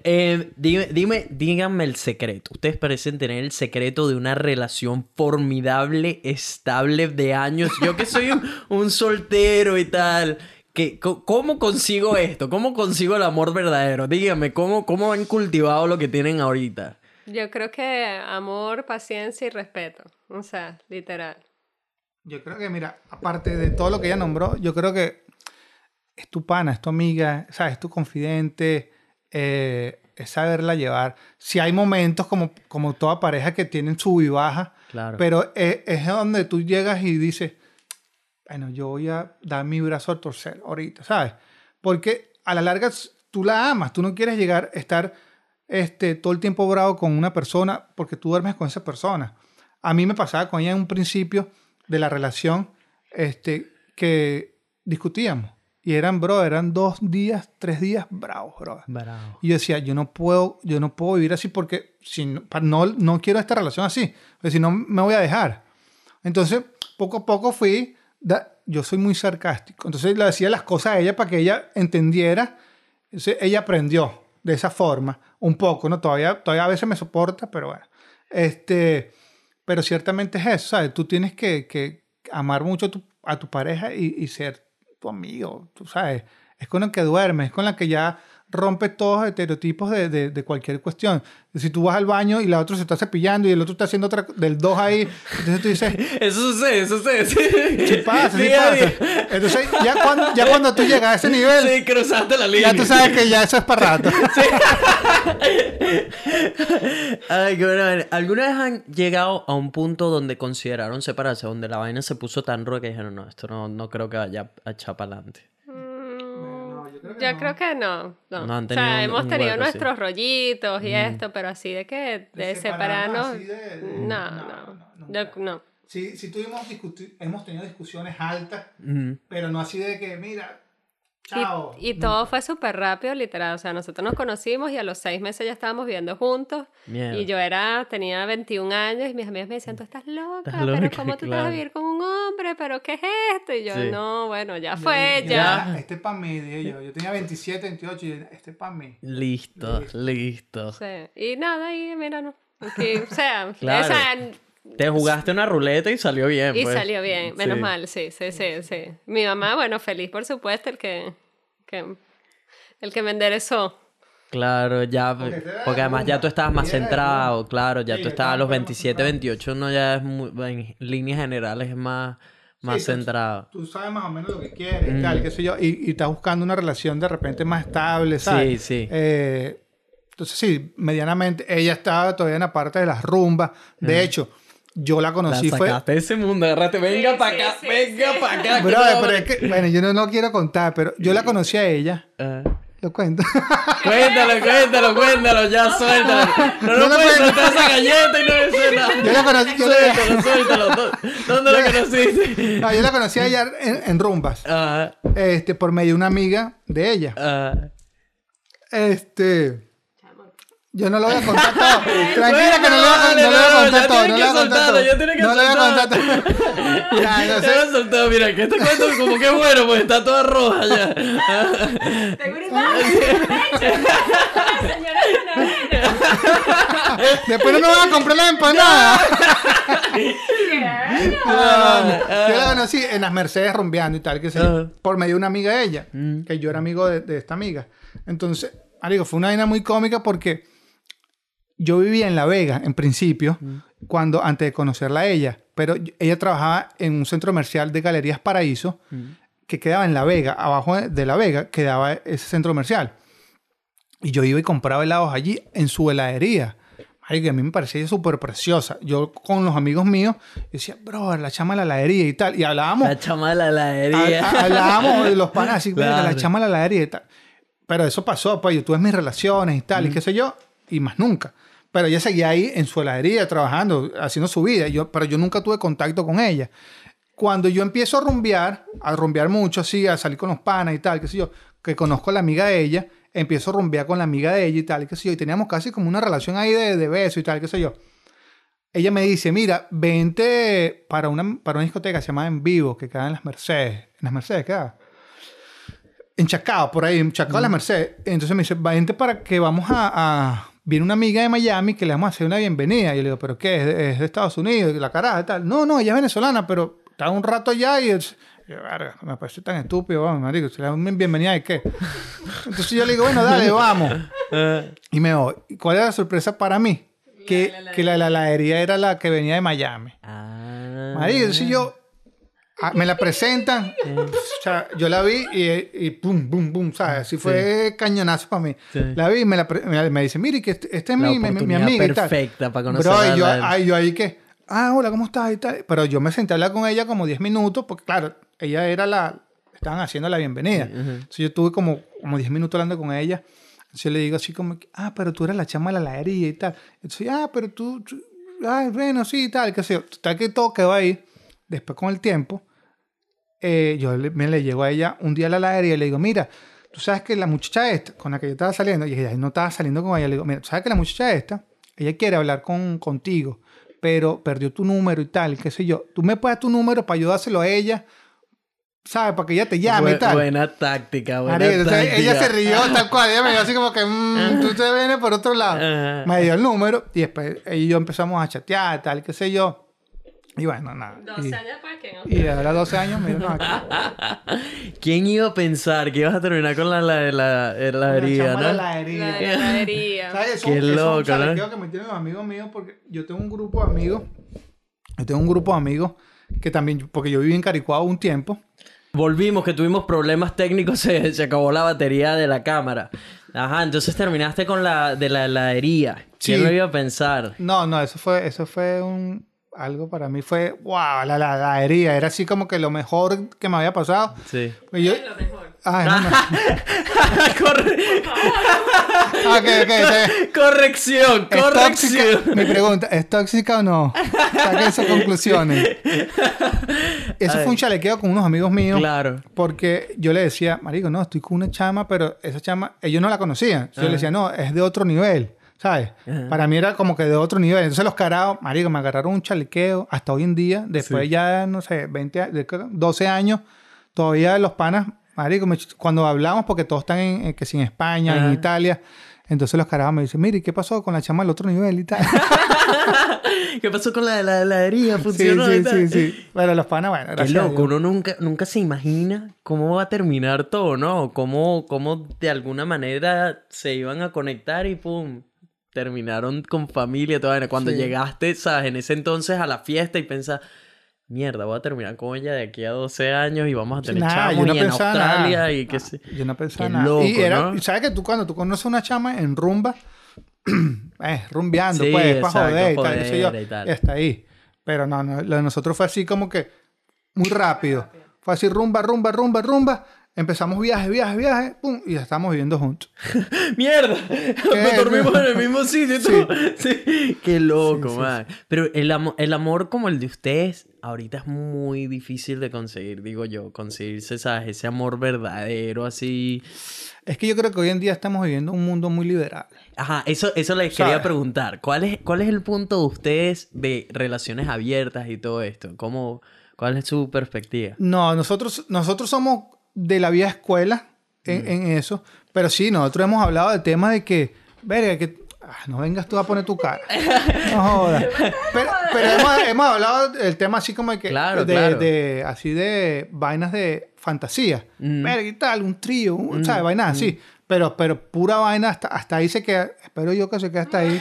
Díganme el secreto. Ustedes parecen tener el secreto de una relación formidable, estable de años. Yo que soy un soltero y tal. ¿Cómo consigo esto? ¿Cómo consigo el amor verdadero? Díganme, ¿cómo han cultivado lo que tienen ahorita? Yo creo que amor, paciencia y respeto. O sea, literal. Yo creo que, mira, aparte de todo lo que ella nombró, yo creo que es tu pana, es tu amiga, ¿sabes? Es tu confidente. es saberla llevar. Si hay momentos como toda pareja que tienen sub y baja, Claro. pero es donde tú llegas y dices, bueno, yo voy a dar mi brazo a torcer ahorita, ¿sabes? Porque a la larga tú la amas, tú no quieres llegar a estar todo el tiempo bravo con una persona porque tú duermes con esa persona. A mí me pasaba con ella en un principio de la relación que discutíamos y eran 2 días, 3 días bravos, bro. Bravo. Y yo decía, yo no puedo vivir así porque no quiero esta relación así, porque si no me voy a dejar. Entonces, poco a poco yo soy muy sarcástico, entonces le decía las cosas a ella para que ella entendiera. Entonces, ella aprendió de esa forma, un poco, ¿no? Todavía a veces me soporta, pero bueno. Pero ciertamente es eso, ¿sabes? Tú tienes que amar mucho a tu pareja y ser tu amigo, tú sabes. Es con la que duermes, es con la que ya rompe todos los estereotipos de cualquier cuestión. Si tú vas al baño y la otra se está cepillando y el otro está haciendo otra del 2 ahí, entonces tú dices... Eso sucede. Sí pasa. Entonces, ya cuando tú llegas a ese nivel... Sí, cruzaste la línea. Ya tú sabes que ya eso es para rato. Sí. Ay, qué bueno. ¿Alguna vez han llegado a un punto donde consideraron separarse, donde la vaina se puso tan ruda que dijeron, no, esto no creo que vaya a echar para adelante? Yo creo que no. No han tenido hemos un tenido hueco, nuestros rollitos y esto, pero así de que de separarnos... así No. Sí, hemos tenido discusiones altas, pero no así de que, mira, chao. Y todo fue súper rápido, literal. O sea, nosotros nos conocimos y a los 6 meses ya estábamos viviendo juntos. Mierda. Y yo tenía 21 años y mis amigas me decían, tú estás loca, Estás loca, pero ¿cómo tú te vas a claro. vivir con un hombre? ¿Pero qué es esto? Y yo, Sí. no, bueno, ya Yo fue, dije, ya. Este es para mí, dije yo. Yo tenía 27, 28 y este es para mí. Listo. Sí. Y nada, y mira, no. Aquí, o sea, Claro. Te jugaste una ruleta y salió bien. Y pues. salió bien, menos Sí. mal, sí. Mi mamá, bueno, feliz por supuesto, el que me enderezó. Claro, ya, porque además ya tú estabas más Y era de centrado, rumba. claro, ya Sí, tú yo estabas a los estaba más 27, centrado. 28, uno ya es en líneas generales es más Sí, centrado. Tú sabes más o menos lo que quieres y tal, qué sé yo. Y estás buscando una relación de repente más estable, ¿sabes? Sí. Entonces, sí, medianamente. Ella estaba todavía en la parte de las rumbas. De hecho, yo la La conocí sacaste de ese mundo, agarrate, venga para acá, venga para acá. que Brother, no- pero es que, bueno, yo no quiero contar, pero yo la conocí a ella. Lo cuento. Cuéntalo, ya suéltalo. No lo puedes cuento. soltar esa galleta y no decir nada. Yo la conocí. Suéltalo. ¿Dónde la conociste? No, yo la conocí a ella en rumbas. Por medio de una amiga de ella. Yo no lo voy a contar todo. Tranquila que no lo voy a contar todo. No lo voy a contar todo. No lo voy a contar todo. Ya, no sé. Ya lo soltó, mira, que este cuento como que bueno, pues está toda roja ya. Tengo una imagen, señora Canavera. Después no me van a comprar la empanada. Yo la conocí en las Mercedes rumbeando y tal, que sé yo, por medio de una amiga de ella, que yo era amigo de esta amiga. Entonces, marico, fue una vaina muy cómica porque yo vivía en La Vega, en principio, antes de conocerla a ella, pero ella trabajaba en un centro comercial de Galerías Paraíso, que quedaba en La Vega, abajo de La Vega quedaba ese centro comercial. Y yo iba y compraba helados allí en su heladería. Marico, a mí me parecía súper preciosa. Yo con los amigos míos decía, bro, la chama de la heladería y tal. Y hablábamos... La chama de la heladería. Hablábamos de los panas así, Claro. la chama de la heladería y tal. Pero eso pasó, pues yo tuve mis relaciones y tal, y qué sé yo, y más nunca. Pero ella seguía ahí en su heladería, trabajando, haciendo su vida. Pero yo nunca tuve contacto con ella. Cuando yo empiezo a rumbear mucho, así, a salir con los panas y tal, qué sé yo, que conozco a la amiga de ella, empiezo a rumbear con la amiga de ella y tal, qué sé yo, y teníamos casi como una relación ahí de beso y tal, qué sé yo. Ella me dice, mira, vente para una discoteca que se llama En Vivo, que queda en las Mercedes. ¿En las Mercedes queda? En Chacao, por ahí, en Chacao, las Mercedes. Entonces me dice, vente para que vamos viene una amiga de Miami que le vamos a hacer una bienvenida. Y yo le digo, ¿pero qué? ¿Es de Estados Unidos? La caraja y tal. No, ella es venezolana, pero está un rato allá y... Verga, me parece tan estúpido, vamos, marico. ¿Se le da una bienvenida de qué? Entonces yo le digo, bueno, dale, vamos. Y me voy. ¿Cuál era la sorpresa para mí? Que la heladería era la que venía de Miami. Marico, entonces yo... Me la presentan, o sea, yo la vi y pum, bum, bum, ¿sabes? Así fue cañonazo para mí. Sí. La vi y me dice, mire, que esta es mi amiga y tal. Perfecta para conocerla. Bro, yo ahí que, hola, ¿cómo estás? Y tal. Pero yo me senté a hablar con ella como 10 minutos, porque claro, ella estaban haciendo la bienvenida. Entonces yo tuve como 10 minutos hablando con ella. Entonces yo le digo así como, pero tú eres la chama de la heladería y tal. Entonces, pero tú bueno, sí, y tal, qué sé yo. Tal que todo quedó ahí. Después con el tiempo, yo me le llego a ella un día a la heladería y le digo, mira, tú sabes que la muchacha esta, con la que yo estaba saliendo, y ella no estaba saliendo con ella, le digo, mira, tú sabes que la muchacha esta, ella quiere hablar contigo, pero perdió tu número y tal, qué sé yo. Tú me puedes dar tu número para ayudárselo a ella, ¿sabes? Para que ella te llame y tal. Buena táctica, táctica. Ella se rió tal cual, ella me dio así como que, tú te vienes por otro lado. Me dio el número y después ella y yo empezamos a chatear, tal, qué sé yo. Y bueno, nada. 12 años para que no. Y ahora 12 años, mira, aquí. ¿Quién iba a pensar que ibas a terminar con la heladería, no? La heladería. ¿Sabes? Qué loco, ¿no? Chalequeo que me tienen los amigos míos, porque yo tengo un grupo de amigos. Que también, porque yo viví en Caricuao un tiempo. Volvimos, que tuvimos problemas técnicos, se acabó la batería de la cámara. Ajá, entonces terminaste con la heladería. ¿Quién lo iba a pensar? No, eso fue algo para mí fue, wow, la heladería. Era así como que lo mejor que me había pasado. Sí. Lo mejor. Corrección. Mi pregunta, ¿es tóxica o no? Saque esas conclusiones. Eso fue un chalequeo con unos amigos míos. Claro. Porque yo le decía, marico, no, estoy con una chama, pero esa chama, ellos no la conocían. Yo le decía, no, es de otro nivel. ¿Sabes? Para mí era como que de otro nivel. Entonces los carados, marico, me agarraron un chalequeo hasta hoy en día. Después ya, no sé, 12 años, todavía los panas, marico, cuando hablamos, porque todos están en España, en Italia. Entonces los carados me dicen, mire, ¿qué pasó con la chama del otro nivel y tal? ¿Qué pasó con la heladería? ¿Funcionó? Sí. Pero los panas, bueno, gracias. Qué loco, uno nunca se imagina cómo va a terminar todo, ¿no? Cómo de alguna manera se iban a conectar y pum, terminaron con familia, toda. Cuando llegaste, ¿sabes? En ese entonces a la fiesta y pensas, mierda, voy a terminar con ella de aquí a 12 años y vamos a tener chamos y en Australia nada. Y que sé. Yo no pensaba nada. Loco, ¿no? ¿Sabes que cuando tú conoces a una chama en rumba, rumbeando, sí, pues, para joder y tal, qué sé yo, y tal. Está ahí. Pero no, lo de nosotros fue así como que muy rápido. Fue así rumba. Empezamos viaje, pum, y ya estamos viviendo juntos. ¡Mierda! Nos dormimos en el mismo sitio. Sí. Qué loco, man. Pero el amor como el de ustedes ahorita es muy difícil de conseguir, digo yo. Conseguirse, ¿sabes? Ese amor verdadero, así. Es que yo creo que hoy en día estamos viviendo un mundo muy liberal. Ajá, eso les quería preguntar. ¿Cuál es el punto de ustedes de relaciones abiertas y todo esto? ¿Cuál es su perspectiva? No, nosotros somos de la vieja escuela en eso. Pero sí, nosotros hemos hablado del tema de que, verga, que no vengas tú a poner tu cara. No jodas. Pero hemos hablado del tema así como de que claro. Así de vainas de fantasía. Verga y tal, un trío, ¿sabes? Vainas así. Pero pura vaina hasta ahí se queda. Espero yo que se quede hasta ahí.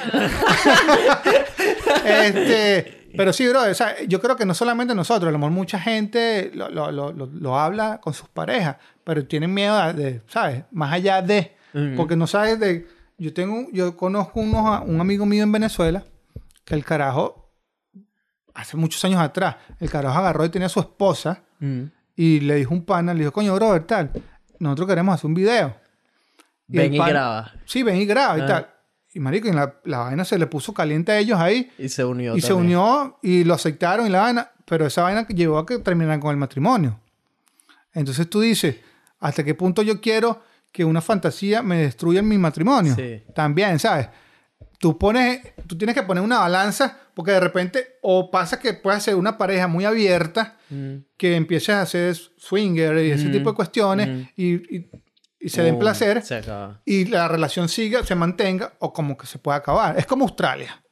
Pero sí, bro, o sea, yo creo que no solamente nosotros, a lo mejor mucha gente lo habla con sus parejas, pero tienen miedo de, ¿sabes? Más allá de, porque no sabes de... Yo conozco un amigo mío en Venezuela que el carajo, hace muchos años atrás, el carajo agarró y tenía a su esposa y le dijo un pana, le dijo, coño, brother, tal, nosotros queremos hacer un video. Ven y graba. Sí, ven y graba y tal. Y marico, y la vaina se le puso caliente a ellos ahí. Y se unió. Se unió y lo aceptaron y la vaina. Pero esa vaina llevó a que terminaran con el matrimonio. Entonces tú dices, ¿hasta qué punto yo quiero que una fantasía me destruya mi matrimonio? Sí. También, ¿sabes? Tú tienes que poner una balanza porque de repente o pasa que puedes ser una pareja muy abierta que empieces a hacer swinger y ese tipo de cuestiones y se den placer se acaba. Y la relación siga, se mantenga o como que se pueda acabar. Es como Australia.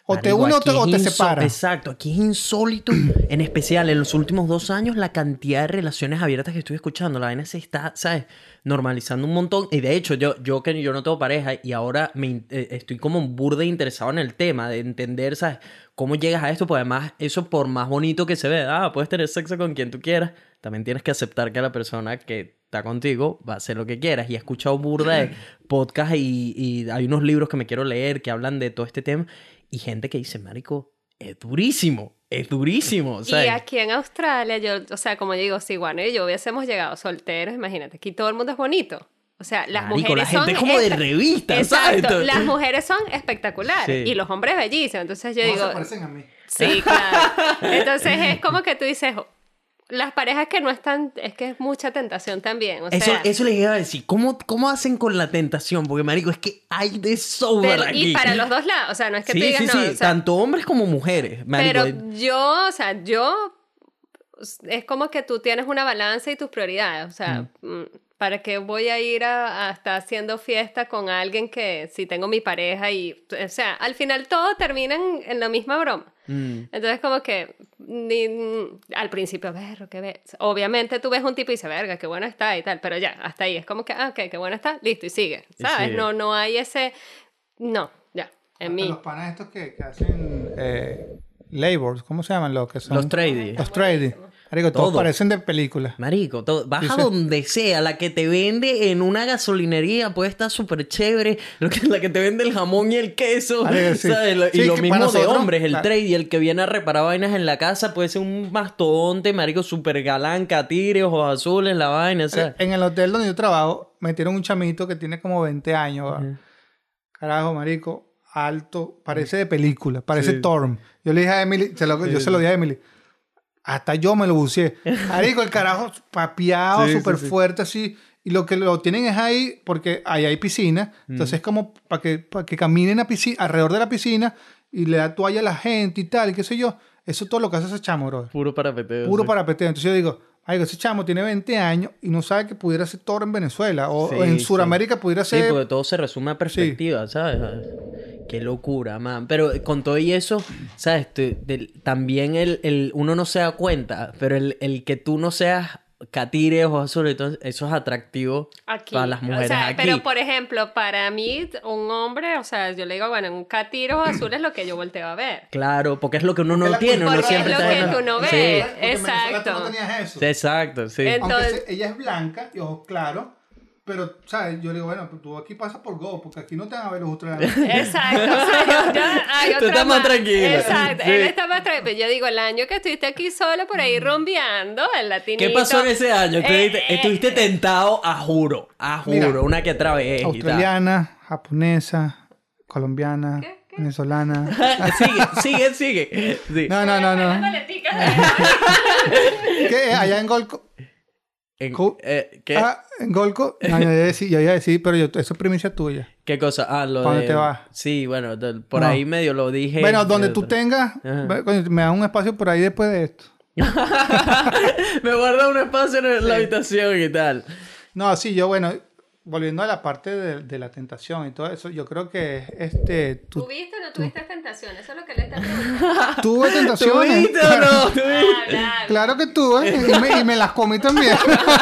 O te une o te separa. Exacto, aquí es insólito, en especial en los últimos 2 años, la cantidad de relaciones abiertas que estoy escuchando. La vaina se está, ¿sabes? Normalizando un montón. Y de hecho, yo no tengo pareja y ahora estoy como burda interesado en el tema de entender, ¿sabes? Cómo llegas a esto, pues además, eso por más bonito que se ve, puedes tener sexo con quien tú quieras, también tienes que aceptar que la persona que está contigo va a hacer lo que quieras. Y he escuchado burda de podcast y hay unos libros que me quiero leer que hablan de todo este tema y gente que dice, marico, es durísimo, ¿sabes? Y aquí en Australia, yo, o sea, como yo digo, si Juan y yo hubiésemos llegado solteros, imagínate, aquí todo el mundo es bonito. O sea, las marico, mujeres la gente son... es como de revista, ¿sabes? Exacto, las mujeres son espectaculares Sí. y los hombres bellísimos. Entonces yo No digo... se parecen a mí. Sí, claro. Entonces es como que tú dices, las parejas que no están, es que es mucha tentación también. O sea, Eso les iba a decir. ¿Cómo hacen con la tentación? Porque, marico, es que hay de sobra aquí. y para los dos lados, o sea, no es que Sí, tú digas sí, no. sí. O sea, Tanto hombres como mujeres, marico. pero yo, o sea, es como que tú tienes una balanza y tus prioridades. O sea, ¿para qué voy a ir a estar haciendo fiesta con alguien que si tengo mi pareja y, o sea, al final todo termina en la misma broma. Entonces como que al principio, ¿qué ves? Obviamente tú ves un tipo y dices, verga, qué bueno está y tal, pero ya, hasta ahí es como que, ok, qué bueno está, listo, y sigue, ¿sabes? sigue. No hay ese, no, ya, en mí. Los panas estos que hacen labors, ¿cómo se llaman? Los que son... Los tradies. Los tradies. Marico, todos Todo. parecen de película. Marico, vas Sí, a sí. donde sea. La que te vende en una gasolinería puede estar súper chévere. La que te vende el jamón y el queso. Marico, sí. ¿Sabes? Y Sí, lo que mismo para de nosotros, hombres. El claro. trade y el que viene a reparar vainas en la casa puede ser un mastodonte, marico, súper galán, catire, ojos azules, la vaina, ¿sabes? En el hotel donde yo trabajo, metieron un chamito que tiene como 20 años. ¿va? Carajo, marico, alto, parece de película, parece Sí. Torm. Yo le dije a Emily, yo se lo dije a Emily, hasta yo me lo buceé. Marico, el carajo papeado, Sí, súper sí, sí. fuerte así. Y lo que lo tienen es ahí, porque ahí hay piscina. Entonces es como para que caminen alrededor de la piscina y le da toalla a la gente y tal, y qué sé yo. Eso todo lo que hace ese chamo, bro. Puro parapeteo. Puro sí. parapeteo. Entonces yo digo, ay, ese chamo tiene 20 años y no sabe que pudiera ser Toro en Venezuela o Sí, en sí. Sudamérica pudiera Sí, ser... porque todo se resume a perspectiva, ¿sabes? Qué locura, man. Pero con todo y eso, ¿sabes? También uno no se da cuenta, pero el que tú no seas catire, ojos azules, entonces, eso es atractivo Aquí. para las mujeres o sea, aquí. Pero, por ejemplo, para mí, un hombre, o sea, yo le digo, bueno, un catiro azul es lo que yo volteo a ver. Claro, porque es lo que uno no Porque tiene, uno porque siempre es lo está que viendo- tú no Sí. ves. Porque en Venezuela tú no Exacto. tenías eso. Sí, exacto, sí. Entonces- Ella es blanca y ojos claros, pero, ¿sabes? Yo le digo, bueno, pues tú aquí pasas por Go, porque aquí no te van a ver los australianos. Exacto. O sea, hay Tú otra estás más tranquila. Exacto. Sí. Él está más tranquilo. Pero yo digo, el año que estuviste aquí solo por ahí rumbeando, el latinito. ¿Qué pasó en ese año? Estuviste eh, tentado, a juro, Mira, una que otra vez. y tal. Australiana, japonesa, colombiana, ¿Qué? venezolana. sigue. Sí. No. Las maleticas. ¿Qué? Allá en Golco. ¿Qué? En Golco. No, yo iba a decir, pero eso es primicia tuya. ¿Qué cosa? Lo ¿Para de... dónde te vas? Sí, bueno, por No. ahí medio lo dije. Bueno, donde tú tengas, Ajá. coño, me das un espacio por ahí después de esto. Me guarda un espacio en la habitación y tal. No, sí, yo, bueno, volviendo a la parte de la tentación y todo eso, yo creo que ¿Tuviste o no tuviste tentación? Eso es lo que le está preguntando. tuve tentaciones. ¿Tuviste o no? Claro que tuve, y me las comí también.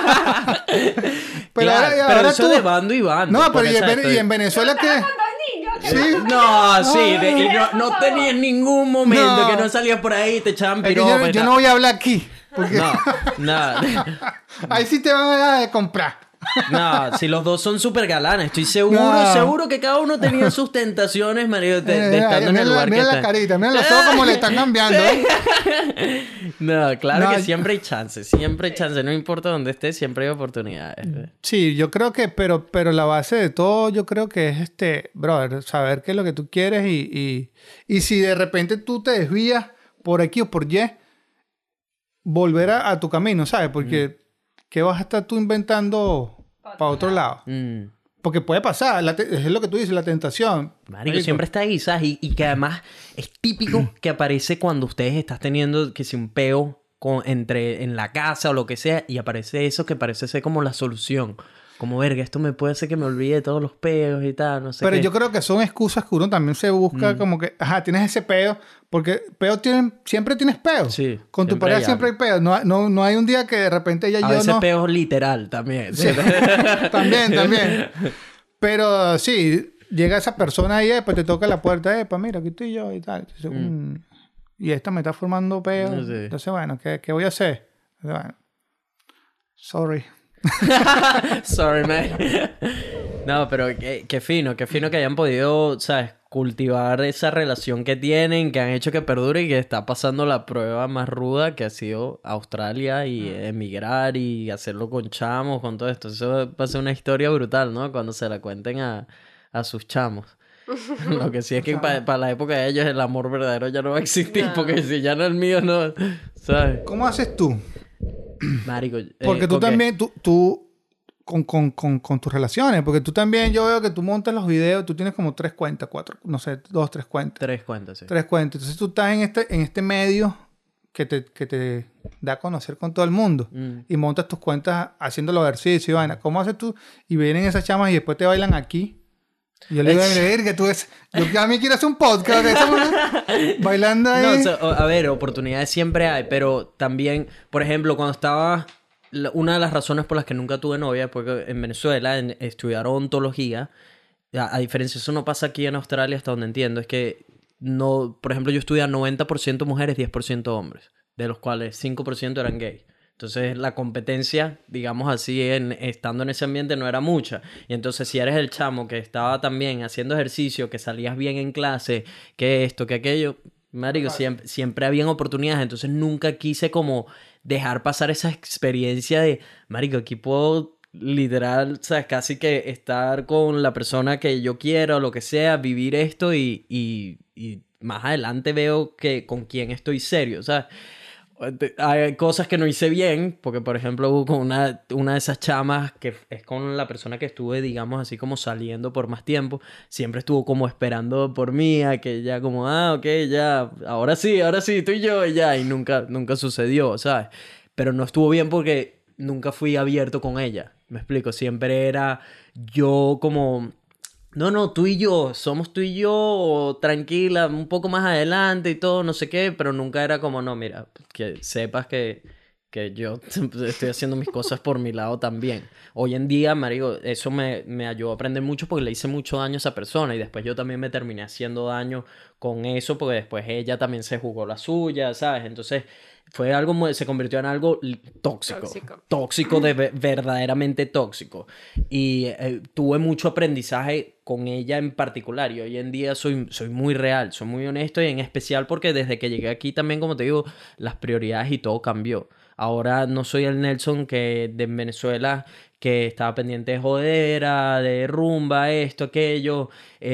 Pero eso de bando y bando. No, pero porque, y ¿sabes? en Venezuela que... Sí. No, sí, no tenías ningún momento No. que no salías por ahí y te echaban Es que piropa y yo tal. no voy a hablar aquí, porque No, nada. ahí sí te van a comprar. No, si los dos son súper galanes, estoy No. seguro que cada uno tenía sus tentaciones, marido, de estando en el lugar mira que la está. carita, mira los ojos como le están cambiando. No, claro No, que siempre hay chances, no importa dónde estés, siempre hay oportunidades. Sí, yo creo que, pero la base de todo, yo creo que es brother, saber qué es lo que tú quieres y si de repente tú te desvías por X o por Y, volver a tu camino, ¿sabes? Porque ¿qué vas a estar tú inventando para otro lado? Porque puede pasar, es lo que tú dices, la tentación. Marico, siempre está ahí, ¿sabes? Y que además es típico que aparece cuando ustedes estás teniendo que si un peo en la casa o lo que sea y aparece eso que parece ser como la solución. como, verga, esto me puede hacer que me olvide de todos los peos y tal, no sé Pero qué. yo creo que son excusas que uno también se busca como que, ajá, tienes ese peo, porque siempre tienes peo. Sí. Con tu pareja siempre hay peo. No hay un día que de repente ella y yo no... A veces peo literal también. Sí. También. Pero sí, llega esa persona ahí, después te toca la puerta, mira, aquí estoy yo y tal. Entonces, y esta me está formando peo. Sí. Entonces, bueno, ¿qué voy a hacer? Entonces, bueno, sorry. Sorry, man. No, pero qué fino que hayan podido, ¿sabes? Cultivar esa relación que tienen, que han hecho que perdure y que está pasando la prueba más ruda que ha sido Australia y emigrar y hacerlo con chamos, con todo esto. Eso va a ser una historia brutal, ¿no? Cuando se la cuenten a sus chamos. Lo que sí es que para la época de ellos el amor verdadero ya no va a existir, porque si ya no es el mío, no, ¿sabes? ¿Cómo haces tú? Marico, porque tú también, tú con tus relaciones, porque tú también, yo veo que tú montas los videos, tú tienes como 3 cuentas, 4, no sé, 2, 3 cuentas. 3 cuentas, sí. 3 cuentas. Entonces tú estás en este medio que te da a conocer con todo el mundo y montas tus cuentas haciendo los ejercicios y vaina. ¿Cómo haces tú? Y vienen esas chamas y después te bailan aquí. Y yo le digo a que tú es... Yo a mí quiero hacer un podcast de eso, bailando ahí. No, o sea, a ver, oportunidades siempre hay, pero también, por ejemplo, cuando estaba... Una de las razones por las que nunca tuve novia, porque en Venezuela estudiar odontología, a diferencia, eso no pasa aquí en Australia hasta donde entiendo, es que no, por ejemplo, yo estudiaba 90% mujeres, 10% hombres, de los cuales 5% eran gays. Entonces la competencia, digamos así, estando en ese ambiente no era mucha. Y entonces si eres el chamo que estaba también haciendo ejercicio, que salías bien en clase, que esto, que aquello, marico, siempre habían oportunidades. Entonces nunca quise como dejar pasar esa experiencia de, marico, aquí puedo literal, o sea, casi que estar con la persona que yo quiero, lo que sea, vivir esto y más adelante veo que con quién estoy serio, o sea, hay cosas que no hice bien, porque por ejemplo hubo con una de esas chamas que es con la persona que estuve, digamos así como saliendo por más tiempo, siempre estuvo como esperando por mí, a que ya como, ok, ya, ahora sí, tú y yo, y ya, y nunca sucedió, ¿sabes? Pero no estuvo bien porque nunca fui abierto con ella, me explico, siempre era yo como... No, tú y yo, somos tú y yo, tranquila, un poco más adelante y todo, no sé qué, pero nunca era como, no, mira, que sepas que yo estoy haciendo mis cosas por mi lado también. Hoy en día, marico, eso me ayudó a aprender mucho porque le hice mucho daño a esa persona y después yo también me terminé haciendo daño con eso porque después ella también se jugó la suya, ¿sabes? Entonces fue algo se convirtió en algo tóxico verdaderamente tóxico y tuve mucho aprendizaje con ella en particular y hoy en día soy muy real, soy muy honesto y en especial porque desde que llegué aquí también, como te digo, las prioridades y todo cambió. Ahora no soy el Nelson de Venezuela que estaba pendiente de jodera, de rumba, esto, aquello.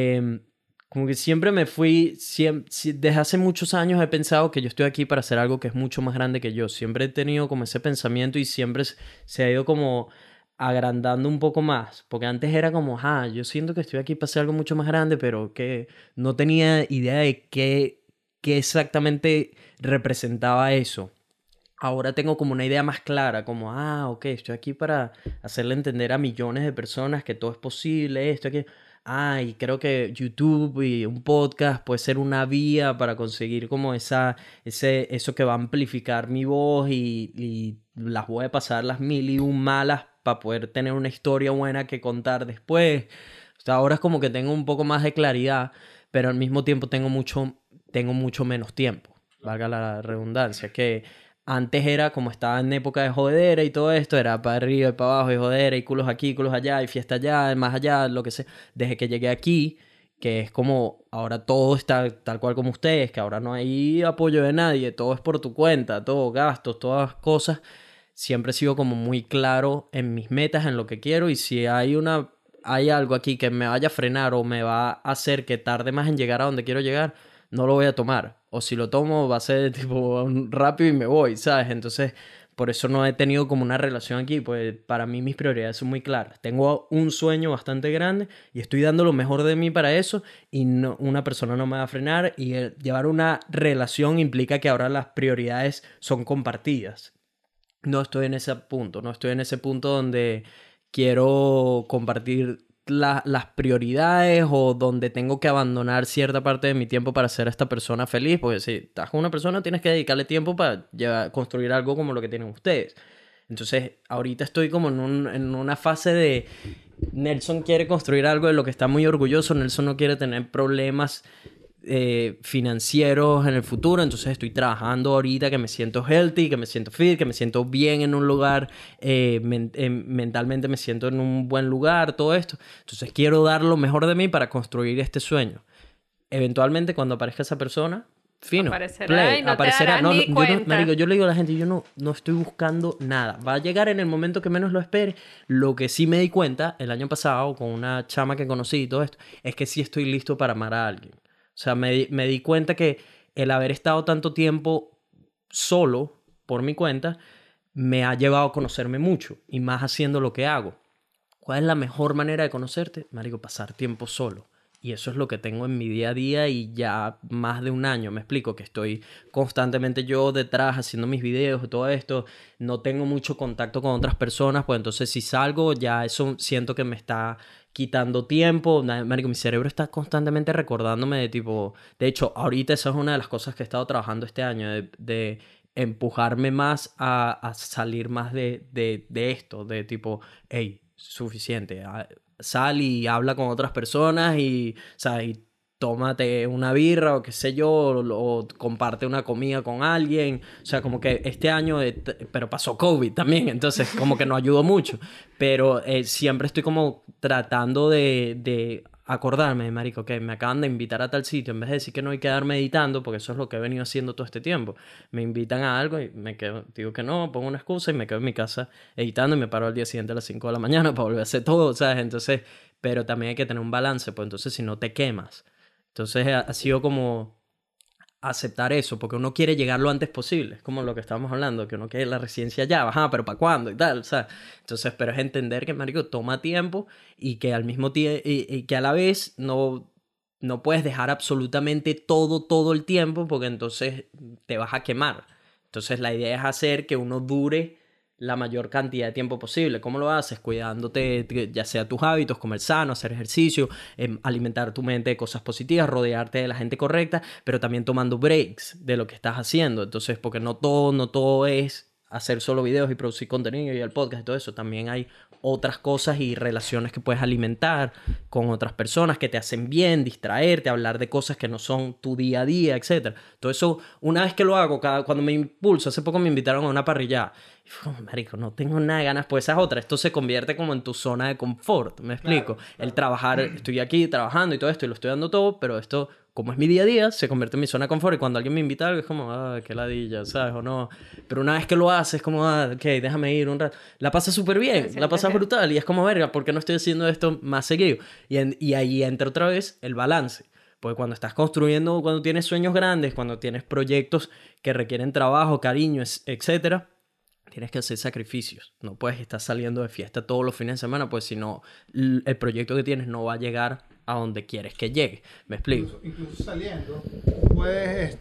Como que siempre me fui, desde hace muchos años he pensado que yo estoy aquí para hacer algo que es mucho más grande que yo. Siempre he tenido como ese pensamiento y siempre se ha ido como agrandando un poco más. Porque antes era como, yo siento que estoy aquí para hacer algo mucho más grande, pero que no tenía idea de qué exactamente representaba eso. Ahora tengo como una idea más clara, como, ok, estoy aquí para hacerle entender a millones de personas que todo es posible, esto, aquí. Y creo que YouTube y un podcast puede ser una vía para conseguir como eso que va a amplificar mi voz y las voy a pasar las 1001 malas para poder tener una historia buena que contar después. O sea, ahora es como que tengo un poco más de claridad, pero al mismo tiempo tengo mucho menos tiempo, valga la redundancia, que antes era como estaba en época de jodera y todo esto, era para arriba y para abajo y jodera y culos aquí, culos allá y fiesta allá, más allá, lo que sea. Desde que llegué aquí, que es como ahora todo está tal cual como ustedes, que ahora no hay apoyo de nadie, todo es por tu cuenta, todo gastos, todas cosas. Siempre he sido como muy claro en mis metas, en lo que quiero y si hay algo aquí que me vaya a frenar o me va a hacer que tarde más en llegar a donde quiero llegar, no lo voy a tomar. O si lo tomo va a ser tipo rápido y me voy, ¿sabes? Entonces, por eso no he tenido como una relación aquí, pues para mí mis prioridades son muy claras. Tengo un sueño bastante grande y estoy dando lo mejor de mí para eso y una persona no me va a frenar y llevar una relación implica que ahora las prioridades son compartidas. No estoy en ese punto donde quiero compartir las prioridades o donde tengo que abandonar cierta parte de mi tiempo para hacer a esta persona feliz, porque si estás con una persona tienes que dedicarle tiempo para construir algo como lo que tienen ustedes. Entonces ahorita estoy como en una fase de Nelson quiere construir algo de lo que está muy orgulloso, Nelson no quiere tener problemas financieros en el futuro, entonces estoy trabajando ahorita que me siento healthy, que me siento fit, que me siento bien en un lugar, mentalmente me siento en un buen lugar, todo esto. Entonces quiero dar lo mejor de mí para construir este sueño. Eventualmente cuando aparezca esa persona, fino, aparecerá y no aparecerá. te darás ni cuenta. Yo le digo a la gente, yo no estoy buscando nada. Va a llegar en el momento que menos lo espere. Lo que sí me di cuenta el año pasado con una chama que conocí y todo esto, es que sí estoy listo para amar a alguien. O sea, me di cuenta que el haber estado tanto tiempo solo por mi cuenta me ha llevado a conocerme mucho y más haciendo lo que hago. ¿Cuál es la mejor manera de conocerte? Marico, pasar tiempo solo. Y eso es lo que tengo en mi día a día y ya más de un año, me explico, que estoy constantemente yo detrás haciendo mis videos y todo esto. No tengo mucho contacto con otras personas, pues entonces si salgo ya eso siento que me está quitando tiempo. Marico, mi cerebro está constantemente recordándome de tipo... De hecho, ahorita esa es una de las cosas que he estado trabajando este año, de empujarme más a salir más de esto, de tipo, hey, suficiente, sal y habla con otras personas y, ¿sabes? Y tómate una birra o qué sé yo, o comparte una comida con alguien. O sea, como que este año, pero pasó COVID también, entonces como que no ayudó mucho. Pero siempre estoy como tratando de acordarme, marico, que me acaban de invitar a tal sitio, en vez de decir que no hay que quedar meditando, porque eso es lo que he venido haciendo todo este tiempo. Me invitan a algo y me quedo, digo que no, pongo una excusa y me quedo en mi casa editando y me paro al día siguiente a las 5 de la mañana para volver a hacer todo, ¿sabes? Entonces, pero también hay que tener un balance, pues entonces si no te quemas. Entonces ha sido como aceptar eso, porque uno quiere llegar lo antes posible, es como lo que estábamos hablando, que uno quiere la residencia ya, ajá, pero ¿para cuándo? Y tal, o sea, entonces, pero es entender que, marico, toma tiempo y que al mismo tiempo, y que a la vez no puedes dejar absolutamente todo el tiempo, porque entonces te vas a quemar. Entonces la idea es hacer que uno dure la mayor cantidad de tiempo posible. ¿Cómo lo haces? Cuidándote, ya sea tus hábitos, comer sano, hacer ejercicio, alimentar tu mente de cosas positivas, rodearte de la gente correcta, pero también tomando breaks de lo que estás haciendo. Entonces, porque no todo es hacer solo videos y producir contenido y el podcast y todo eso. También hay otras cosas y relaciones que puedes alimentar con otras personas que te hacen bien, distraerte, hablar de cosas que no son tu día a día, etc. Todo eso, una vez que lo hago, cuando me impulso, hace poco me invitaron a una parrilla. Y fue como, marico, no tengo nada de ganas, pues esa es otra. Esto se convierte como en tu zona de confort, ¿me explico? Claro. El trabajar, estoy aquí trabajando y todo esto y lo estoy dando todo, pero esto, como es mi día a día, se convierte en mi zona de confort y cuando alguien me invita a algo es como, qué ladilla, ¿sabes? O no. Pero una vez que lo haces es como, ok, déjame ir un rato. La pasas súper bien, la pasas brutal y es como, verga, ¿por qué no estoy haciendo esto más seguido? Y ahí entra otra vez el balance. Porque cuando estás construyendo, cuando tienes sueños grandes, cuando tienes proyectos que requieren trabajo, cariño, etcétera, tienes que hacer sacrificios. No puedes estar saliendo de fiesta todos los fines de semana, pues si no, el proyecto que tienes no va a llegar a donde quieres que llegue. ¿Me explico? Incluso saliendo, puedes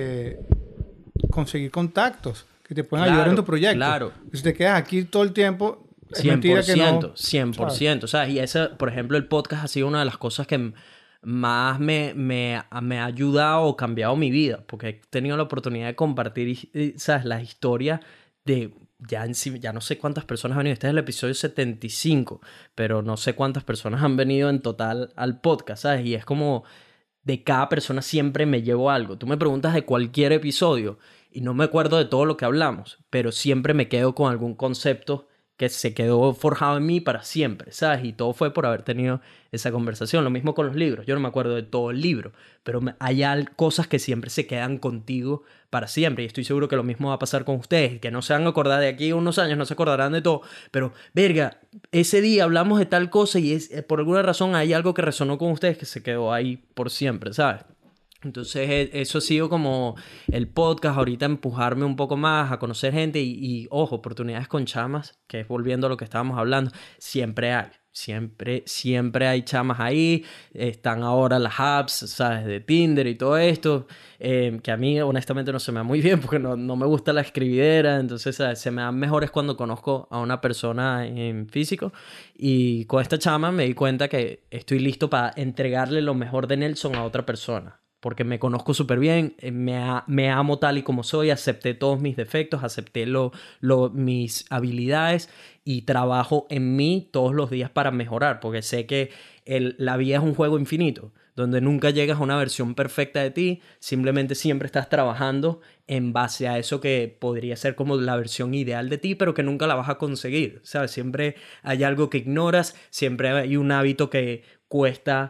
conseguir contactos que te pueden ayudar en tu proyecto. Claro. Si te quedas aquí todo el tiempo, es 100%, mentira que no... 100%. ¿Sabes? Y esa, por ejemplo, el podcast ha sido una de las cosas que más me ha ayudado o cambiado mi vida, porque he tenido la oportunidad de compartir, ¿sabes? Las historias de... Ya no sé cuántas personas han venido. Este es el episodio 75, pero no sé cuántas personas han venido en total al podcast, ¿sabes? Y es como de cada persona siempre me llevo algo. Tú me preguntas de cualquier episodio y no me acuerdo de todo lo que hablamos, pero siempre me quedo con algún concepto que se quedó forjado en mí para siempre, ¿sabes? Y todo fue por haber tenido esa conversación. Lo mismo con los libros. Yo no me acuerdo de todo el libro, pero hay cosas que siempre se quedan contigo para siempre. Y estoy seguro que lo mismo va a pasar con ustedes, que no se van a acordar de aquí a unos años, no se acordarán de todo. Pero, verga, ese día hablamos de tal cosa y por alguna razón hay algo que resonó con ustedes que se quedó ahí por siempre, ¿sabes? Entonces eso ha sido como el podcast, ahorita empujarme un poco más a conocer gente y ojo, oportunidades con chamas, que es volviendo a lo que estábamos hablando, siempre hay. Siempre hay chamas ahí, están ahora las apps, ¿sabes? De Tinder y todo esto, que a mí honestamente no se me da muy bien porque no me gusta la escribidera, entonces, ¿sabes? Se me dan mejores cuando conozco a una persona en físico, y con esta chama me di cuenta que estoy listo para entregarle lo mejor de Nelson a otra persona. Porque me conozco súper bien, me amo tal y como soy, acepté todos mis defectos, acepté mis habilidades y trabajo en mí todos los días para mejorar, porque sé que la vida es un juego infinito, donde nunca llegas a una versión perfecta de ti, simplemente siempre estás trabajando en base a eso que podría ser como la versión ideal de ti, pero que nunca la vas a conseguir, ¿sabes? Siempre hay algo que ignoras, siempre hay un hábito que cuesta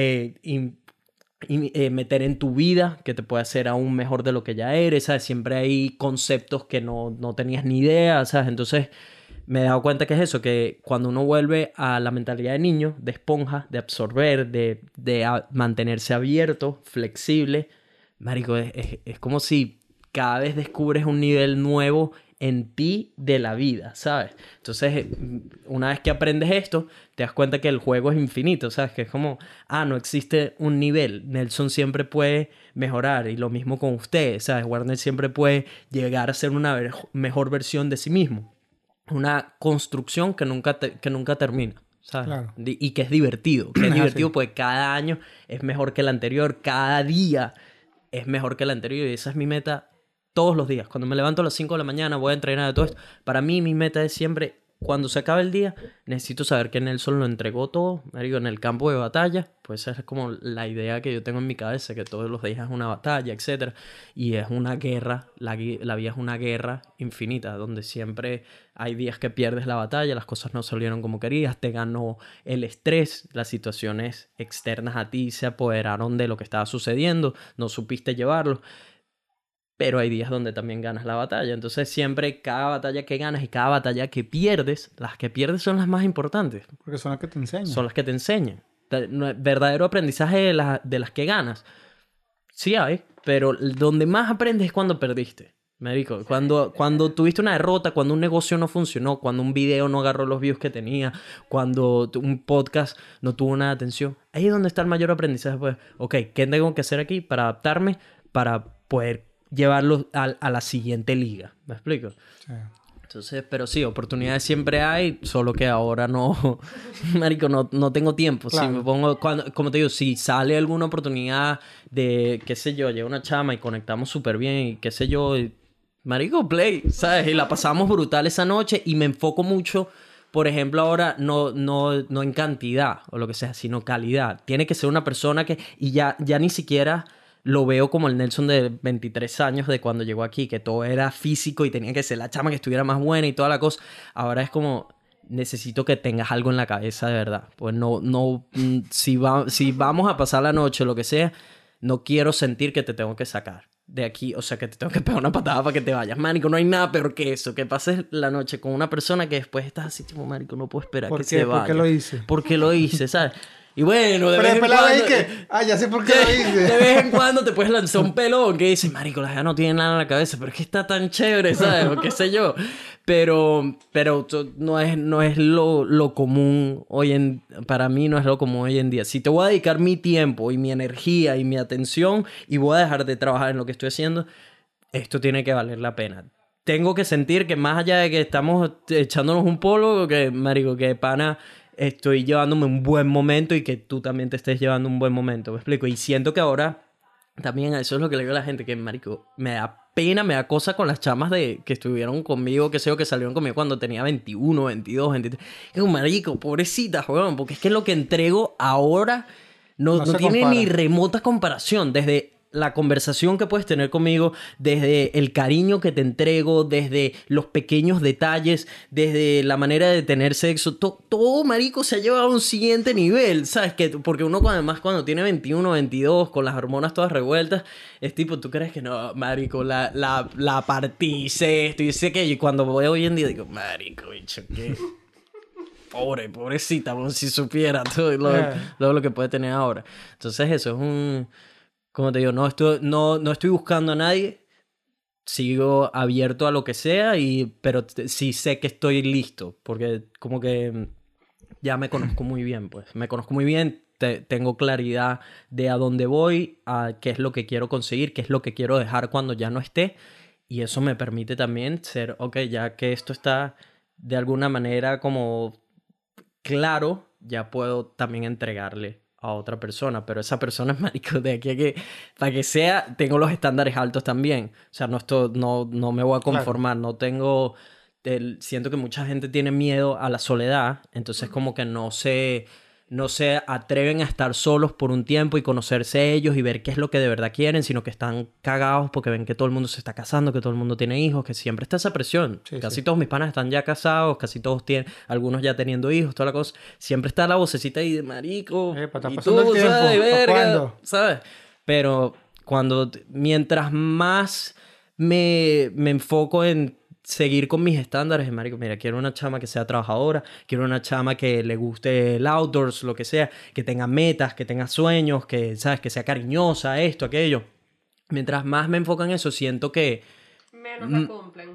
meter en tu vida, que te puede hacer aún mejor de lo que ya eres, ¿sabes? Siempre hay conceptos que no tenías ni idea, ¿sabes? Entonces me he dado cuenta que es eso, que cuando uno vuelve a la mentalidad de niño, de esponja, de absorber, de mantenerse abierto, flexible, marico, es como si cada vez descubres un nivel nuevo en ti de la vida, ¿sabes? Entonces, una vez que aprendes esto, te das cuenta que el juego es infinito, ¿sabes? Que es como, no existe un nivel. Nelson siempre puede mejorar, y lo mismo con ustedes, ¿sabes? Warner siempre puede llegar a ser una mejor versión de sí mismo. Una construcción que nunca termina, ¿sabes? Claro. Y que es divertido. Que es divertido porque cada año es mejor que el anterior, cada día es mejor que el anterior, y esa es mi meta todos los días. Cuando me levanto a las 5 de la mañana, voy a entrenar de todo esto. Para mí, mi meta es siempre, cuando se acabe el día, necesito saber que Nelson lo entregó todo, marico, en el campo de batalla. Pues esa es como la idea que yo tengo en mi cabeza, que todos los días es una batalla, etc. Y es una guerra, la vida es una guerra infinita, donde siempre hay días que pierdes la batalla, las cosas no salieron como querías, te ganó el estrés, las situaciones externas a ti se apoderaron de lo que estaba sucediendo, no supiste llevarlo. Pero hay días donde también ganas la batalla. Entonces siempre cada batalla que ganas y cada batalla que pierdes, las que pierdes son las más importantes. Porque son las que te enseñan. Son las que te enseñan. Verdadero aprendizaje de las que ganas. Sí hay, pero donde más aprendes es cuando perdiste. Marico, cuando tuviste una derrota, cuando un negocio no funcionó, cuando un video no agarró los views que tenía, cuando un podcast no tuvo una atención. Ahí es donde está el mayor aprendizaje. Pues, ok, ¿qué tengo que hacer aquí para adaptarme, para poder llevarlo a la siguiente liga? ¿Me explico? Sí. Entonces, pero sí, oportunidades siempre hay, solo que ahora no, marico, no tengo tiempo. Claro. Si me pongo, como te digo, si sale alguna oportunidad de, qué sé yo, llega una chama y conectamos súper bien y qué sé yo, marico, play, ¿sabes? Y la pasamos brutal esa noche y me enfoco mucho, por ejemplo, ahora no en cantidad o lo que sea, sino calidad. Tiene que ser una persona que, y ya ni siquiera lo veo como el Nelson de 23 años de cuando llegó aquí, que todo era físico y tenía que ser la chama que estuviera más buena y toda la cosa. Ahora es como, necesito que tengas algo en la cabeza de verdad. Pues si vamos a pasar la noche o lo que sea, no quiero sentir que te tengo que sacar de aquí, o sea, que te tengo que pegar una patada para que te vayas. Marico, no hay nada peor que eso, que pases la noche con una persona que después estás así, tipo, marico, no puedo esperar que se vaya. ¿Por qué lo hice? ¿Por qué lo hice, sabes? Y bueno, de vez en cuando... ya sé por qué lo hice. De vez en cuando te puedes lanzar un pelón que dices, marico, la gente no tiene nada en la cabeza, pero es que está tan chévere, ¿sabes? O qué sé yo. Pero no es lo común para mí no es lo común hoy en día. Si te voy a dedicar mi tiempo y mi energía y mi atención y voy a dejar de trabajar en lo que estoy haciendo, esto tiene que valer la pena. Tengo que sentir que más allá de que estamos echándonos un polo, que, marico, que pana... estoy llevándome un buen momento y que tú también te estés llevando un buen momento, ¿me explico? Y siento que ahora también eso es lo que le digo a la gente, que marico, me da pena, me da cosa con las chamas que estuvieron conmigo, que sé yo, que salieron conmigo cuando tenía 21, 22, 23. Es un marico, pobrecita, joder, porque es que lo que entrego ahora no tiene ni remota comparación, desde la conversación que puedes tener conmigo, desde el cariño que te entrego, desde los pequeños detalles, desde la manera de tener sexo, todo, marico, se ha llevado a un siguiente nivel, ¿sabes? Porque uno además cuando tiene 21, 22, con las hormonas todas revueltas, es tipo, tú crees que no, marico, la partice esto y sé que y cuando voy hoy en día digo, marico, bicho, qué... pobrecita, si supiera todo lo que puede tener ahora. Entonces eso es como te digo, no estoy buscando a nadie. Sigo abierto a lo que sea, pero sí sé que estoy listo. Porque como que ya me conozco muy bien, pues. Me conozco muy bien, tengo claridad de a dónde voy, a qué es lo que quiero conseguir, qué es lo que quiero dejar cuando ya no esté. Y eso me permite también ser, ok, ya que esto está de alguna manera como claro, ya puedo también entregarle a otra persona. Pero esa persona es marico, de aquí a que, para que sea, tengo los estándares altos también. O sea, no me voy a conformar, claro. No tengo... siento que mucha gente tiene miedo a la soledad, entonces como que no se atreven a estar solos por un tiempo y conocerse ellos y ver qué es lo que de verdad quieren, sino que están cagados porque ven que todo el mundo se está casando, que todo el mundo tiene hijos, que siempre está esa presión. Sí, casi todos mis panas están ya casados, casi todos tienen, algunos ya teniendo hijos, toda la cosa. Siempre está la vocecita ahí de marico. Está pasando el tiempo. ¿Sabes? Verga, ¿sabes? Pero mientras más me enfoco en seguir con mis estándares, marico, mira, quiero una chama que sea trabajadora, quiero una chama que le guste el outdoors, lo que sea, que tenga metas, que tenga sueños, que, ¿sabes? Que sea cariñosa, esto, aquello. Mientras más me enfoco en eso, siento que... menos la cumplen.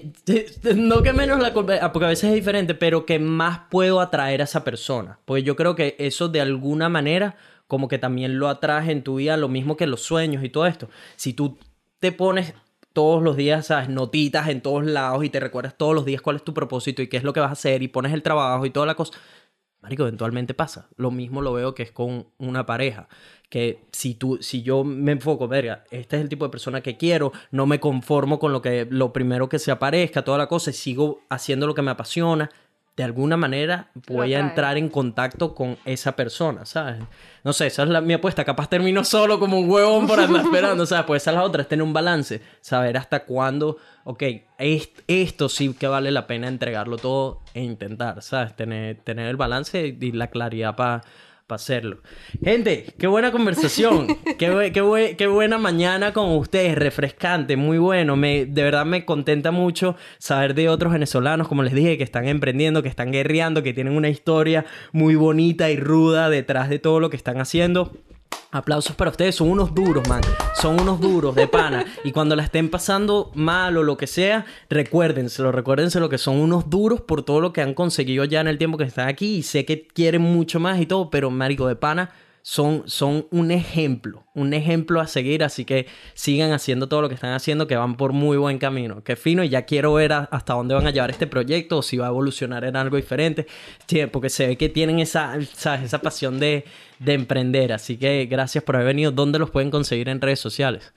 No que menos la cumplen, porque a veces es diferente, pero que más puedo atraer a esa persona. Porque yo creo que eso de alguna manera como que también lo atrae en tu vida, lo mismo que los sueños y todo esto. Si tú te pones... todos los días, ¿sabes? Notitas en todos lados y te recuerdas todos los días cuál es tu propósito y qué es lo que vas a hacer y pones el trabajo y toda la cosa. Marico, eventualmente pasa. Lo mismo lo veo que es con una pareja. Que si yo me enfoco, verga, este es el tipo de persona que quiero, no me conformo con lo primero que se aparezca, toda la cosa, y sigo haciendo lo que me apasiona, de alguna manera voy a entrar en contacto con esa persona, ¿sabes? No sé, esa es mi apuesta. Capaz termino solo como un huevón por andar esperando, ¿sabes? Pues esa es la otra, es tener un balance. Saber hasta cuándo, ok, esto sí que vale la pena entregarlo todo e intentar, ¿sabes? Tener el balance y la claridad para hacerlo. Gente, qué buena conversación. qué buena mañana con ustedes. Refrescante, muy bueno. De verdad me contenta mucho saber de otros venezolanos, como les dije, que están emprendiendo, que están guerreando, que tienen una historia muy bonita y ruda detrás de todo lo que están haciendo. Aplausos para ustedes, son unos duros, man. Son unos duros de pana. Y cuando la estén pasando mal o lo que sea, recuérdenselo que son unos duros por todo lo que han conseguido ya en el tiempo que están aquí. Y sé que quieren mucho más y todo, pero marico, de pana son un ejemplo a seguir. Así que sigan haciendo todo lo que están haciendo, que van por muy buen camino. Qué fino, y ya quiero ver hasta dónde van a llevar este proyecto, o si va a evolucionar en algo diferente. Sí, porque se ve que tienen esa pasión de emprender. Así que gracias por haber venido. ¿Dónde los pueden conseguir en redes sociales?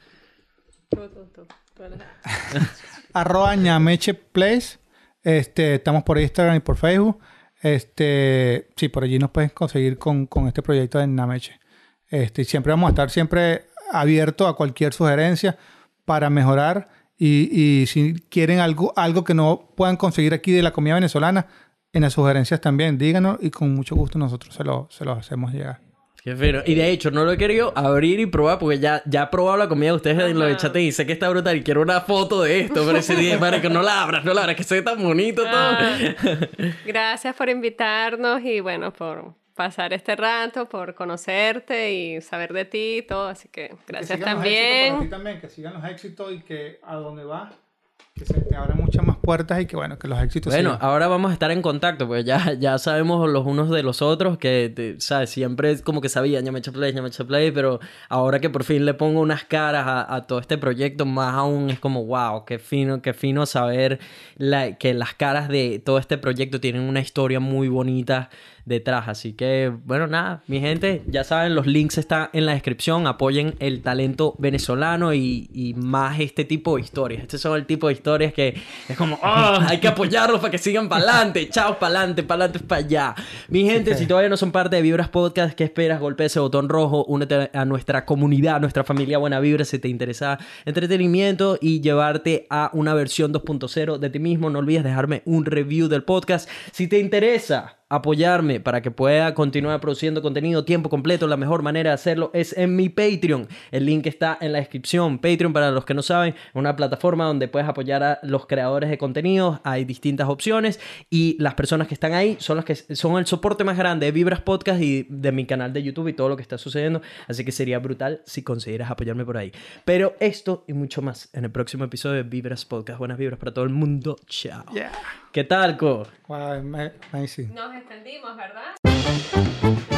@ñamecheplace. Estamos por Instagram y por Facebook. Sí, por allí nos pueden conseguir con este proyecto de Ñameche. Siempre vamos a estar siempre abiertos a cualquier sugerencia para mejorar. Y si quieren algo que no puedan conseguir aquí de la comida venezolana, en las sugerencias también, díganos y con mucho gusto nosotros se los hacemos llegar. Qué fino. Y de hecho, no lo he querido abrir y probar porque ya he probado la comida de ustedes en los chates y sé que está brutal y quiero una foto de esto. Pero ese día, marico, no la abras, que se ve tan bonito todo. Gracias por invitarnos y bueno, por pasar este rato, por conocerte y saber de ti y todo. Así que gracias también. Para ti también, que sigan los éxitos y que a donde vas, que se te abran muchas más puertas y que bueno, que los éxitos Bueno, sigan. Ahora vamos a estar en contacto, pues ya sabemos los unos de los otros, que, ¿sabes? Siempre es como que sabía Ñameche Play, pero ahora que por fin le pongo unas caras a todo este proyecto, más aún es como, wow, qué fino saber que las caras de todo este proyecto tienen una historia muy bonita detrás. Así que, bueno, nada, mi gente, ya saben, los links están en la descripción. Apoyen el talento venezolano y más este tipo de historias. Este son el tipo de historias que es como, hay que apoyarlos para que sigan para adelante. Chao, para adelante, para allá. Mi gente, si todavía no son parte de Vibras Podcast, ¿qué esperas? Golpea ese botón rojo, únete a nuestra comunidad, a nuestra familia Buena Vibra, si te interesa entretenimiento y llevarte a una versión 2.0 de ti mismo. No olvides dejarme un review del podcast. Si te interesa apoyarme para que pueda continuar produciendo contenido tiempo completo, la mejor manera de hacerlo es en mi Patreon. El link está en la descripción. Patreon, para los que no saben, es una plataforma donde puedes apoyar a los creadores de contenido. Hay distintas opciones y las personas que están ahí son las que son el soporte más grande de Vibras Podcast y de mi canal de YouTube y todo lo que está sucediendo. Así que sería brutal si consideras apoyarme por ahí. Pero esto y mucho más en el próximo episodio de Vibras Podcast. Buenas vibras para todo el mundo. Chao. Yeah. ¿Qué tal, Co? Wow, amazing. Nos extendimos, ¿verdad?